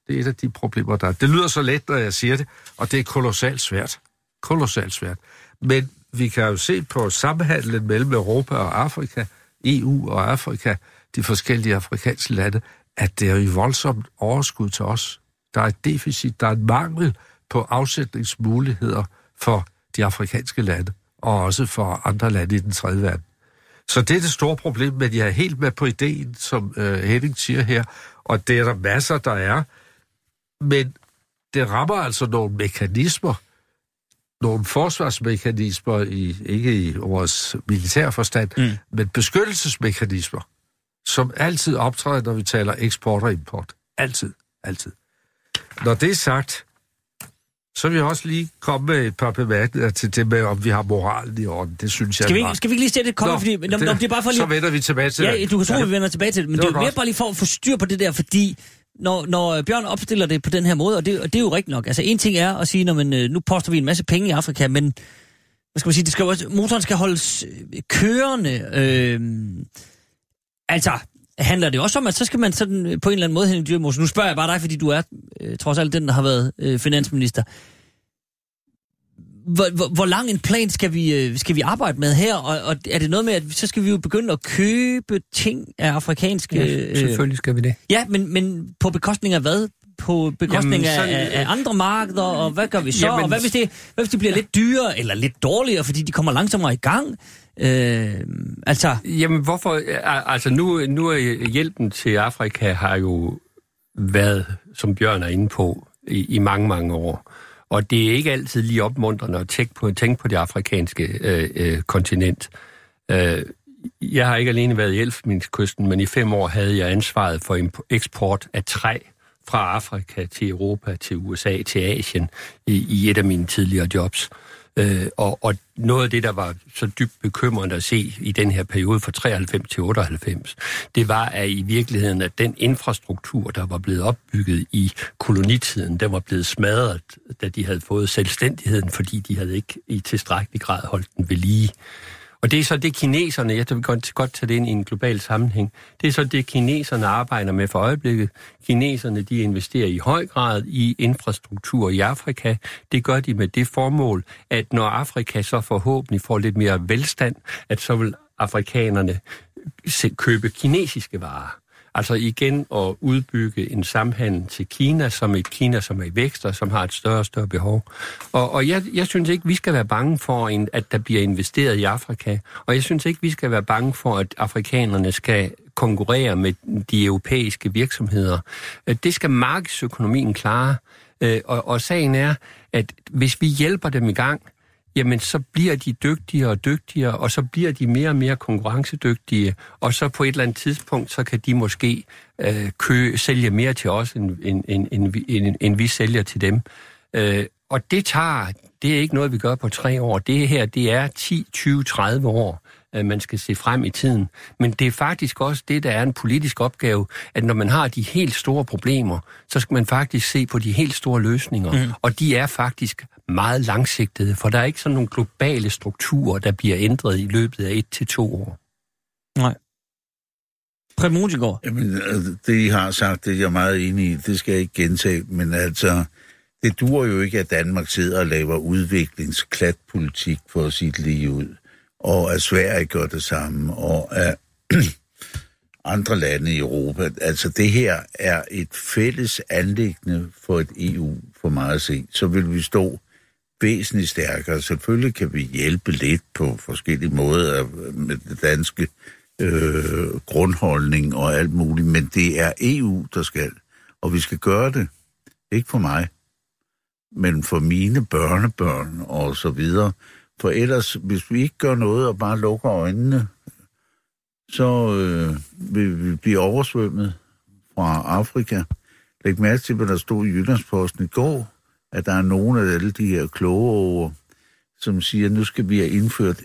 Det er et af de problemer, der er. Det lyder så let, når jeg siger det, og det er kolossalt svært. Kolossalt svært. Men vi kan jo se på samhandlen mellem Europa og Afrika, E U og Afrika, de forskellige afrikanske lande, at det er i voldsomt overskud til os. Der er et deficit, der er en mangel på afsætningsmuligheder for de afrikanske lande, og også for andre lande i den tredje verden. Så det er det store problem, men jeg er helt med på ideen, som uh, Henning siger her, og det er der masser, der er. Men det rammer altså nogle mekanismer, nogle forsvarsmekanismer, i, ikke i vores militære forstand, mm. men beskyttelsesmekanismer, som altid optræder, når vi taler eksport og import. Altid, altid. Når det er sagt, så vil jeg også lige komme med et par bemærkninger til det med, om vi har moralen i orden. Det synes jeg skal vi, er skal vi ikke lige sætte et komme, fordi det, det er bare for lige... Så vender vi tilbage til ja, det. Ja, du kan tro, ja, vi vender tilbage til det, men det, det er jo mere bare lige for at få styr på det der, fordi når, når Bjørn opstiller det på den her måde, og det, og det er jo rigtigt nok, altså en ting er at sige, når man, nu poster vi en masse penge i Afrika, men hvad skal man sige, det skal også, motoren skal holdes kørende. Øh, altså, handler det også om, at så skal man sådan på en eller anden måde, Henning Dyremose, nu spørger jeg bare dig, fordi du er øh, trods alt den, der har været øh, finansminister. Hvor, hvor, hvor lang en plan skal vi, øh, skal vi arbejde med her? Og, og er det noget med, at så skal vi jo begynde at købe ting af afrikanske... Ja, selvfølgelig skal vi det. Ja, men, men på bekostning af hvad? På bekostning Jamen, sådan, af, af andre markeder, og hvad gør vi så? Jamen, og hvad hvis, det, hvad hvis det bliver lidt dyrere, eller lidt dårligere, fordi de kommer langsommere i gang? Øh, altså... Jamen, hvorfor... Altså, nu, nu er hjælpen til Afrika har jo været, som Bjørn er inde på, i, i mange, mange år. Og det er ikke altid lige opmuntrende at tænke på, tænke på det afrikanske øh, øh, kontinent. Øh, jeg har ikke alene været i Elfenbenskysten, men i fem år havde jeg ansvaret for eksport af træ fra Afrika til Europa, til U S A, til Asien, i, i et af mine tidligere jobs. Øh, og, og noget af det, der var så dybt bekymrende at se i den her periode fra treoghalvfems til otteoghalvfems, det var, at i virkeligheden, at den infrastruktur, der var blevet opbygget i kolonitiden, den var blevet smadret, da de havde fået selvstændigheden, fordi de havde ikke i tilstrækkelig grad holdt den ved lige. Og det er så det, kineserne, jeg vil godt, godt tage det ind i en global sammenhæng, det er så det, kineserne arbejder med for øjeblikket. Kineserne, de investerer i høj grad i infrastruktur i Afrika. Det gør de med det formål, at når Afrika så forhåbentlig får lidt mere velstand, at så vil afrikanerne købe kinesiske varer. Altså igen at udbygge en samhandel til Kina, som et Kina, som er i vækst, og som har et større og større behov. Og, og jeg, jeg synes ikke, vi skal være bange for, en, at der bliver investeret i Afrika. Og jeg synes ikke, vi skal være bange for, at afrikanerne skal konkurrere med de europæiske virksomheder. Det skal markedsøkonomien klare. Og, og sagen er, at hvis vi hjælper dem i gang, jamen så bliver de dygtigere og dygtigere, og så bliver de mere og mere konkurrencedygtige, og så på et eller andet tidspunkt, så kan de måske øh, kø, sælge mere til os, end, end, end, end, end, end vi sælger til dem. Øh, og det tager, det er ikke noget, vi gør på tre år. Det her, det er ti, tyve, tredive år, at man skal se frem i tiden. Men det er faktisk også det, der er en politisk opgave, at når man har de helt store problemer, så skal man faktisk se på de helt store løsninger. Mm. Og de er faktisk meget langsigtede, for der er ikke sådan nogle globale strukturer, der bliver ændret i løbet af et til to år. Nej. Preben Rudiengaard. Jamen, det I har sagt, det er jeg meget enig i. Det skal jeg ikke gentage, men altså, det duer jo ikke, at Danmark sidder og laver udviklingsklatpolitik for sit liv ud, og at Sverige gør det samme, og at andre lande i Europa. Altså, det her er et fælles anliggende for et E U, for mig at se. Så vil vi stå væsentligt stærkere. Selvfølgelig kan vi hjælpe lidt på forskellige måder med det danske øh, grundholdning og alt muligt, men det er E U, der skal. Og vi skal gøre det. Ikke for mig, men for mine børnebørn og så videre. For ellers, hvis vi ikke gør noget og bare lukker øjnene, så øh, vil vi blive oversvømmet fra Afrika. Læg mærke til, hvad der stod i Jyllandsposten i går, at der er nogle af alle de her kloge over, som siger, at nu skal vi have indført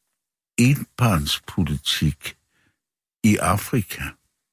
etbarnspolitik i Afrika.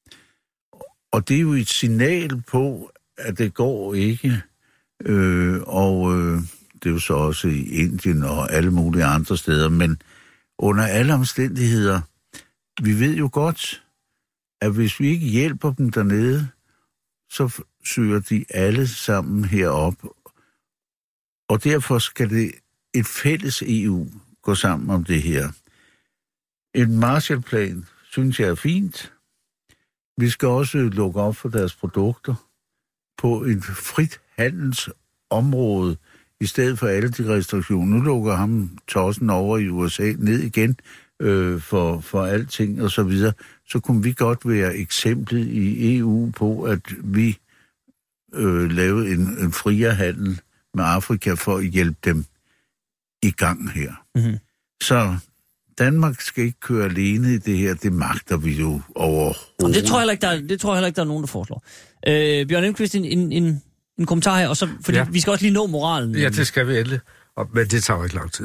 Og det er jo et signal på, at det går ikke. Øh, og øh, det er jo så også i Indien og alle mulige andre steder. Men under alle omstændigheder, vi ved jo godt, at hvis vi ikke hjælper dem dernede, så søger de alle sammen herop. Og derfor skal det et fælles E U gå sammen om det her. En Marshallplan synes jeg er fint. Vi skal også lukke op for deres produkter på et frit handelsområde, i stedet for alle de restriktioner. Nu lukker ham tossen over i U S A ned igen øh, for, for alting og så videre. Så kunne vi godt være eksemplet i E U på, at vi øh, lavede en, en friere handel med Afrika for at hjælpe dem i gang her. Mm-hmm. Så Danmark skal ikke køre alene i det her. Det magter vi jo overhovedet. Det tror jeg heller ikke, der er, det tror jeg heller ikke, der er nogen, der foreslår. Øh, Bjørn Elmquist, en, en, en, en kommentar her, og så, fordi ja. vi skal også lige nå moralen. Ja, det skal vi endelig. Men det tager jo ikke lang tid.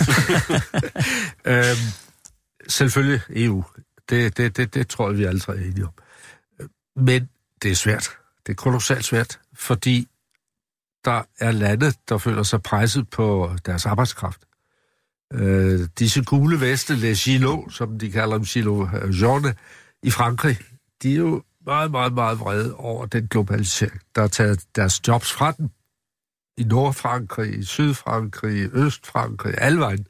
øhm, selvfølgelig E U. Det, det, det, det tror jeg, vi alle tre er enige om. Men det er svært. Det er kolossalt svært, fordi der er lande, der føler sig presset på deres arbejdskraft. Øh, disse gule veste, les gilets, som de kalder dem, gilets jaunes, i Frankrig, de er jo meget, meget, meget vrede over den globalisering, der har taget deres jobs fra dem. I Nordfrankrig, i Sydfrankrig, i Østfrankrig, alle vejen.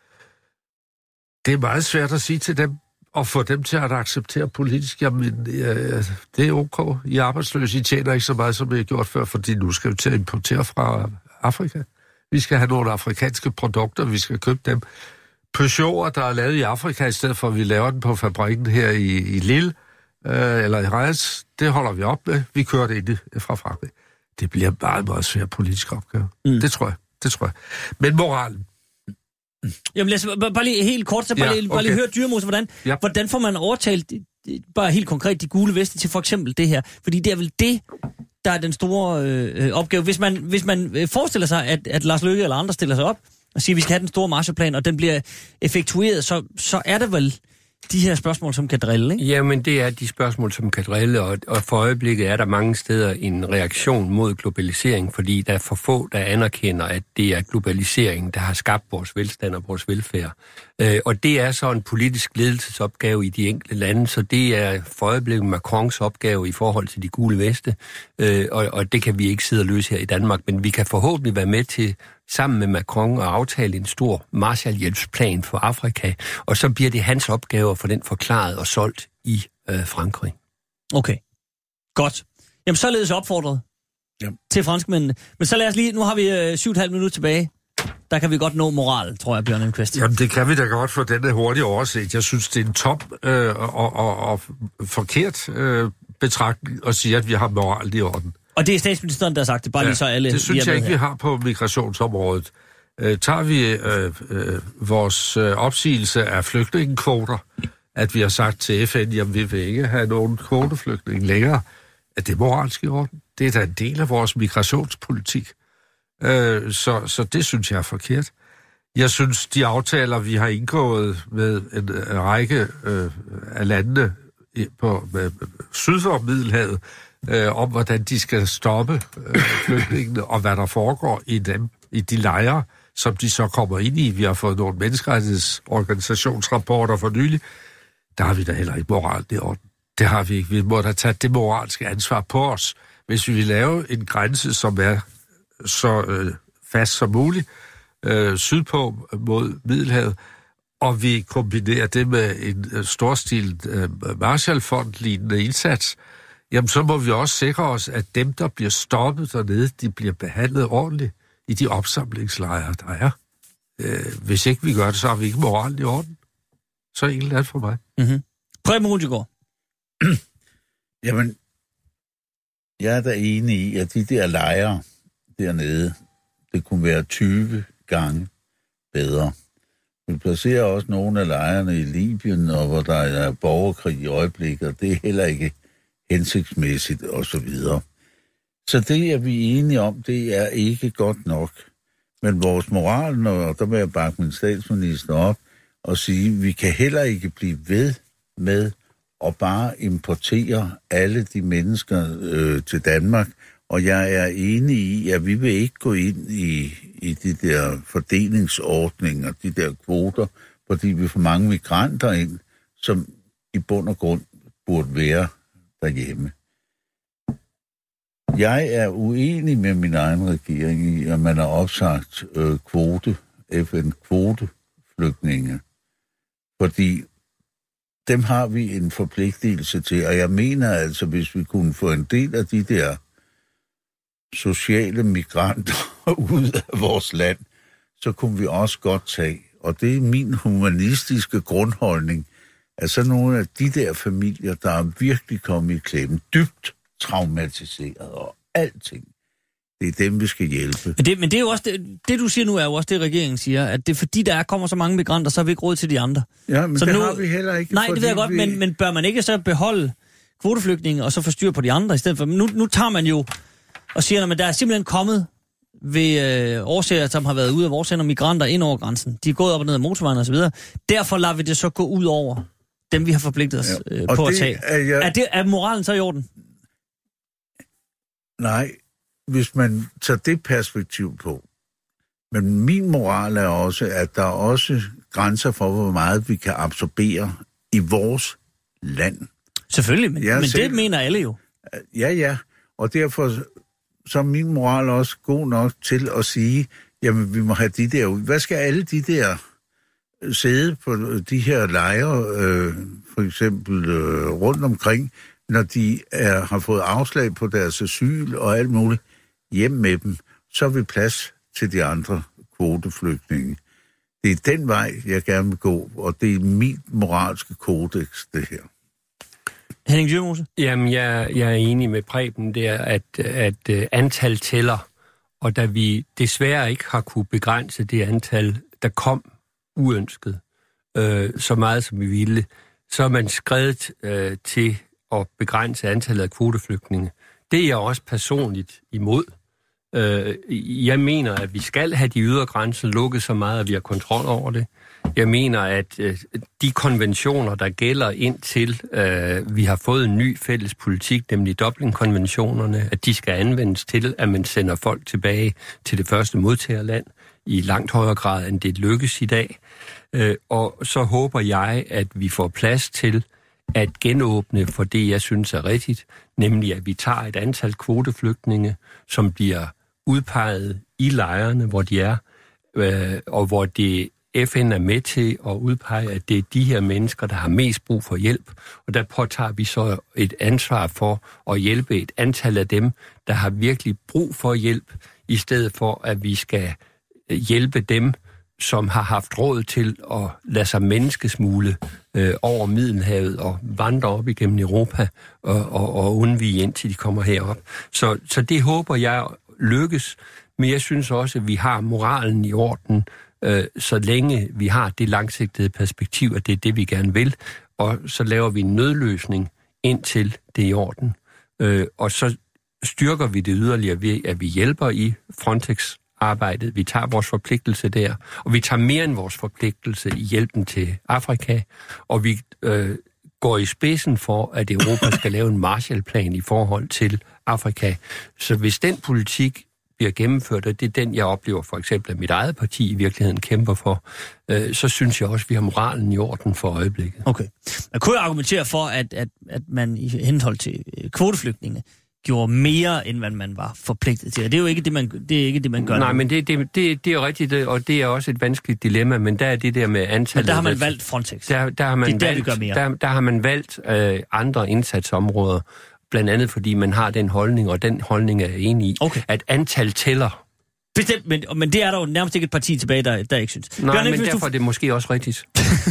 Det er meget svært at sige til dem, og få dem til at acceptere politisk, jamen, ja, det er ok, I er arbejdsløse, I tjener ikke så meget, som I har gjort før, fordi nu skal vi til at importere fra Afrika. Vi skal have nogle afrikanske produkter, vi skal købe dem. Peugeot'er, der er lavet i Afrika, i stedet for at vi laver den på fabrikken her i, i Lille, øh, eller i Reims, det holder vi op med. Vi kører det ind fra Frankrig. Det bliver meget, meget svært politisk opgave. Mm. Det tror jeg, det tror jeg. Men moralen. Jamen lad os bare lige helt kort, så bare, ja, lige, bare okay. lige høre Dyremose, hvordan, ja. hvordan får man overtalt, bare helt konkret, de gule veste til for eksempel det her? Fordi det er vel det, der er den store øh, opgave. Hvis man, hvis man forestiller sig, at, at Lars Løkke eller andre stiller sig op og siger, at vi skal have den store Marshallplan, og den bliver effektueret, så, så er det vel de her spørgsmål, som kan drille, ikke? Jamen, det er de spørgsmål, som kan drille, og, og for øjeblikket er der mange steder en reaktion mod globalisering, fordi der er for få, der anerkender, at det er globaliseringen, der har skabt vores velstand og vores velfærd. Øh, og det er så en politisk ledelsesopgave i de enkelte lande, så det er for øjeblikket Macrons opgave i forhold til de gule veste, øh, og, og det kan vi ikke sidde og løse her i Danmark, men vi kan forhåbentlig være med til sammen med Macron og aftale en stor Marshallhjælpsplan for Afrika, og så bliver det hans opgave at få den forklaret og solgt i øh, Frankrig. Okay, godt. Jamen, således opfordret ja. til franskmændene. Men så lad os lige, nu har vi øh, syv og et halvt minut tilbage. Der kan vi godt nå moral, tror jeg, Bjørn Elmquist. Jamen, det kan vi da godt få denne hurtigt overset. Jeg synes, det er en top øh, og, og, og forkert øh, betragtning at sige, at vi har moral i orden. Og det er statsministeren, der har sagt det, bare ja, lige så alle... det synes jeg ikke, her. vi har på migrationsområdet. Øh, tager vi øh, øh, vores øh, opsigelse af flygtningekvoter, at vi har sagt til F N, jamen vi vil ikke have nogen kvoteflygtning længere, at det er moralsk i orden. Det er da en del af vores migrationspolitik. Øh, så, så det synes jeg er forkert. Jeg synes, de aftaler, vi har indgået med en, en række øh, af landene på, med, syd for Middelhavet, øh, om hvordan de skal stoppe øh, flygtningene, og hvad der foregår i dem, i de lejre, som de så kommer ind i. Vi har fået nogle menneskerettighedsorganisationsrapporter for nylig. Der har vi da heller ikke moral i orden. Det har vi ikke. Vi må da tage det moralske ansvar på os. Hvis vi vil lave en grænse, som er så øh, fast som muligt, øh, sydpå mod Middelhavet, og vi kombinerer det med en øh, storstilet øh, Marshallfond-lignende indsats, jamen så må vi også sikre os, at dem, der bliver stoppet dernede, de bliver behandlet ordentligt i de opsamlingslejre, der er. Øh, hvis ikke vi gør det, så har vi ikke moralen i orden. Så er det alt for mig. Mm-hmm. Preben Rudigaard. Jamen, jeg er da enig i, at de der lejre dernede, det kunne være tyve gange bedre. Vi placerer også nogle af lejrene i Libyen, og hvor der er borgerkrig i øjeblikket, og det er heller ikke hensigtsmæssigt, og så videre. Så det er vi enige om, det er ikke godt nok. Men vores moral, og der vil jeg bakke min statsminister op, og sige, vi kan heller ikke blive ved med at bare importere alle de mennesker øh, til Danmark. Og jeg er enig i, at vi vil ikke gå ind i, i de der fordelingsordninger, de der kvoter, fordi vi får mange migranter ind, som i bund og grund burde være derhjemme. Jeg er uenig med min egen regering i, at man har opsagt øh, kvote, F N-kvoteflygtninge. Fordi dem har vi en forpligtelse til, og jeg mener altså, hvis vi kunne få en del af de der sociale migranter ud af vores land, så kunne vi også godt tage, og det er min humanistiske grundholdning, at så nogle af de der familier, der er virkelig kommet i klemme, dybt traumatiseret og alting, det er dem, vi skal hjælpe. Men det, men det er jo også det, det, du siger nu, er jo også det, regeringen siger, at det er fordi, der kommer så mange migranter, så har vi ikke råd til de andre. Ja, men så det nu, har vi heller ikke. Nej, det ved jeg godt, vi... men, men bør man ikke så beholde kvoteflygtninge og så få styr på de andre i stedet for? Nu, nu tager man jo og siger, at der er simpelthen kommet ved øh, årsager, som har været ude af vores hænder, migranter ind over grænsen. De er gået op og ned af motorvejen og så videre. Derfor lader vi det så gå ud over dem, vi har forpligtet os øh, på at tage. Er, jeg... er, det, er moralen så i orden? Nej, hvis man tager det perspektiv på. Men min moral er også, at der er også grænser for, hvor meget vi kan absorbere i vores land. Selvfølgelig, men, men selv... det mener alle jo. Ja, ja, og derfor så er min moral også god nok til at sige, jamen vi må have de der ud. Hvad skal alle de der sidde på de her lejre, øh, for eksempel øh, rundt omkring, når de er, har fået afslag på deres asyl og alt muligt, hjem med dem, så er vi plads til de andre kvoteflygtninge. Det er den vej, jeg gerne vil gå, og det er min moralske kodex, det her. Henning Dyrmose? Jamen, jeg, jeg er enig med Preben der, at, at uh, antal tæller, og da vi desværre ikke har kunne begrænse det antal, der kom uønsket, øh, så meget som vi ville, så er man skredet øh, til at begrænse antallet af kvoteflygtninge. Det er jeg også personligt imod. Øh, jeg mener, at vi skal have de ydre grænser lukket så meget, at vi har kontrol over det. Jeg mener, at øh, de konventioner, der gælder indtil øh, vi har fået en ny fælles politik, nemlig Dublin-konventionerne, at de skal anvendes til, at man sender folk tilbage til det første modtagerland i langt højere grad, end det lykkes i dag. Øh, og så håber jeg, at vi får plads til at genåbne for det, jeg synes er rigtigt, nemlig at vi tager et antal kvoteflygtninge, som bliver udpeget i lejrene, hvor de er, øh, og hvor det F N er med til at udpege, at det er de her mennesker, der har mest brug for hjælp, og der påtager vi så et ansvar for at hjælpe et antal af dem, der har virkelig brug for hjælp, i stedet for, at vi skal hjælpe dem, som har haft råd til at lade sig menneskesmugle øh, over Middelhavet og vandre op igennem Europa og, og, og undvige indtil de kommer herop. Så, så det håber jeg lykkes, men jeg synes også, at vi har moralen i orden, øh, så længe vi har det langsigtede perspektiv, at det er det, vi gerne vil, og så laver vi en nødløsning indtil det er i orden. Øh, og så styrker vi det yderligere ved, at vi hjælper i Frontex arbejdet. Vi tager vores forpligtelse der, og vi tager mere end vores forpligtelse i hjælpen til Afrika, og vi øh, går i spidsen for, at Europa skal lave en Marshallplan i forhold til Afrika. Så hvis den politik bliver gennemført, og det er den, jeg oplever for eksempel, at mit eget parti i virkeligheden kæmper for, øh, så synes jeg også, at vi har moralen i orden for øjeblikket. Okay. Man kunne argumentere for, at, at, at man i henhold til kvoteflygtninge gjorde mere, end hvad man var forpligtet til. Og det er jo ikke det, man, det er ikke det, man gør. Nej, nu. men det, det, det, det er jo rigtigt, og det er også et vanskeligt dilemma, men der er det der med antallet. Men der har man valgt Frontex. Der, der har man det er valgt, der, vi gør mere. Der, der har man valgt øh, andre indsatsområder, blandt andet fordi man har den holdning, og den holdning er jeg enig i, okay. at antal tæller. Bestemt, men, men det er der jo nærmest ikke et parti tilbage, der, der ikke synes. Nej, Bjørn, men derfor du... er det måske også rigtigt.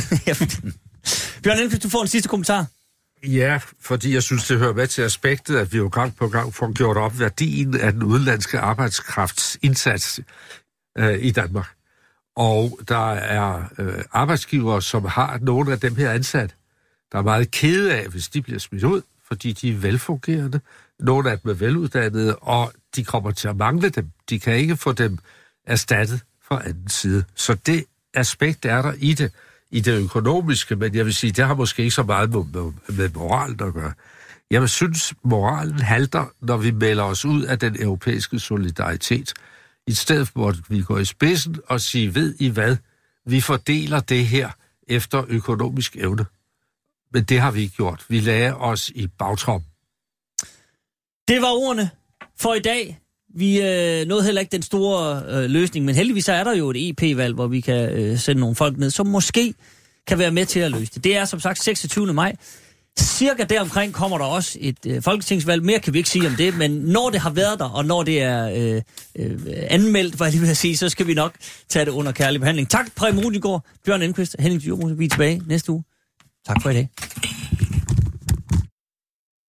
Bjørn, hvis du får en sidste kommentar. Ja, fordi jeg synes, det hører med til aspektet, at vi jo gang på gang får gjort op værdien af den udenlandske arbejdskrafts indsats øh, i Danmark. Og der er øh, arbejdsgivere, som har nogle af dem her ansat, der er meget kede af, hvis de bliver smidt ud, fordi de er velfungerende. Nogle af dem er veluddannede, og de kommer til at mangle dem. De kan ikke få dem erstattet fra anden side. Så det aspekt er der i det. i det økonomiske, men jeg vil sige, det har måske ikke så meget med, med, med moralen at gøre. Jeg synes, moralen halter, når vi melder os ud af den europæiske solidaritet. I stedet for, at vi går i spidsen og siger, ved I hvad, vi fordeler det her efter økonomisk evne. Men det har vi ikke gjort. Vi lader os i bagtrom. Det var ordene for i dag. Vi øh, nåede heller ikke den store øh, løsning, men heldigvis er der jo et E P-valg, hvor vi kan øh, sende nogle folk ned, som måske kan være med til at løse det. Det er som sagt seksogtyvende maj. Cirka deromkring kommer der også et øh, folketingsvalg. Mere kan vi ikke sige om det, men når det har været der, og når det er øh, øh, anmeldt, var jeg lige ved at sige, så skal vi nok tage det under kærlig behandling. Tak, Preben Rudiengaard, Bjørn Enquist, Henning Dyrmose. Vi er tilbage næste uge. Tak for i dag.